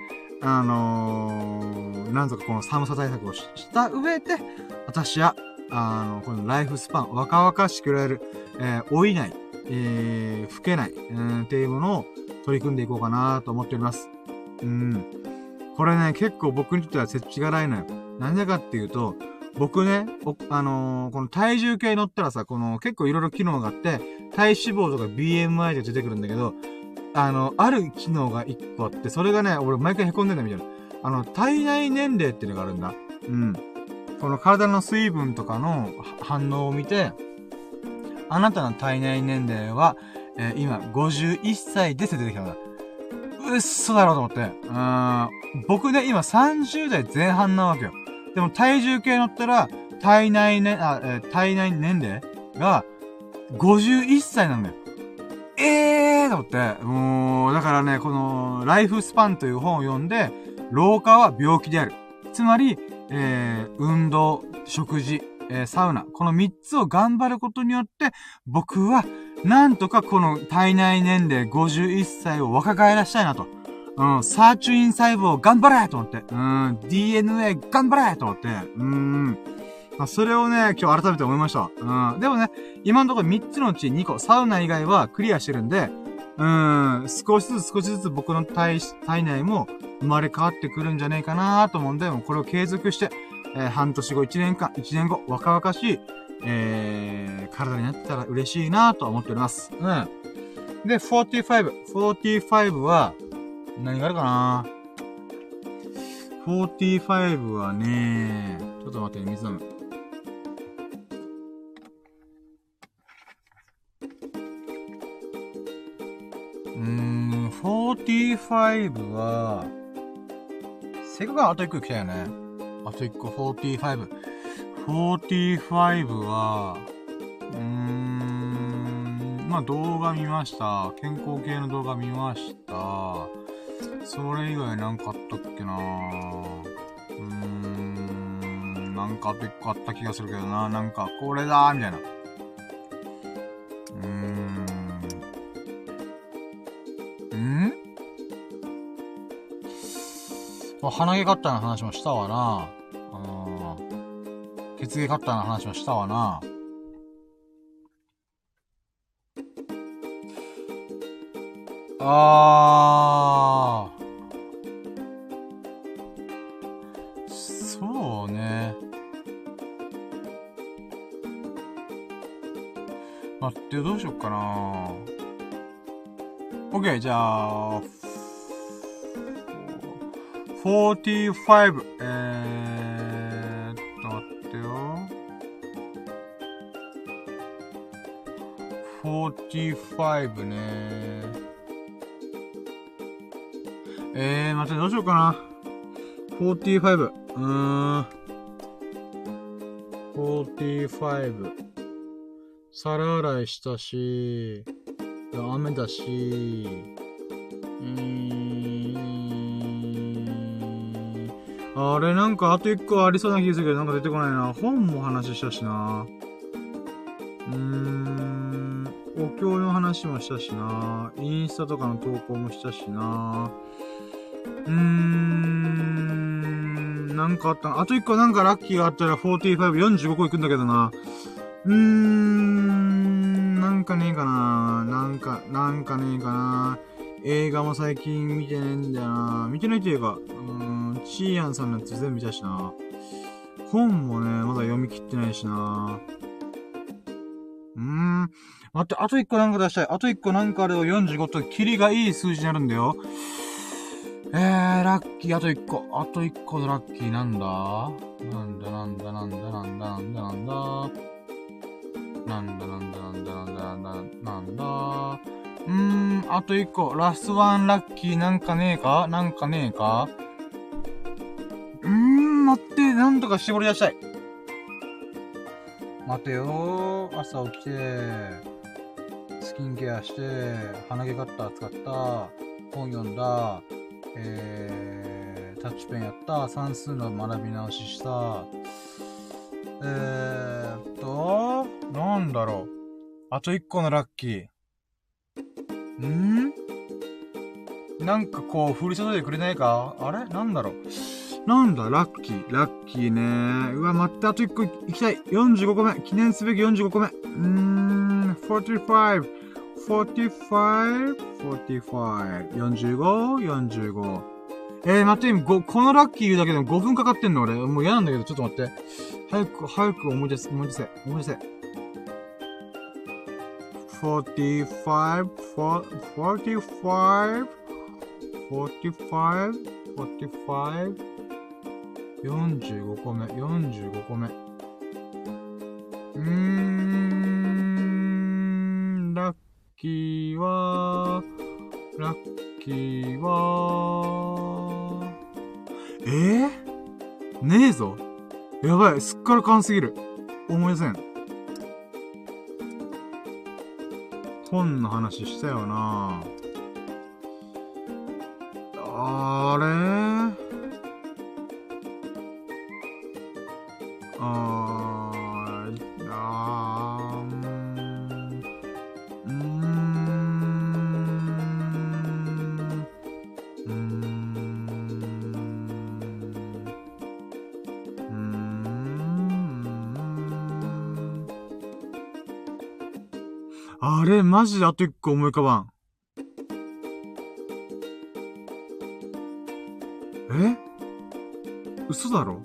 なんとかこの寒さ対策をした上で、私は、このライフスパン、若々しくいられる、老いない、老けない、っていうものを取り組んでいこうかなと思っております。これね、結構僕にとっては設置がないのよ。なんでかっていうと、僕ね、この体重計乗ったらさ、結構いろいろ機能があって、体脂肪とか BMI で出てくるんだけど、ある機能が1個あって、それがね、俺毎回凹んでんだみたいな。体内年齢っていうのがあるんだ。この体の水分とかの反応を見て、あなたの体内年齢は、今51歳ですって出てきたんだ。うっそだろうと思って。僕ね、今30代前半なわけよ。でも体重計乗ったら、体内年齢が51歳なんだよ。と思って。もう、だからね、この、ライフスパンという本を読んで、老化は病気である。つまり、運動、食事、サウナ。この3つを頑張ることによって、僕は、なんとかこの体内年齢51歳を若返らしたいなと。サーチュイン細胞頑張れと思って。DNA 頑張れと思って。それをね、今日改めて思いました。でもね、今のところ3つのうち2個、サウナ以外はクリアしてるんで、少しずつ僕の体内も生まれ変わってくるんじゃねえかなと思うんで、もうこれを継続して、半年後、1年後、若々しい、体になったら嬉しいなと思っております。で、45は、何があるかな ?45 はね、ちょっと待って、水飲む。45は、せっかくあと1個来たよね。あと1個、45。45は、動画見ました。健康系の動画見ました。それ以外なんかあったっけななんかあと一個あった気がするけどな。なんか、これだーみたいな。鼻毛カッターの話もしたわな。血毛カッターの話もしたわな。そうね。待って、どうしよっかな。OK、じゃあ、45、待ってよ。45ね。待って、どうしようかな。45。45。皿洗いしたし、雨だし、あれなんかあと一個ありそうな気がするけどなんか出てこないな。本も話したしな。お経の話もしたしな。インスタとかの投稿もしたしな。なんかあったあと一個なんかラッキーがあったら45、45個いくんだけどな。なんかねえかな。なんかねえかな。映画も最近見てねえんだよな。見てないっていうか、チーアンさんのやつ全部見たしな。本もね、まだ読み切ってないしな。待って、あと一個なんか出したい。あと一個なんかあれを45とキリがいい数字になるんだよ。ラッキー、あと一個のラッキーなんだあと一個、ラスワンラッキーなんかねえか待って、なんとか絞り出したい。待てよー、朝起きて、スキンケアして、鼻毛カッター使った、本読んだ、タッチペンやった、算数の学び直しした、なんだろう。あと一個のラッキー。なんかこう、振り注いでくれないかあれなんだろう。なんだ、ラッキーね。うわ、待って、あと一個行きたい。45個目。記念すべき45個目。45。45。待って、今、このラッキー言うだけでも5分かかってんの俺。もう嫌なんだけど、ちょっと待って。早く思い出せ。45。45個目。ラッキーは、ねえぞ。やばい、すっからかんすぎる。思い出せん。本の話したよな。あれあれマジであと一個思い浮かばん。嘘だろ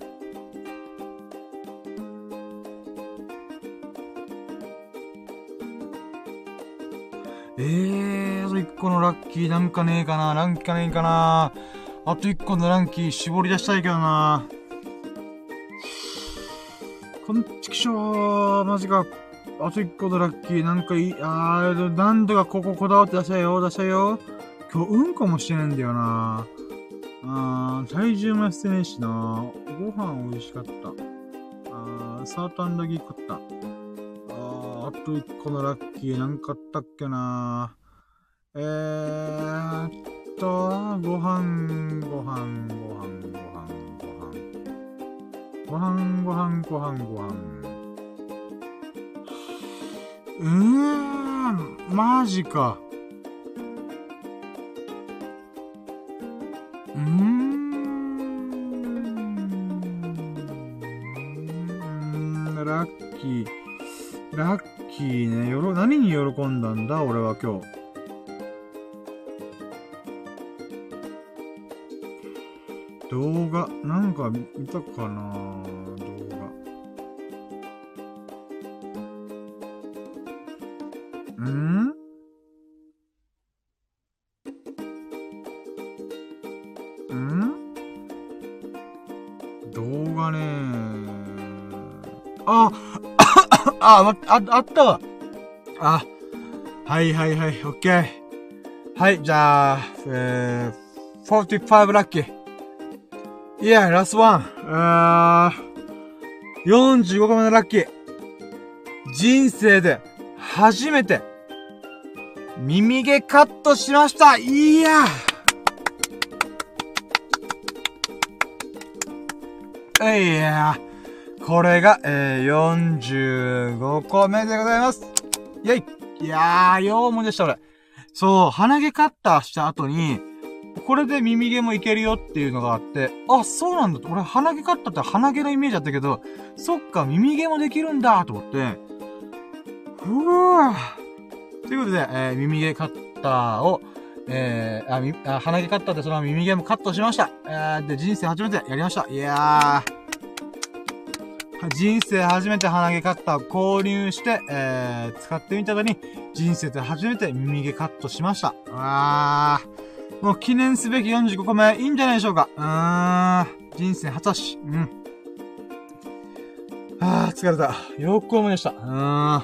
あと一個のラッキーなんかねえかな。あと一個のラッキー絞り出したいけどな。こんちくしょー、マジか。あと一個のラッキーなんかいい、なんとかここだわって出したよ。今日うんこもしてないんだよな。体重も痩せてねえしな。ご飯美味しかった。サーターアンダギー食った。あと一個のラッキーなんかあったっけな。ご飯。 ご飯。マジか。ラッキーね。何に喜んだんだ俺は今日。動画、なんか見たかな動画。動画ねあったわ。はい、オッケー。はい、じゃあ、45ラッキー。いや、ラストワン。45個目のラッキー。人生で初めて耳毛カットしました。いやこれが、45個目でございます。イェイ。いやー、よーもんでした、俺。そう、鼻毛カッターした後に、これで耳毛もいけるよっていうのがあって、あ、そうなんだ。俺、鼻毛カッターって鼻毛のイメージだったけど、そっか、耳毛もできるんだ、と思って。ということで、耳毛カッターを、鼻毛カッターでその耳毛もカットしました。で、人生初めてやりました。いやー。人生初めて鼻毛カッターを購入して、使ってみたのに、人生で初めて耳毛カットしました。もう記念すべき45個目、いいんじゃないでしょうか。人生初だし。疲れた。よく思い出した。はい、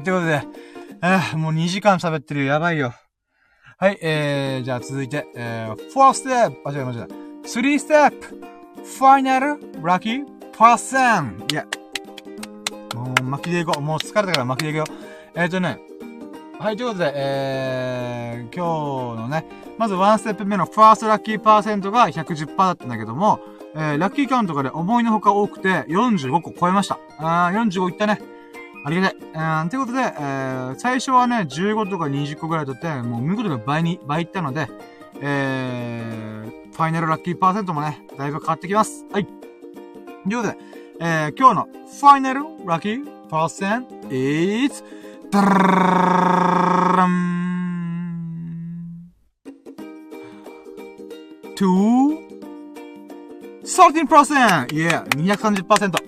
ということで、もう2時間喋ってるよ。やばいよ。はい、じゃあ続いて、4ステップ、間違えた。3ステップ、ファイナル、ラッキー、パーセン。いや。もう巻きでいこう。もう疲れたから巻きでいくよ。はい、ということで、今日のね、まず1ステップ目のファーストラッキーパーセントが 110% だったんだけども、ラッキーカウントがね、思いのほか多くて45個超えました。45いったね。ありがたい。ということで、最初はね、15とか20個ぐらい取って、もう見事に倍いったので、ファイナルラッキーパーセントもね、だいぶ変わってきます。はい。ということで、今日のファイナルラッキーパーセント is 13%! Yeah! 230%!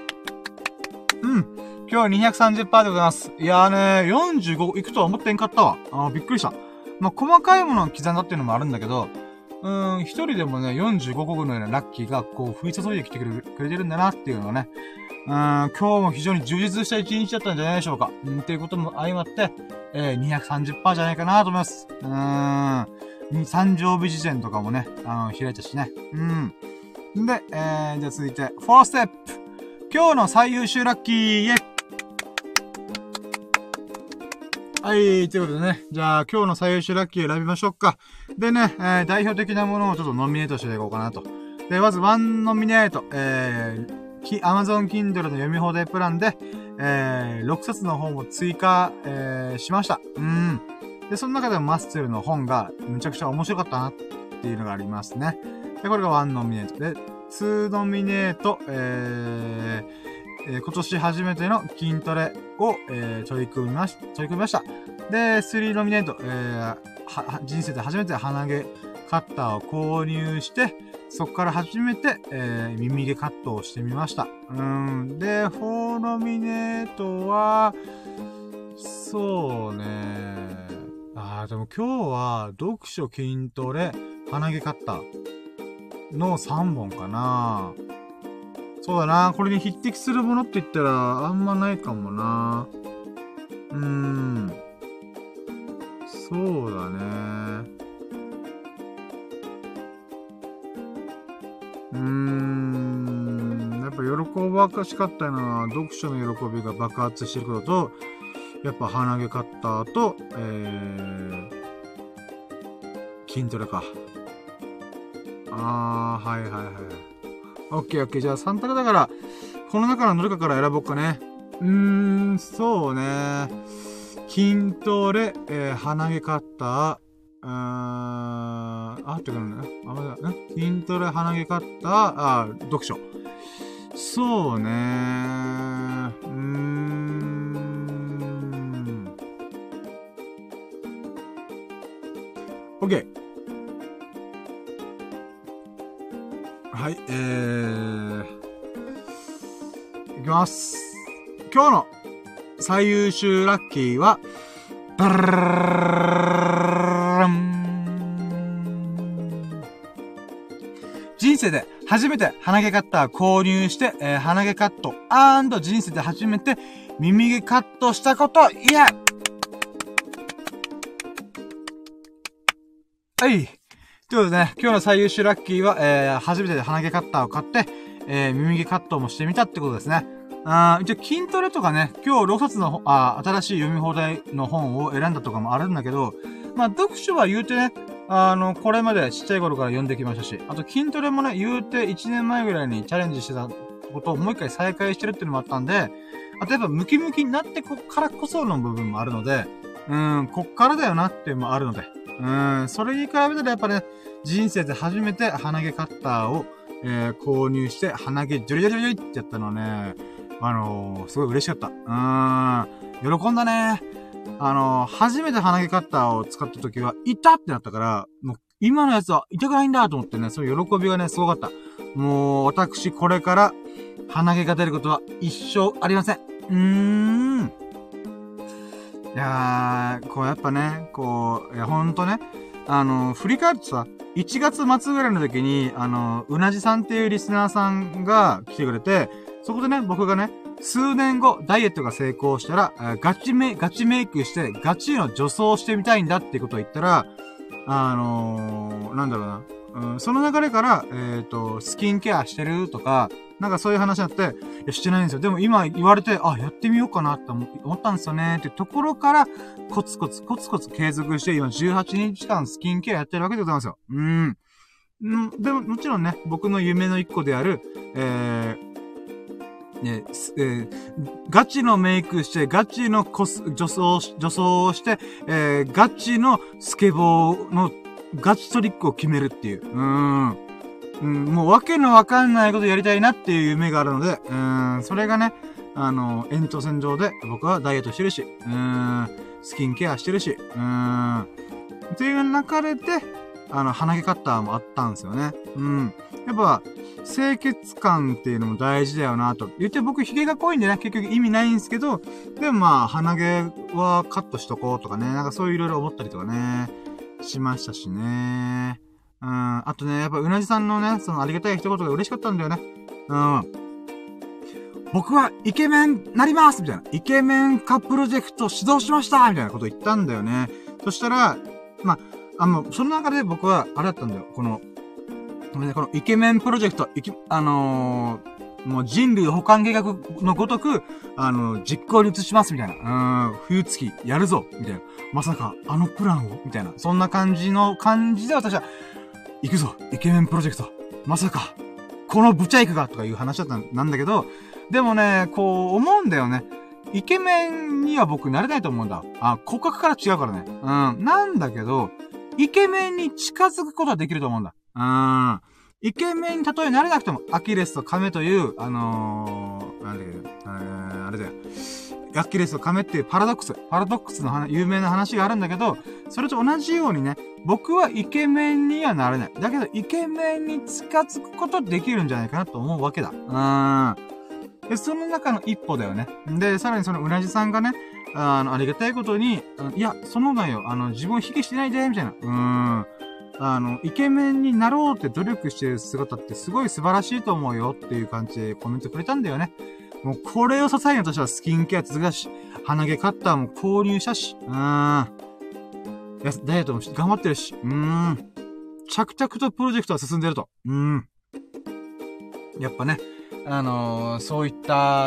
今日は 230% でございます。いやーね、45いくとは思ってんかったわ。びっくりした。まあ、細かいものを刻んだっていうのもあるんだけど、一人でもね、45個分のようなラッキーがこう、降り注いできてくれてるんだなっていうのがね、今日も非常に充実した一日だったんじゃないでしょうか。っていうことも相まって、230% じゃないかなと思います。三条美辞典とかもね、開いたしね。で、じゃあ続いて、4ステップ。今日の最優秀ラッキー、イェイ。はい、ということでね。じゃあ、今日の最優秀ラッキーを選びましょうか。でね、代表的なものをちょっとノミネートしていこうかなと。で、まず1ノミネート、Amazon Kindle の読み放題プランで、6冊の本を追加、しました。で、その中でもマスツェルの本がむちゃくちゃ面白かったなっていうのがありますね。で、これが1ノミネート。で、2ノミネート、今年初めての筋トレを、取り組みました。で、3ノミネート、人生で初めて鼻毛カッターを購入して、そこから初めて、耳毛カットをしてみました。で、4ノミネートは、そうね。でも今日は、読書、筋トレ、鼻毛カッターの3本かな。そうだな。これに匹敵するものって言ったら、あんまないかもな。そうだね。やっぱ喜ばしかったのは、読書の喜びが爆発してることと、やっぱ鼻毛カッターと、筋トレか。はい。 オッケーオッケー。じゃあ3択だから、この中のどれかから選ぼうかね。そうね。筋トレ、鼻毛カッター、ってかね。筋トレ、鼻毛カッター、読書。そうね。オッケー。はい、いきます。今日の最優秀ラッキーは、人生で初めて鼻毛カッター購入して、鼻毛カット&人生で初めて耳毛カットしたこと、イエー！はい。ということでね、今日の最優秀ラッキーは、初めて鼻毛カッターを買って、耳毛カットもしてみたってことですね。一応筋トレとかね、今日6冊の、新しい読み放題の本を選んだとかもあるんだけど、まあ、読書は言うてね、これまでちっちゃい頃から読んできましたし、あと筋トレもね、言うて1年前ぐらいにチャレンジしてたことをもう一回再開してるっていうのもあったんで、あとやっぱムキムキになってからこその部分もあるので、こっからだよなっていうのもあるので、それに比べたらやっぱね、人生で初めて鼻毛カッターを、購入して鼻毛ジョリジョリジョリってやったのはね、すごい嬉しかった。喜んだね。初めて鼻毛カッターを使った時は、痛ってなったから、もう、今のやつは痛くないんだと思ってね、そういう喜びがね、すごかった。もう、私、これから、鼻毛が出ることは一生ありません。いやー、こうやっぱね、いやほんとね、振り返るとさ、1月末ぐらいの時に、うなじさんっていうリスナーさんが来てくれて、そこでね、僕がね、数年後、ダイエットが成功したら、ガチメイクして、ガチの女装してみたいんだっていうことを言ったら、なんだろうな。その流れから、スキンケアしてるとか、なんかそういう話になって、いや、してないんですよ。でも今言われて、やってみようかなって思ったんですよねっていうところから、コツコツ継続して、今18日間スキンケアやってるわけでございますよ。でも、もちろんね、僕の夢の一個である、ガチのメイクして、ガチの女装をして、ガチのスケボーのガチトリックを決めるっていう。もうわけのわかんないことやりたいなっていう夢があるので、それがね、延長線上で僕はダイエットしてるし、スキンケアしてるし、っていう流れで、鼻毛カッターもあったんですよね。やっぱ、清潔感っていうのも大事だよなと。言って僕髭が濃いんでね、結局意味ないんですけど、でもまあ、鼻毛はカットしとこうとかね、なんかそういういろいろ思ったりとかね、しましたしね。あとね、やっぱうなじさんのね、そのありがたい一言が嬉しかったんだよね。僕はイケメンなりますみたいな。イケメン化プロジェクト始動しましたみたいなこと言ったんだよね。そしたら、まあ、その中で僕は、あれだったんだよ。このイケメンプロジェクト、もう人類保管計画のごとく、実行に移しますみたいな。冬月やるぞみたいな。まさか、プランをみたいな。そんな感じで私は、行くぞイケメンプロジェクトまさか、このブチャイクがとかいう話だったんだけど、でもね、こう、思うんだよね。イケメンには僕なれないと思うんだ。骨格から違うからね。なんだけど、イケメンに近づくことはできると思うんだ。イケメンにたとえなれなくても、アキレスとカメという、なんだっけ、あれだよ。アキレスとカメっていうパラドックスの有名な話があるんだけど、それと同じようにね、僕はイケメンにはなれない。だけど、イケメンに近づくことできるんじゃないかなと思うわけだ。で、その中の一歩だよね。で、さらにそのうなじさんがね、ありがたいことに、いや、そのがよ、自分を卑下してないで、みたいな。イケメンになろうって努力してる姿ってすごい素晴らしいと思うよっていう感じでコメントくれたんだよね。もうこれを支えに私はスキンケア続けたし、鼻毛カッターも購入したし、ダイエットも頑張ってるし、着々とプロジェクトは進んでると。やっぱね、そういった、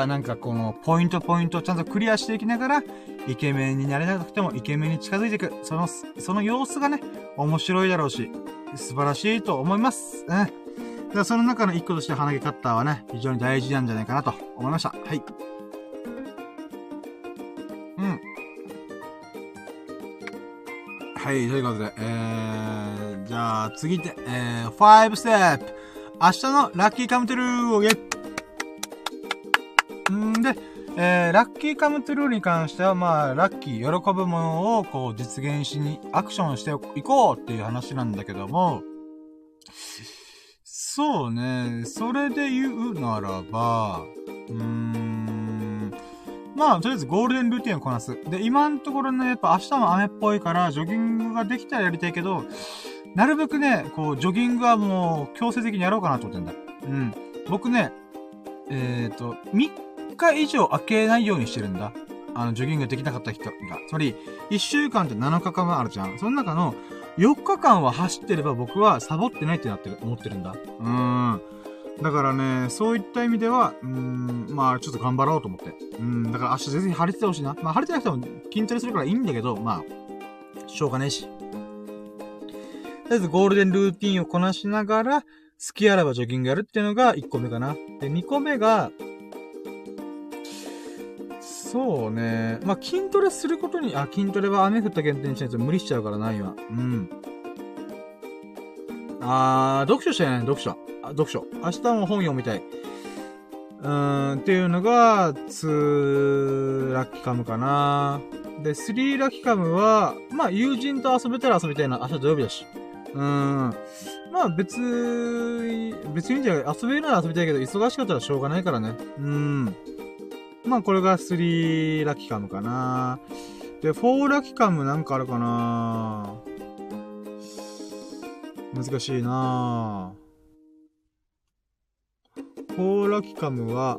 なんかこの、ポイントをちゃんとクリアしていきながら、イケメンになれなくてもイケメンに近づいていく。その様子がね、面白いだろうし、素晴らしいと思います。 でその中の一個として鼻毛カッターはね、非常に大事なんじゃないかなと思いました。はい。はい、ということで、じゃあ、次で、5ステップ。明日のラッキーカムトゥルーをゲッで、ラッキーカムトゥルーに関しては、まあ、ラッキー、喜ぶものを、こう、実現しに、アクションしていこうっていう話なんだけども、そうね、それで言うならば、まあ、とりあえずゴールデンルーティンをこなす。で、今のところね、やっぱ明日も雨っぽいから、ジョギングができたらやりたいけど、なるべくね、こう、ジョギングはもう、強制的にやろうかなと思ってんだ。僕ね、3日以上空けないようにしてるんだ。ジョギングできなかった人が。つまり、1週間って7日間あるじゃん。その中の4日間は走ってれば僕はサボってないって思ってるんだ。だからね、そういった意味では、まあ、ちょっと頑張ろうと思って。だから明日全然晴れててほしいな。まあ、晴れてなくても筋トレするからいいんだけど、まあ、しょうがねえし。とりあえずゴールデンルーティンをこなしながら、好きあらばジョギングやるっていうのが1個目かな。で、2個目が、そうね。まあ、筋トレすることに、筋トレは雨降った限定にしないと無理しちゃうからな、今。読書したいね、読書。明日も本読みたい。っていうのが、2ラッキカムかな。で、3ラッキカムは、まあ、友人と遊べたら遊びたいな。明日土曜日だし。まあ、別にじゃ遊べるなら遊びたいけど、忙しかったらしょうがないからね。まあ、これが3ラッキカムかな。で、4ラッキカムなんかあるかな。難しいなぁ。4ラッキカムは、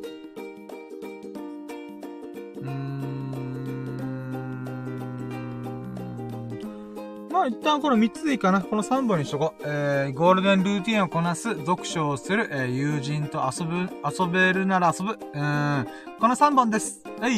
まあ一旦この3つでいいかな。この3本にしとこう。ゴールデンルーティンをこなす、読書をする、友人と遊べるなら遊ぶ。この3本です。はい。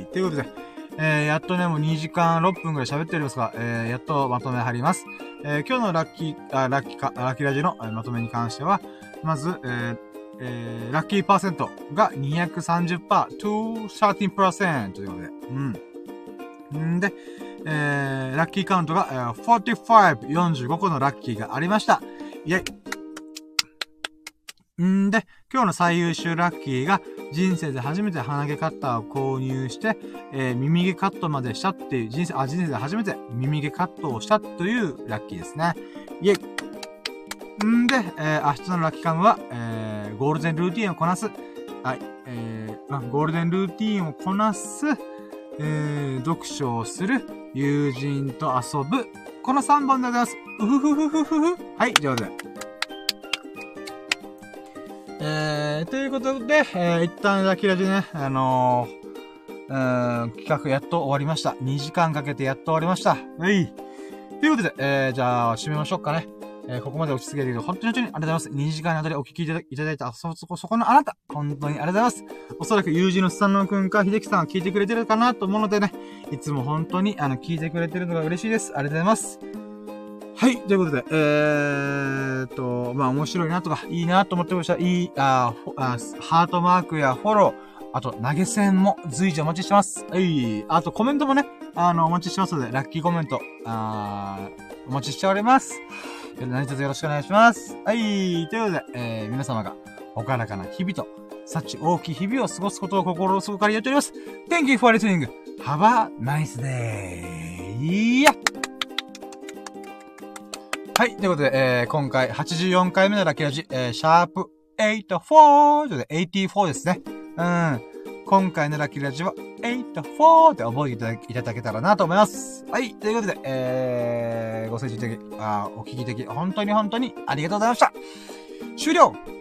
ということで、やっとね、もう2時間6分ぐらい喋っておりますが、やっとまとめ入ります。今日のラッキーラジのまとめに関しては、まず、ラッキーパーセントが 230% to 13% ということで。で、ラッキーカウントが、45個のラッキーがありました。イェイ。で、今日の最優秀ラッキーが、人生で初めて鼻毛カッターを購入して、耳毛カットまでしたっていう、人生で初めて耳毛カットをしたというラッキーですね。イェイ。で、明日のラッキーカムは、ゴールデンルーティンをこなす。はい。ゴールデンルーティンをこなす。読書をする。友人と遊ぶ。この3本でございます。うふふふふふふ。はい、上手。ということで、一旦ラッキーラジね、企画やっと終わりました。2時間かけてやっと終わりました。はい。ということで、じゃあ、締めましょうかね。ここまでお聞き続けてくれて本当にありがとうございます。2時間にあたりお聞きいただいた、そこのあなた、本当にありがとうございます。おそらく友人のスタンノくんか、秀樹さんは聞いてくれてるかなと思うのでね、いつも本当に、聞いてくれてるのが嬉しいです。ありがとうございます。はい、ということで、まあ、面白いなとか、いいなと思ってました。ハートマークやフォロー、あと、投げ銭も随時お待ちしてます。はい、あと、コメントもね、お待ちしてますので、ラッキーコメント、お待ちしております。何卒よろしくお願いします。はい。ということで、皆様が、ほからかな日々と、幸大きい日々を過ごすことを心を底から祈っております。Thank you for listening. Have a nice day. いや。はい。ということで、今回84回目のラッキーラジ、シャープ84ということで、84ですね。今回のラッキーラジは84って覚えていただけたらなと思います。はい。ということで、ご清聴いただき、お聞きいただき、本当にありがとうございました。終了。